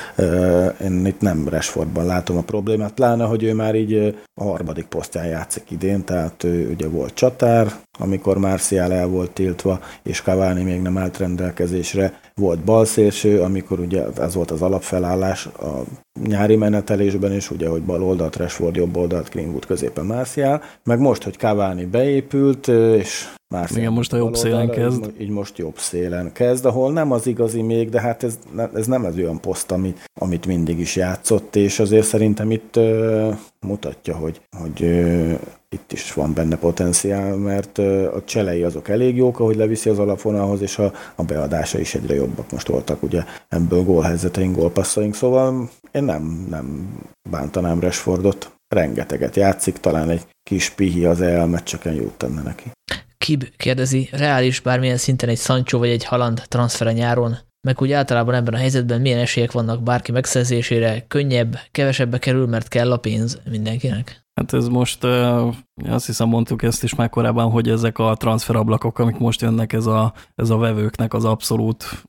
én itt nem Rashfordban látom a problémát, pláne, hogy ő már így a harmadik posztján játszik idén, tehát ő ugye volt csatár, amikor Martial el volt tiltva, és Cavani még nem állt rendelkezésre, volt balszélső, amikor ugye ez volt az alapfelállás a nyári menetelésben is, ugye, hogy bal oldalt Rashford, jobb oldalt Greenwood, középen Martial, meg most, hogy Cavani beépült, és Martial igen, most a jobb szélen kezd. Így most jobb szélen kezd, ahol nem az igazi még, de hát ez nem az olyan poszt, amit mindig is játszott, és azért szerintem itt mutatja, hogy itt is van benne potenciál, mert a cselei azok elég jók, ahogy leviszi az alapvonalhoz, és a beadása is egyre jobbak most voltak, ugye ebből gólhelyzeteink, gólpasszaink, szóval én nem bántanám Rashfordot, rengeteget játszik, talán egy kis pihi az elmeccseken jót tenne neki. Kib kérdezi, reális bármilyen szinten egy Sancho vagy egy Haaland transfere nyáron, meg úgy általában ebben a helyzetben milyen esélyek vannak bárki megszerzésére, könnyebb, kevesebbe kerül, mert kell a pénz mindenkinek? Hát ez most, azt hiszem mondtuk ezt is már korábban, hogy ezek a transferablakok, amik most jönnek, ez a vevőknek az abszolút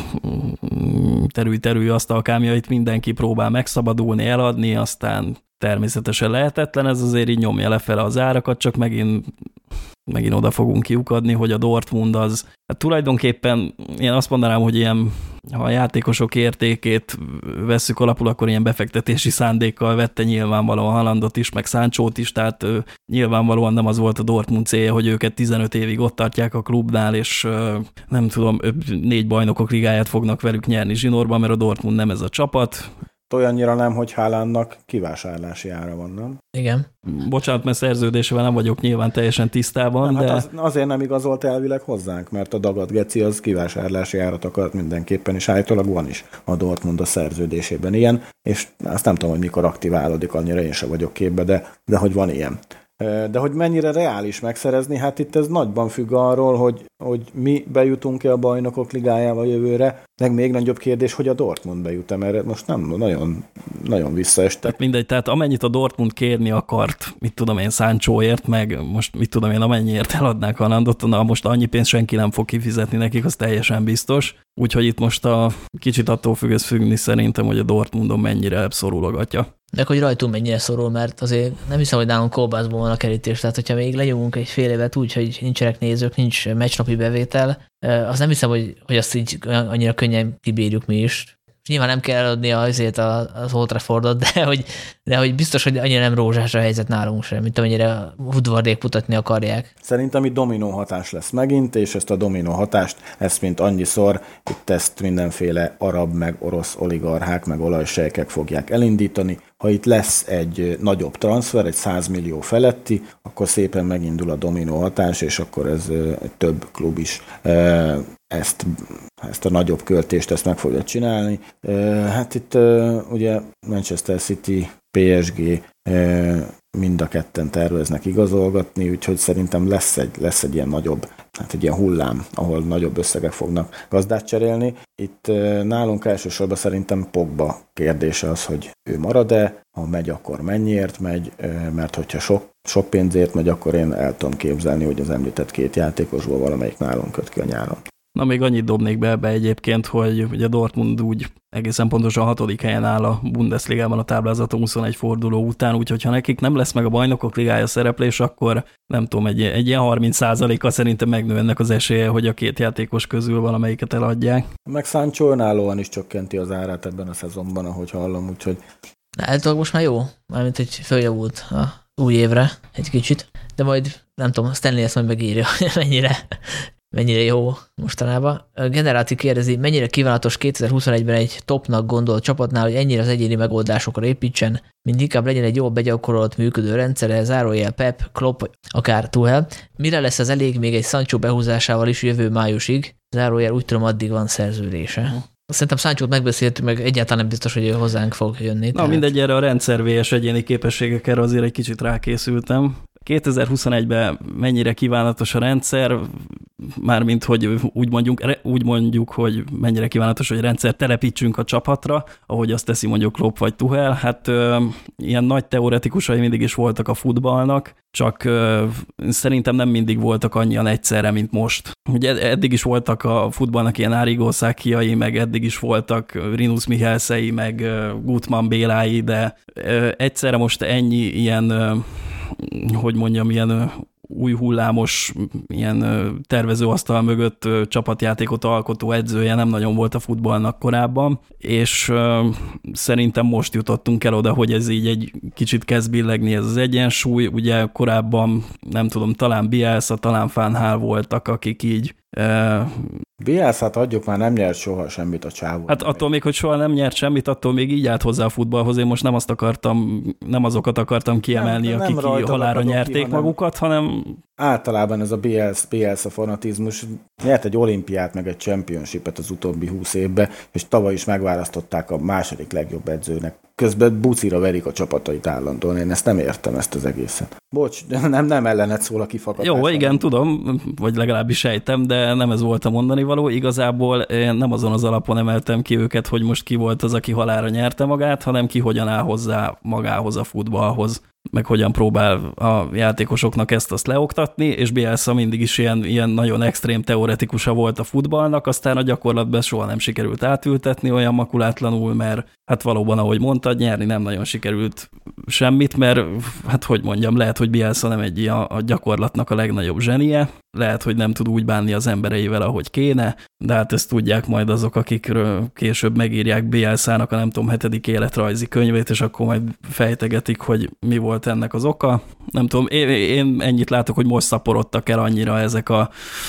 terülj asztalkámjait mindenki próbál megszabadulni, eladni, aztán természetesen lehetetlen, ez azért így nyomja lefele az árakat, csak megint megint oda fogunk kiukadni, hogy a Dortmund az, hát tulajdonképpen én azt mondanám, hogy ilyen, ha a játékosok értékét vesszük alapul, akkor ilyen befektetési szándékkal vette nyilvánvalóan Haalandot is, meg Sanchót is, tehát nyilvánvalóan nem az volt a Dortmund célja, hogy őket 15 évig ott tartják a klubnál, és nem tudom, 4 bajnokok ligáját fognak velük nyerni zsinórban, mert a Dortmund nem ez a csapat. Olyannyira nem, hogy Haalandnak kivásárlási ára van, nem? Igen. Bocsánat, mert szerződésével nem vagyok nyilván teljesen tisztában, nem, de... Hát azért nem igazolt elvileg hozzánk, mert a Dagat Geci az kivásárlási árat akart mindenképpen, és állítólag van is a Dortmund a szerződésében ilyen, és azt nem tudom, hogy mikor aktiválódik, annyira én sem vagyok képbe, de hogy van ilyen. De hogy mennyire reális megszerezni, hát itt ez nagyban függ arról, hogy mi bejutunk-e a Bajnokok Ligájába jövőre, meg még nagyobb kérdés, hogy a Dortmund bejut-e, mert most nem nagyon, nagyon visszaestek. Tehát mindegy, tehát amennyit a Dortmund kérni akart, mit tudom én, Sanchóért, meg most mit tudom én, amennyiért eladnák a Haalandot, na most annyi pénzt senki nem fog kifizetni nekik, az teljesen biztos. Úgyhogy itt most kicsit attól függni szerintem, hogy a Dortmundon mennyire szorulogatja. De hogy rajtunk mennyire szorul, mert azért nem hiszem, hogy nálunk kolbászból van a kerítés. Tehát, hogyha még lenyomunk egy fél évet úgy, hogy nincsenek nézők, nincs meccsnapi bevétel, az nem hiszem, hogy azt így annyira könnyen kibírjuk mi is. Nyilván nem kell eladni az Old Traffordot, de hogy biztos, hogy annyira nem rózsás a helyzet nálunk sem, mint amennyire Woodwardék mutatni akarják. Szerintem itt dominó hatás lesz megint, és ezt a dominó hatást, ezt mint annyiszor, itt ezt mindenféle arab, meg orosz oligarchák, meg olajsejkek fogják elindítani. Ha itt lesz egy nagyobb transfer, egy 100 millió feletti, akkor szépen megindul a dominó hatás, és akkor ez több klub is ezt a nagyobb költést ezt meg fogja csinálni. Hát itt ugye Manchester City, PSG mind a ketten terveznek igazolgatni, úgyhogy szerintem lesz egy ilyen nagyobb, hát egy ilyen hullám, ahol nagyobb összegek fognak gazdát cserélni. Itt nálunk elsősorban szerintem Pogba kérdése az, hogy ő marad-e, ha megy, akkor mennyiért megy, mert hogyha sok pénzért megy, akkor én el tudom képzelni, hogy az említett 2 játékosból valamelyik nálunk köt ki a nyáron. Na, még annyit dobnék be ebbe egyébként, hogy ugye Dortmund úgy egészen pontosan 6. helyen áll a Bundesligában a táblázaton 21 forduló után, úgyhogy ha nekik nem lesz meg a Bajnokok Ligája szereplés, akkor nem tudom, egy ilyen 30%-kal szerintem megnő ennek az esélye, hogy a 2 játékos közül valamelyiket eladják. Meg Sancho önállóan is csökkenti az árát ebben a szezonban, ahogy hallom, úgyhogy... Állítólag most már jó, mármint hogy följavult a új évre egy kicsit, de majd nem tudom, Stanley ezt majd megírja, mennyire jó mostanában. A Generáti kérdezi, mennyire kívánatos 2021-ben egy topnak gondolt csapatnál, hogy ennyire az egyéni megoldásokra építsen, mint inkább legyen egy jól begyakorolt működő rendszere, zárójel Pep, Klopp, akár Tuchel. Mire lesz ez elég még egy Sancho behúzásával is jövő májusig? Zárójel úgy tudom, addig van szerződése. Szerintem Sanchót megbeszéltük, meg egyáltalán nem biztos, hogy ő hozzánk fog jönni. Na mindegy, erre a rendszervés egyéni képességekre azért egy kicsit rákészültem. 2021-ben mennyire kívánatos a rendszer, mármint, hogy úgy mondjuk, hogy mennyire kívánatos, hogy rendszer telepítsünk a csapatra, ahogy azt teszi mondjuk Klopp vagy Tuchel. Hát ilyen nagy teoretikusai mindig is voltak a futballnak, csak szerintem nem mindig voltak annyian egyszerre, mint most. Ugye eddig is voltak a futballnak ilyen Arrigo Sacchiai, meg eddig is voltak Rinus Michelsei, meg Gutmann Bélái, de egyszerre most ennyi ilyen hogy mondjam, ilyen új hullámos, ilyen tervezőasztal mögött csapatjátékot alkotó edzője nem nagyon volt a futballnak korábban, és szerintem most jutottunk el oda, hogy ez így egy kicsit kezd billegni ez az egyensúly. Ugye korábban, nem tudom, talán Bielsa, talán Van Gaal voltak, akik így Bielszát adjuk, már nem nyert soha semmit a csávó. Hát attól még, hogy soha nem nyert semmit, attól még így állt hozzá a futballhoz. Én most nem azokat akartam kiemelni, akik halálra nyerték magukat, hanem... Általában ez a Bielsa fanatizmus. Nyert egy olimpiát, meg egy championshipet az utóbbi 20 évben, és tavaly is megválasztották a második legjobb edzőnek. Közben bucira verik a csapatait állandóan. Én ezt nem értem, ezt az egészet. Bocs, nem ellened szól a kifakadás. Jó, igen, tudom, vagy legalábbis sejtem, de nem ez volt a mondani való. Igazából én nem azon az alapon emeltem ki őket, hogy most ki volt az, aki halálra nyerte magát, hanem ki hogyan áll hozzá magához a futballhoz. meg hogyan próbál a játékosoknak ezt-azt leoktatni, és Bielsa mindig is ilyen nagyon extrém teoretikusa volt a futballnak, aztán a gyakorlatban soha nem sikerült átültetni olyan makulátlanul, mert hát valóban, ahogy mondtad, nyerni nem nagyon sikerült semmit, mert hát hogy mondjam, lehet, hogy Bielsa nem a gyakorlatnak a legnagyobb zsenie, lehet, hogy nem tud úgy bánni az embereivel, ahogy kéne, de hát ezt tudják majd azok, akikről később megírják Bielsának a nem tudom 7. életrajzi könyvét, és akkor majd fejtegetik, hogy mi volt ennek az oka. Nem tudom, én ennyit látok, hogy most szaporodtak el annyira ezek a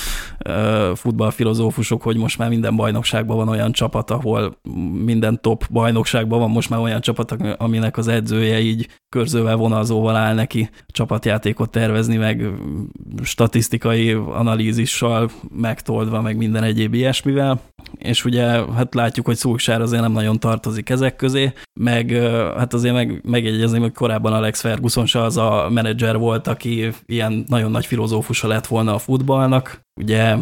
futballfilozófusok, hogy most már minden bajnokságban van olyan csapat, ahol minden top bajnokságban van most már olyan csapat, aminek az edzője így körzővel, vonalzóval áll neki csapatjátékot tervezni, meg statisztikai analízissal megtoldva, meg minden egyéb ilyesmivel, és ugye hát látjuk, hogy Solskjaer azért nem nagyon tartozik ezek közé, meg hát azért megjegyezném, hogy korábban Alex Ferguson se az a menedzser volt, aki ilyen nagyon nagy filozófusa lett volna a futballnak. Ugye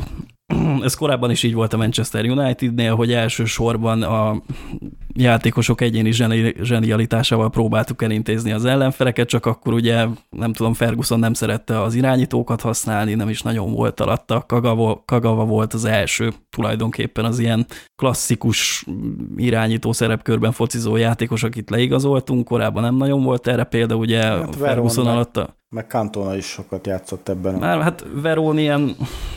ez korábban is így volt a Manchester Unitednél, hogy elsősorban a játékosok egyéni zsenialitásával próbáltuk elintézni az ellenfeleket, csak akkor ugye, nem tudom, Ferguson nem szerette az irányítókat használni, nem is nagyon volt alatta. Kagawa volt az első tulajdonképpen az ilyen klasszikus irányító szerepkörben focizó játékos, akit leigazoltunk, korábban nem nagyon volt erre példa, ugye hát Ferguson alatta. Meg Cantona is sokat játszott ebben. Már hát Verón ilyen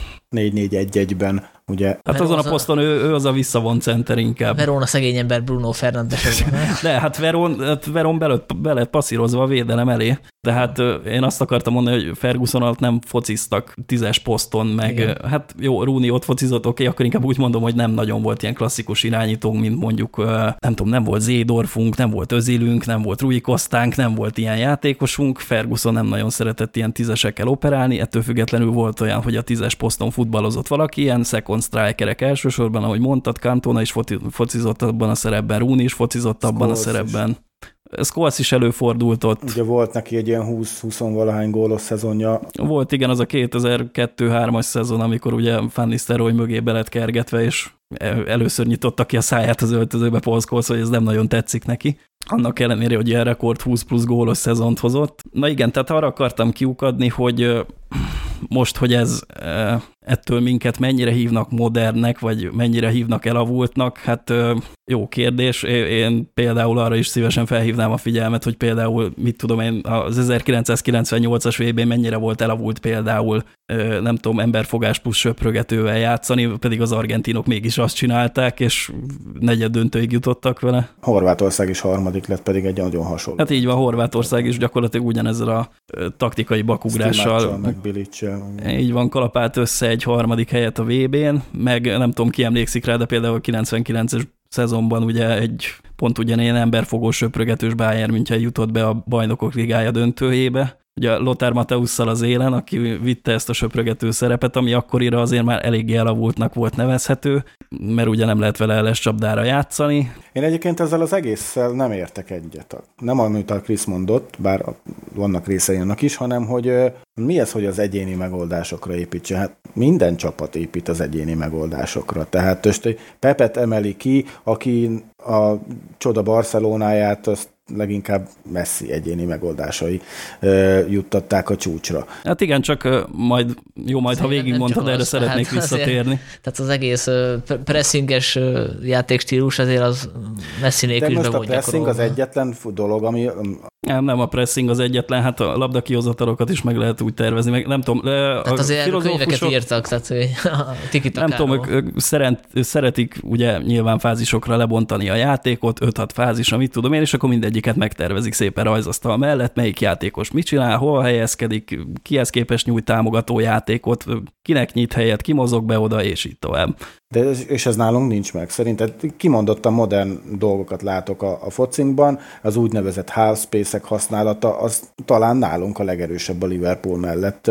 4-4-1-1-ben, ugye. Hát azon a poszton ő az a visszavont center inkább. Verón a szegény ember Bruno Fernandes. De hát Verón be lett passzírozva a védelem elé. Tehát én azt akartam mondani, hogy Ferguson alatt nem fociztak 10-es poszton, meg igen. Hát jó, Rooney ott focizott, oké, akkor inkább úgy mondom, hogy nem nagyon volt ilyen klasszikus irányítónk, mint mondjuk, nem tudom, nem volt Zédorfunk, nem volt Özilünk, nem volt Rui Costánk, nem volt ilyen játékosunk. Ferguson nem nagyon szeretett ilyen 10-esekkel operálni, ettől függetlenül volt olyan, hogy a 10-es poszton futballozott valaki, ilyen second strikerek elsősorban, ahogy mondtad, Cantona is focizott abban a szerepben, Rooney is focizott abban a szerepben. Scholes is előfordult ott. Ugye volt neki egy ilyen 20-valahány gólos szezonja. Volt, igen, az a 2002-3-as szezon, amikor ugye Van Nistelrooy mögé be lett kergetve, és először nyitotta ki a száját az öltözőbe Paul Scholes, hogy ez nem nagyon tetszik neki. Annak ellenére, hogy ilyen rekord 20 plusz gólos szezont hozott. Na igen, tehát arra akartam kiukadni, hogy most, hogy ez ettől minket mennyire hívnak modernnek, vagy mennyire hívnak elavultnak, hát jó kérdés. Én például arra is szívesen felhívnám a figyelmet, hogy például, mit tudom én, az 1998-as VB-n mennyire volt elavult például, nem tudom, emberfogás plusz söprögetővel játszani, pedig az argentinok mégis azt csinálták, és negyed döntőig jutottak vele. Horvátország is harmadik lett, pedig egy nagyon hasonló. Hát így van, Horvátország is gyakorlatilag ugyanezzel a taktikai bakugrással. Meg Bilic-sel. Így van, kalapált össze egy harmadik helyet a VB-n, meg nem tudom, ki emlékszik rá, de például a 99-es szezonban ugye egy pont ugyanilyen emberfogó söprögetős Bayern München jutott be a Bajnokok Ligája döntőjébe. Ugye Lothar Matthäusszal az élen, aki vitte ezt a söprögető szerepet, ami akkorira azért már eléggé elavultnak volt nevezhető, mert ugye nem lehet vele csapdára játszani. Én egyébként ezzel az egésszel nem értek egyet. Nem amit a Krisz mondott, bár vannak részei annak is, hanem hogy mi ez, hogy az egyéni megoldásokra építse? Hát minden csapat épít az egyéni megoldásokra. Tehát most Pepet emeli ki, aki a csoda Barcelonáját azt leginkább Messi egyéni megoldásai juttatták a csúcsra. Hát igen, csak majd ha végigmondtad, erre szeretnék visszatérni. Azért, tehát az egész pressinges játékstílus azért az Messi nélkül is be volt gyakorolva. De most a pressing az egyetlen dolog, ami... Nem a pressing az egyetlen, hát a labdakihozatalokat is meg lehet úgy tervezni, meg nem tudom. Hát azért könyveket írtak, tehát a tiki-takáról. Nem tudom, ők szeretik ugye nyilván fázisokra lebontani a játékot, 5-6 fázisra, mit tudom én, és akkor mindegyiket megtervezik szépen rajzasztal mellett, melyik játékos mit csinál, hol helyezkedik, kihez képes nyújt támogató játékot, kinek nyit helyet, ki mozog be oda, és így tovább. És ez nálunk nincs meg. Szerinted kimondottan modern dolgokat látok a focinkban, az úgynevezett half space-ek használata, az talán nálunk a legerősebb a Liverpool mellett,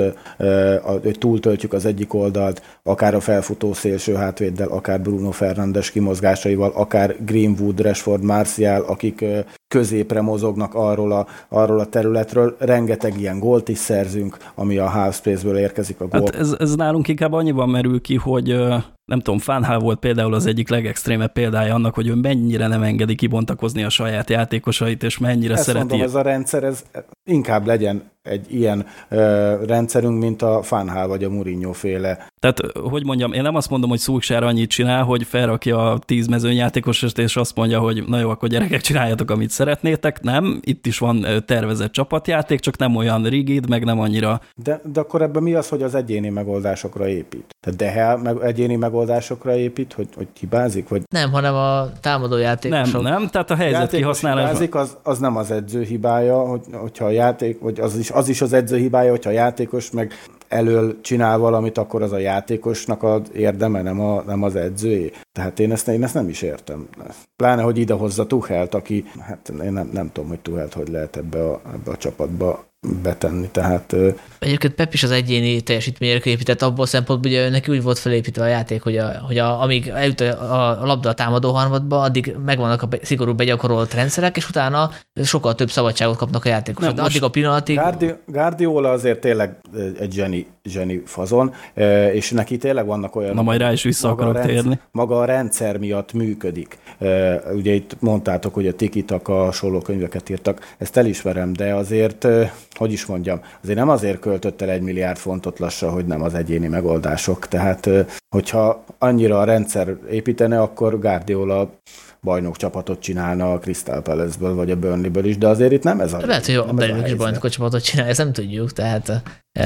hogy túltöltjük az egyik oldalt, akár a felfutó szélső hátvéddel, akár Bruno Fernandes kimozgásaival, akár Greenwood, Rashford, Martial, akik középre mozognak arról a területről. Rengeteg ilyen gólt is szerzünk, ami a half space-ből érkezik a gól. Hát ez nálunk inkább annyiban merül ki, hogy nem tudom, Fánhál volt például az egyik legextrémebb példája annak, hogy ő mennyire nem engedi kibontakozni a saját játékosait, és mennyire szereti. Mondom, ez a rendszer, ez inkább legyen egy ilyen rendszerünk, mint a Fánhál vagy a Mourinho féle. Tehát, hogy mondjam, én nem azt mondom, hogy Solskjaer annyit csinál, hogy felrakja a 10 mezőnyjátékost, és azt mondja, hogy na jó, akkor gyerekek, csináljatok, amit szeretnétek. Nem, itt is van tervezett csapatjáték, csak nem olyan rigid, meg nem annyira. De akkor ebben mi az, hogy az egyéni megoldásokra épít? Tehát Dehel egyéni megoldásokra épít, hogy hibázik? Vagy... Nem, hanem a támadó játékosok. Nem, tehát a helyzet kihasználás. Hibázik, az nem az edző hibája, hogyha a játék, vagy az is az edző hibája, hogyha a játékos meg elől csinál valamit, akkor az a játékosnak az érdeme, nem az edzőjé. Tehát én ezt nem is értem. Pláne, hogy idehozza Tuchelt, aki, hát én nem tudom, hogy Tuchelt hogy lehet ebbe a csapatba betenni, tehát... Egyébként Pep is az egyéni teljesítményre épített, abból szempontból ugye neki úgy volt felépítve a játék, hogy amíg eljut a labda a támadó harmadba, addig megvannak a szigorú begyakorolt rendszerek, és utána sokkal több szabadságot kapnak a játékosok. De addig a pillanatig... Guardiola azért tényleg egy zseni fazon, és neki tényleg vannak olyan... Na majd rá is vissza akarok térni. Maga a rendszer miatt működik. Ugye itt mondtátok, hogy a tiki-taka könyveket írtak, ezt elismerem, de azért... hogy is mondjam, azért nem azért költött el 1 milliárd fontot lassan, hogy nem az egyéni megoldások. Tehát, hogyha annyira a rendszer építene, akkor Guardiola bajnokcsapatot csinálna a Crystal Palace-ből, vagy a Burnley-ből is, de azért itt nem ez a... Lehet, hogy a belőlük is bajnokcsapatot csinálja, ezt nem tudjuk, tehát...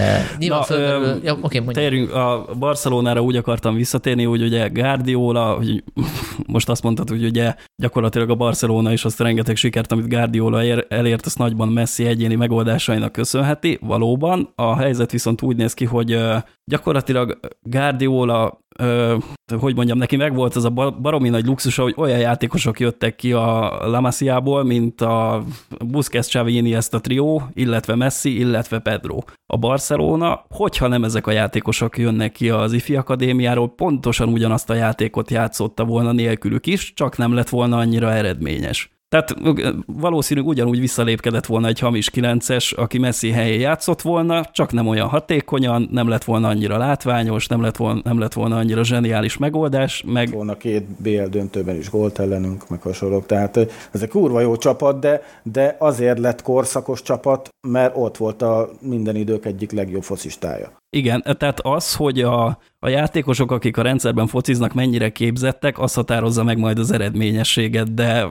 Térjünk a Barcelonára, úgy akartam visszatérni, hogy ugye Guardiola, hogy most azt mondtad, hogy ugye gyakorlatilag a Barcelona is azt rengeteg sikert, amit Guardiola elért, azt nagyban Messi egyéni megoldásainak köszönheti. Valóban, a helyzet viszont úgy néz ki, hogy gyakorlatilag Guardiola, hogy mondjam, neki megvolt az a baromi nagy luxusa, hogy olyan játékosok jöttek ki a La Masia-ból, mint a Busquets, Xavi, Iniesta trió, illetve Messi, illetve Pedro. A Barcelona, hogyha nem ezek a játékosok jönnek ki az IFI akadémiáról, pontosan ugyanazt a játékot játszotta volna nélkülük is, csak nem lett volna annyira eredményes. Tehát valószínűleg ugyanúgy visszalépkedett volna egy hamis 9-es, aki Messi helyén játszott volna, csak nem olyan hatékonyan, nem lett volna annyira látványos, nem lett volna annyira zseniális megoldás. Meg volna 2 BL döntőben is gólt ellenünk, meg hasonlók. Tehát ez egy kurva jó csapat, de azért lett korszakos csapat, mert ott volt a minden idők egyik legjobb focistája. Igen, tehát az, hogy a játékosok, akik a rendszerben fociznak, mennyire képzettek, az határozza meg majd az eredményességet, de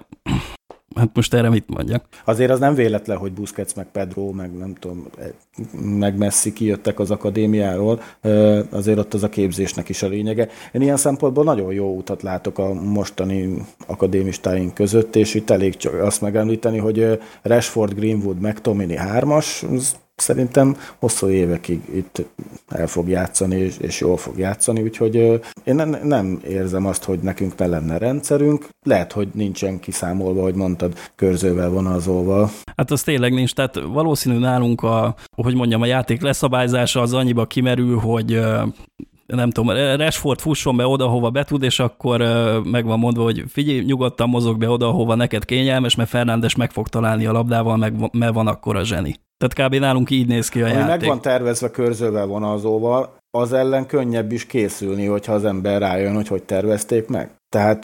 hát most erre mit mondjak? Azért az nem véletlen, hogy Busquets, meg Pedro, meg nem tudom, meg Messi kijöttek az akadémiáról, azért ott az a képzésnek is a lényege. Én ilyen szempontból nagyon jó utat látok a mostani akadémistáink között, és itt elég csak azt megemlíteni, hogy Rashford, Greenwood, McTominay 3-as, szerintem hosszú évekig itt el fog játszani, és jól fog játszani, úgyhogy én nem érzem azt, hogy nekünk ne lenne rendszerünk. Lehet, hogy nincsen kiszámolva, hogy mondtad, körzővel vonalzóval. Hát az tényleg nincs, tehát valószínű nálunk a játék leszabályzása az annyiba kimerül, hogy nem tudom, Rashford fusson be oda, hova be tud, és akkor meg van mondva, hogy figyelj, nyugodtan mozog be oda, hova neked kényelmes, mert Fernández meg fog találni a labdával, mert van akkor a zseni. Tehát kb. Nálunk így néz ki a játék. Meg van tervezve körzővel, vonalzóval, az ellen könnyebb is készülni, hogyha az ember rájön, hogy tervezték meg. Tehát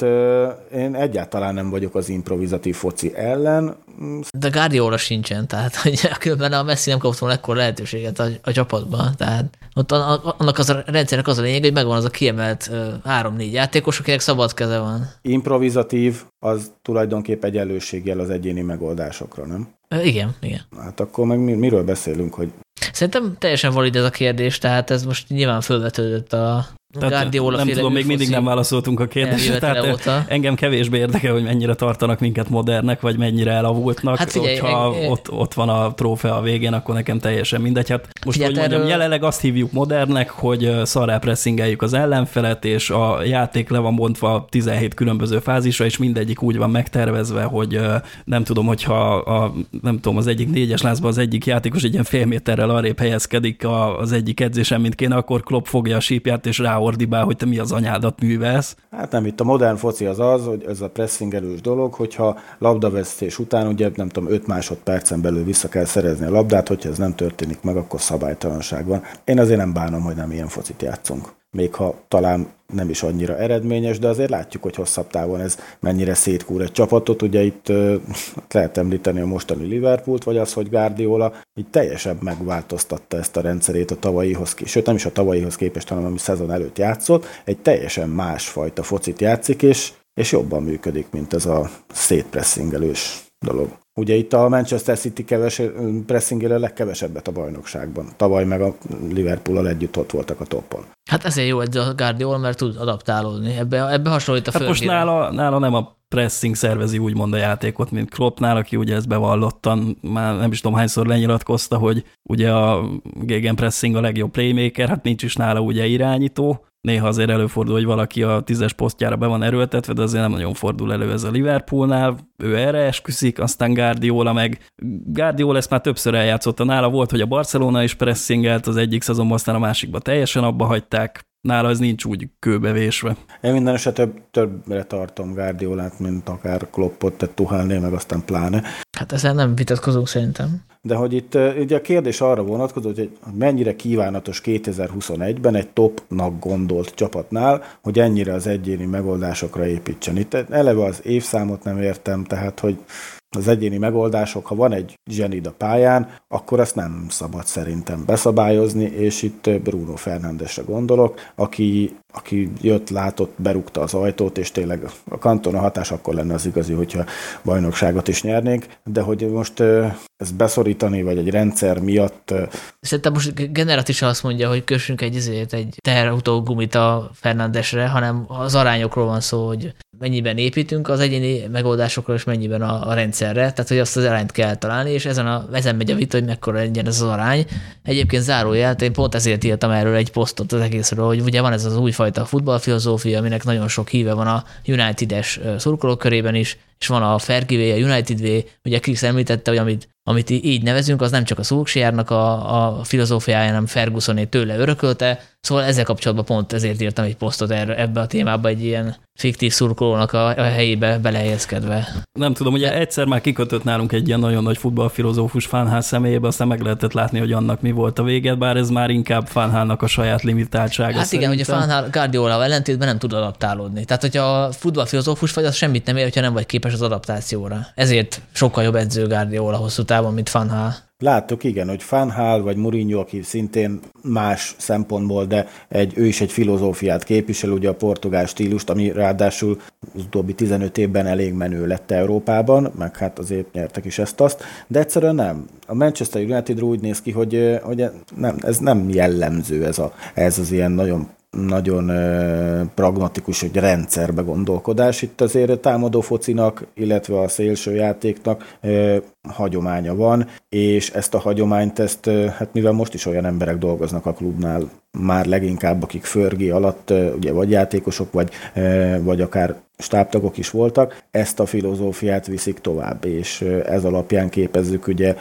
én egyáltalán nem vagyok az improvizatív foci ellen. De Guardiola sincsen, tehát hogy különben a Messi nem kapott volna ekkor lehetőséget a csapatban. Tehát ott annak az a rendszernek az a lényeg, hogy megvan az a kiemelt 3-4 játékos, akinek szabad keze van. Improvizatív, az tulajdonképp egy előséggel az egyéni megoldásokra, nem? Igen. Hát akkor meg miről beszélünk, hogy... Szerintem teljesen valid ez a kérdés, tehát ez most nyilván fölvetődött a Guardiola nem tudom, még mindig nem válaszoltunk a kérdésre, tehát engem kevésbé érdekel, hogy mennyire tartanak minket modernek, vagy mennyire elavultnak. Hát figyelj, hogyha ott van a trófea a végén, akkor nekem teljesen mindegy. Hát most, figyelj, hogy mondjam, jelenleg azt hívjuk modernnek, hogy szarrá pressingeljük az ellenfelet, és a játék le van bontva 17 különböző fázisra, és mindegyik úgy van megtervezve, hogy nem tudom, hogyha az egyik 4-es lázban az egyik játékos egy ilyen fél méterrel arrébb helyezkedik az egyik edzésen, mint kéne, akkor Klopp fogja a sípját, és ráordibál, hogy te mi az anyádat művelsz. Hát nem, itt a modern foci az, hogy ez a pressingelős dolog, hogyha labdavesztés után, ugye nem tudom, 5 másodpercen belül vissza kell szerezni a labdát, hogyha ez nem történik meg, akkor szabálytalanság van. Én azért nem bánom, hogy nem ilyen focit játszunk. Még ha talán nem is annyira eredményes, de azért látjuk, hogy hosszabb távon ez mennyire szétkúr egy csapatot. Ugye itt lehet említeni a mostani Liverpoolt, vagy az, hogy Guardiola így teljesen megváltoztatta ezt a rendszerét a tavalyihoz, sőt nem is a tavalyihoz képest, hanem ami szezon előtt játszott, egy teljesen másfajta focit játszik, és jobban működik, mint ez a szétpressingelős dolog. Ugye itt a Manchester City pressingelő a legkevesebbet a bajnokságban. Tavaly meg a Liverpool-al együtt ott voltak a toppon. Hát ezért jó egy a Guardiola, mert tud adaptálódni. Ebbe hasonlít a hát most nála nem a pressing szervezi úgymond a játékot, mint Kloppnál, aki ugye ezt bevallottan, már nem is tudom hányszor lenyilatkozta, hogy ugye a gegenpressing a legjobb playmaker, hát nincs is nála ugye irányító. Néha azért előfordul, hogy valaki a 10-es posztjára be van erőltetve, de azért nem nagyon fordul elő ez a Liverpoolnál. Ő erre esküszik, aztán Guardiola ezt már többször eljátszotta. Nála volt, hogy a Barcelona is pressingelt az egyik szezonban, aztán a másikban teljesen abba hagyták. Nála ez nincs úgy kőbevésve. Én minden esetre többre tartom Guardiolát, mint akár Kloppot, tehát Tuchelnél, meg aztán pláne. Hát ezzel nem vitatkozunk szerintem. De hogy itt ugye a kérdés arra vonatkozott, hogy mennyire kívánatos 2021-ben egy topnak gondolt csapatnál, hogy ennyire az egyéni megoldásokra építsen. Itt eleve az évszámot nem értem, tehát hogy az egyéni megoldások, ha van egy zsenid a pályán, akkor azt nem szabad szerintem beszabályozni, és itt Bruno Fernandesre gondolok, aki jött, látott, berúgta az ajtót, és tényleg a Cantona hatás akkor lenne az igazi, hogyha bajnokságot is nyernénk, de hogy most ezt beszorítani, vagy egy rendszer miatt... Szerintem most Generat is azt mondja, hogy kössünk egy teherautó gumit a Fernandesre, hanem az arányokról van szó, hogy mennyiben építünk az egyéni megoldásokról, és mennyiben a rendszerre, tehát hogy azt az arányt kell találni, és ezen megy a vita, hogy mekkora legyen ez az arány. Egyébként zárójelt, én pont ezért írtam erről egy posztot az egészről, hogy ugye van ez az újfajta futballfilozófia, aminek nagyon sok híve van a United-es szurkolók körében is, és van a Fergie Way, a United Way, ugye Chris említette, hogy amit így nevezünk, az nem csak a Solskjaernak a filozófiája, hanem Fergusoné tőle örökölte, szóval ezzel kapcsolatban pont ezért írtam egy posztot ebbe a témába, egy ilyen fiktív szurkolónak a helyébe belehelyezkedve. Nem tudom, ugye egyszer már kikötött nálunk egy ilyen nagyon nagy futballfilozófus Van Gaal személyébe, aztán meg lehetett látni, hogy annak mi volt a vége, bár ez már inkább Van Gaalnak a saját limitáltsága. Hát igen, ugye Van Gaal Guardiola ellentétben nem tud adaptálódni. Tehát, hogyha a futballfilozófus vagy, az semmit nem ér, hogyha nem vagy képes az adaptációra. Ezért sokkal jobb edző Guardiola hosszú távon, mint Van Gaal. Láttuk, igen, hogy Van Gaal vagy Mourinho, aki szintén más szempontból, de ő is egy filozófiát képvisel, ugye a portugál stílust, ami ráadásul az utóbbi 15 évben elég menő lett Európában, meg hát azért nyertek is ezt-azt, de egyszerűen nem. A Manchester United úgy néz ki, hogy nem, ez nem jellemző, ez az ilyen nagyon pragmatikus, hogy rendszerbe gondolkodás. Itt azért támadó focinak, illetve a szélső játéknak hagyománya van, és ezt a hagyományt, hát mivel most is olyan emberek dolgoznak a klubnál, már leginkább akik Fergie alatt, ugye vagy játékosok, vagy akár stábtagok is voltak, ezt a filozófiát viszik tovább, és ez alapján képezzük ugye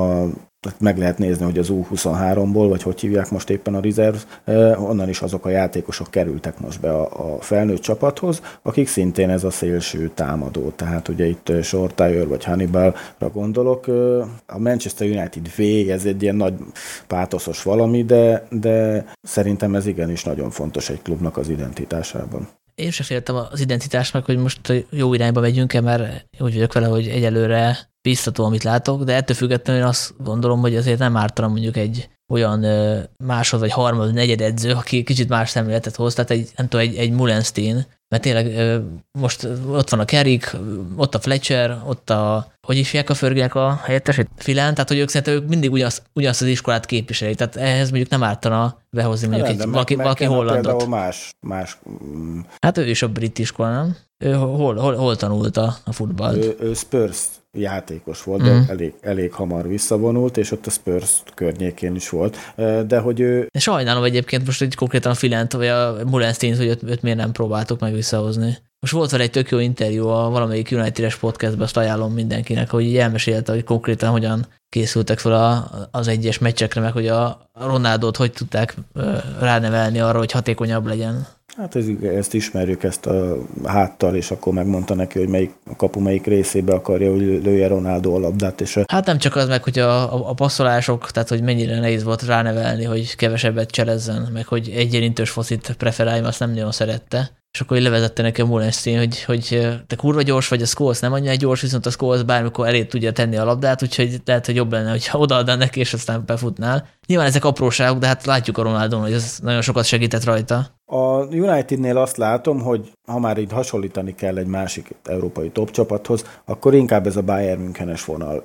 meg lehet nézni, hogy az U23-ból, vagy hogy hívják most éppen a reserve, onnan is azok a játékosok kerültek most be a felnőtt csapathoz, akik szintén ez a szélső támadó. Tehát ugye itt Shortire vagy Hannibalra gondolok. A Manchester United V, ez egy ilyen nagy pátoszos valami, de szerintem ez igenis nagyon fontos egy klubnak az identitásában. Én sem féltem az identitást meg, hogy most jó irányba megyünk-e, mert úgy vagyok vele, hogy egyelőre biztató, amit látok, de ettől függetlenül én azt gondolom, hogy azért nem ártana mondjuk egy olyan másod vagy harmad, negyed edző, aki kicsit más szemléletet hoz, tehát egy Mullenstein, mert tényleg most ott van a Carrick, ott a Fletcher, ott hogy is hívják a Fergie-nek a helyettes, Filán, tehát hogy ők mindig ugyanazt az iskolát képviselik, tehát ehhez mondjuk nem ártana behozni mondjuk valaki hollandot. Például más. Hát ő is a brit iskola, nem? Ő hol tanulta a futballt? Ő Spurs játékos volt, de elég hamar visszavonult, és ott a Spurs környékén is volt. De hogy ő... De sajnálom egyébként most, hogy konkrétan a Filent vagy a Mullenstein, hogy őt miért nem próbáltuk meg visszahozni. Most volt vele egy tök jó interjú a valamelyik United-es podcastban, azt ajánlom mindenkinek, hogy így elmesélte, hogy konkrétan hogyan készültek fel az egyes meccsekre, meg hogy a Ronaldot hogy tudták ránevelni arra, hogy hatékonyabb legyen. Hát ezt ismerjük, ezt a háttal, és akkor megmondta neki, hogy a kapu melyik részébe akarja, hogy lője Ronaldo a labdát. És Hát nem csak az meg, hogy a passzolások, tehát hogy mennyire nehéz volt ránevelni, hogy kevesebbet cselezzen, meg hogy egy érintős focit preferáljon, azt nem nagyon szerette. És akkor levezette neki a Mullenstein, hogy te kurva gyors vagy, a Scholes nem annyira gyors, viszont a Scholes bármikor elé tudja tenni a labdát, úgyhogy lehet, hogy jobb lenne, hogyha odaadnál neki, és aztán befutnál. Nyilván ezek apróságok, de hát látjuk a Ronaldon, hogy ez nagyon sokat segített rajta. A Unitednél azt látom, hogy ha már így hasonlítani kell egy másik európai top csapathoz, akkor inkább ez a Bayern Münchenes vonal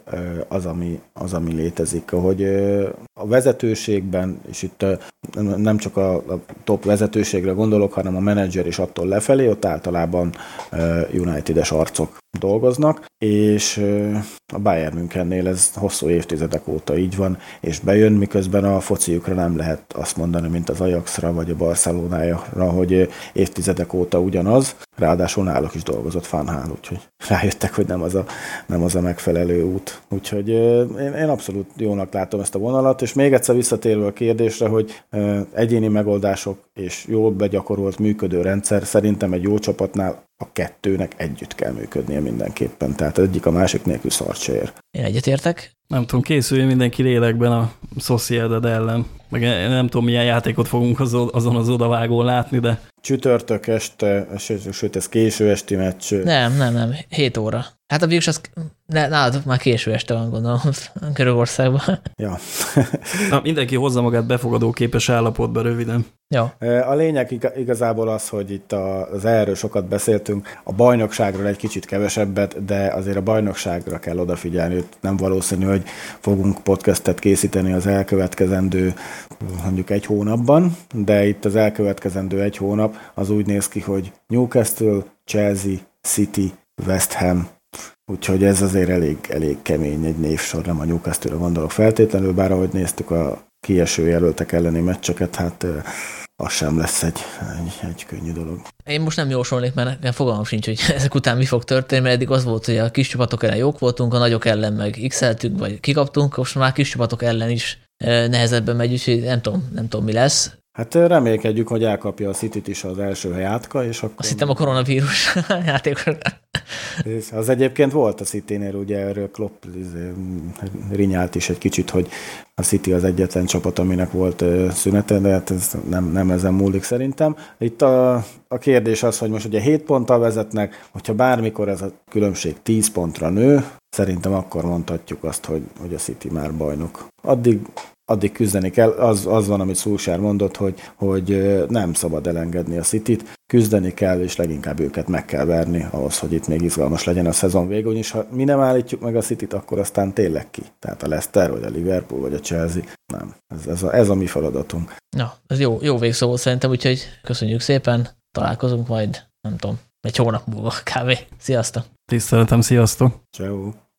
az, ami létezik. Hogy a vezetőségben, és itt nem csak a top vezetőségre gondolok, hanem a menedzser is attól lefelé, ott általában United-es arcok dolgoznak, és a Bayern Münchennél ez hosszú évtizedek óta így van, és bejön, miközben a fociukra nem lehet azt mondani, mint az Ajaxra vagy a Barcelonára, hogy évtizedek óta ugyanaz, ráadásul náluk is dolgozott Van Gaal, úgyhogy rájöttek, hogy nem az a megfelelő út. Úgyhogy én abszolút jónak látom ezt a vonalat, és még egyszer visszatérve a kérdésre, hogy egyéni megoldások és jól begyakorolt működő rendszer, szerintem egy jó csapatnál a kettőnek együtt kell működnie mindenképpen. Tehát egyik a másik nélkül szart se ér. Én egyetértek. Nem tudom, készüljön mindenki lélekben a Sociedad ellen. Meg nem tudom, milyen játékot fogunk azon az odavágón látni, de... Csütörtök este, sőt ez késő esti meccs. Nem, 7 óra. Hát a Virtus nálad már késő este van, gondolom, Görögországban. Ja. Na, mindenki hozza magát befogadóképes állapotba röviden. Ja. A lényeg igazából az, hogy itt az erről sokat beszéltünk, a bajnokságról egy kicsit kevesebbet, de azért a bajnokságra kell odafigyelni. Nem valószínű, hogy fogunk podcastet készíteni az elkövetkezendő mondjuk 1 hónapban, de itt az elkövetkezendő 1 hónap az úgy néz ki, hogy Newcastle, Chelsea, City, West Ham. Úgyhogy ez azért elég kemény egy névsor, nem a Newcastle-re gondolok feltétlenül, bár ahogy néztük a kieső jelöltek elleni meccseket, hát az sem lesz egy könnyű dolog. Én most nem jósolnék, mert nekem fogalmam sincs, hogy ezek után mi fog történni, mert eddig az volt, hogy a kis csapatok ellen jók voltunk, a nagyok ellen meg x-eltünk, vagy kikaptunk, most már kis csapatok ellen is nehezebben megy, úgyhogy nem tudom, mi lesz. Hát remélkedjük, hogy elkapja a Cityt is az első hely átka, és akkor... Azt hittem a koronavírus játékos. Az egyébként volt a Citynél, ugye erről Klopp rinyált is egy kicsit, hogy a City az egyetlen csapat, aminek volt szünete, de hát ez nem ezen múlik szerintem. Itt a kérdés az, hogy most ugye 7 ponttal vezetnek, hogyha bármikor ez a különbség 10 pontra nő, szerintem akkor mondhatjuk azt, hogy a City már bajnok. Addig küzdeni kell, az van, amit Solskjaer mondott, hogy nem szabad elengedni a Cityt, küzdeni kell, és leginkább őket meg kell verni ahhoz, hogy itt még izgalmas legyen a szezon végén, és ha mi nem állítjuk meg a Cityt, akkor aztán tényleg ki. Tehát a Leicester, vagy a Liverpool, vagy a Chelsea. Nem. Ez a mi feladatunk. Na, ez jó végszó volt szerintem, úgyhogy köszönjük szépen, találkozunk majd, nem tudom, 1 hónap múlva kb. Sziasztok! Tiszteletem, sziasztok! Ciao.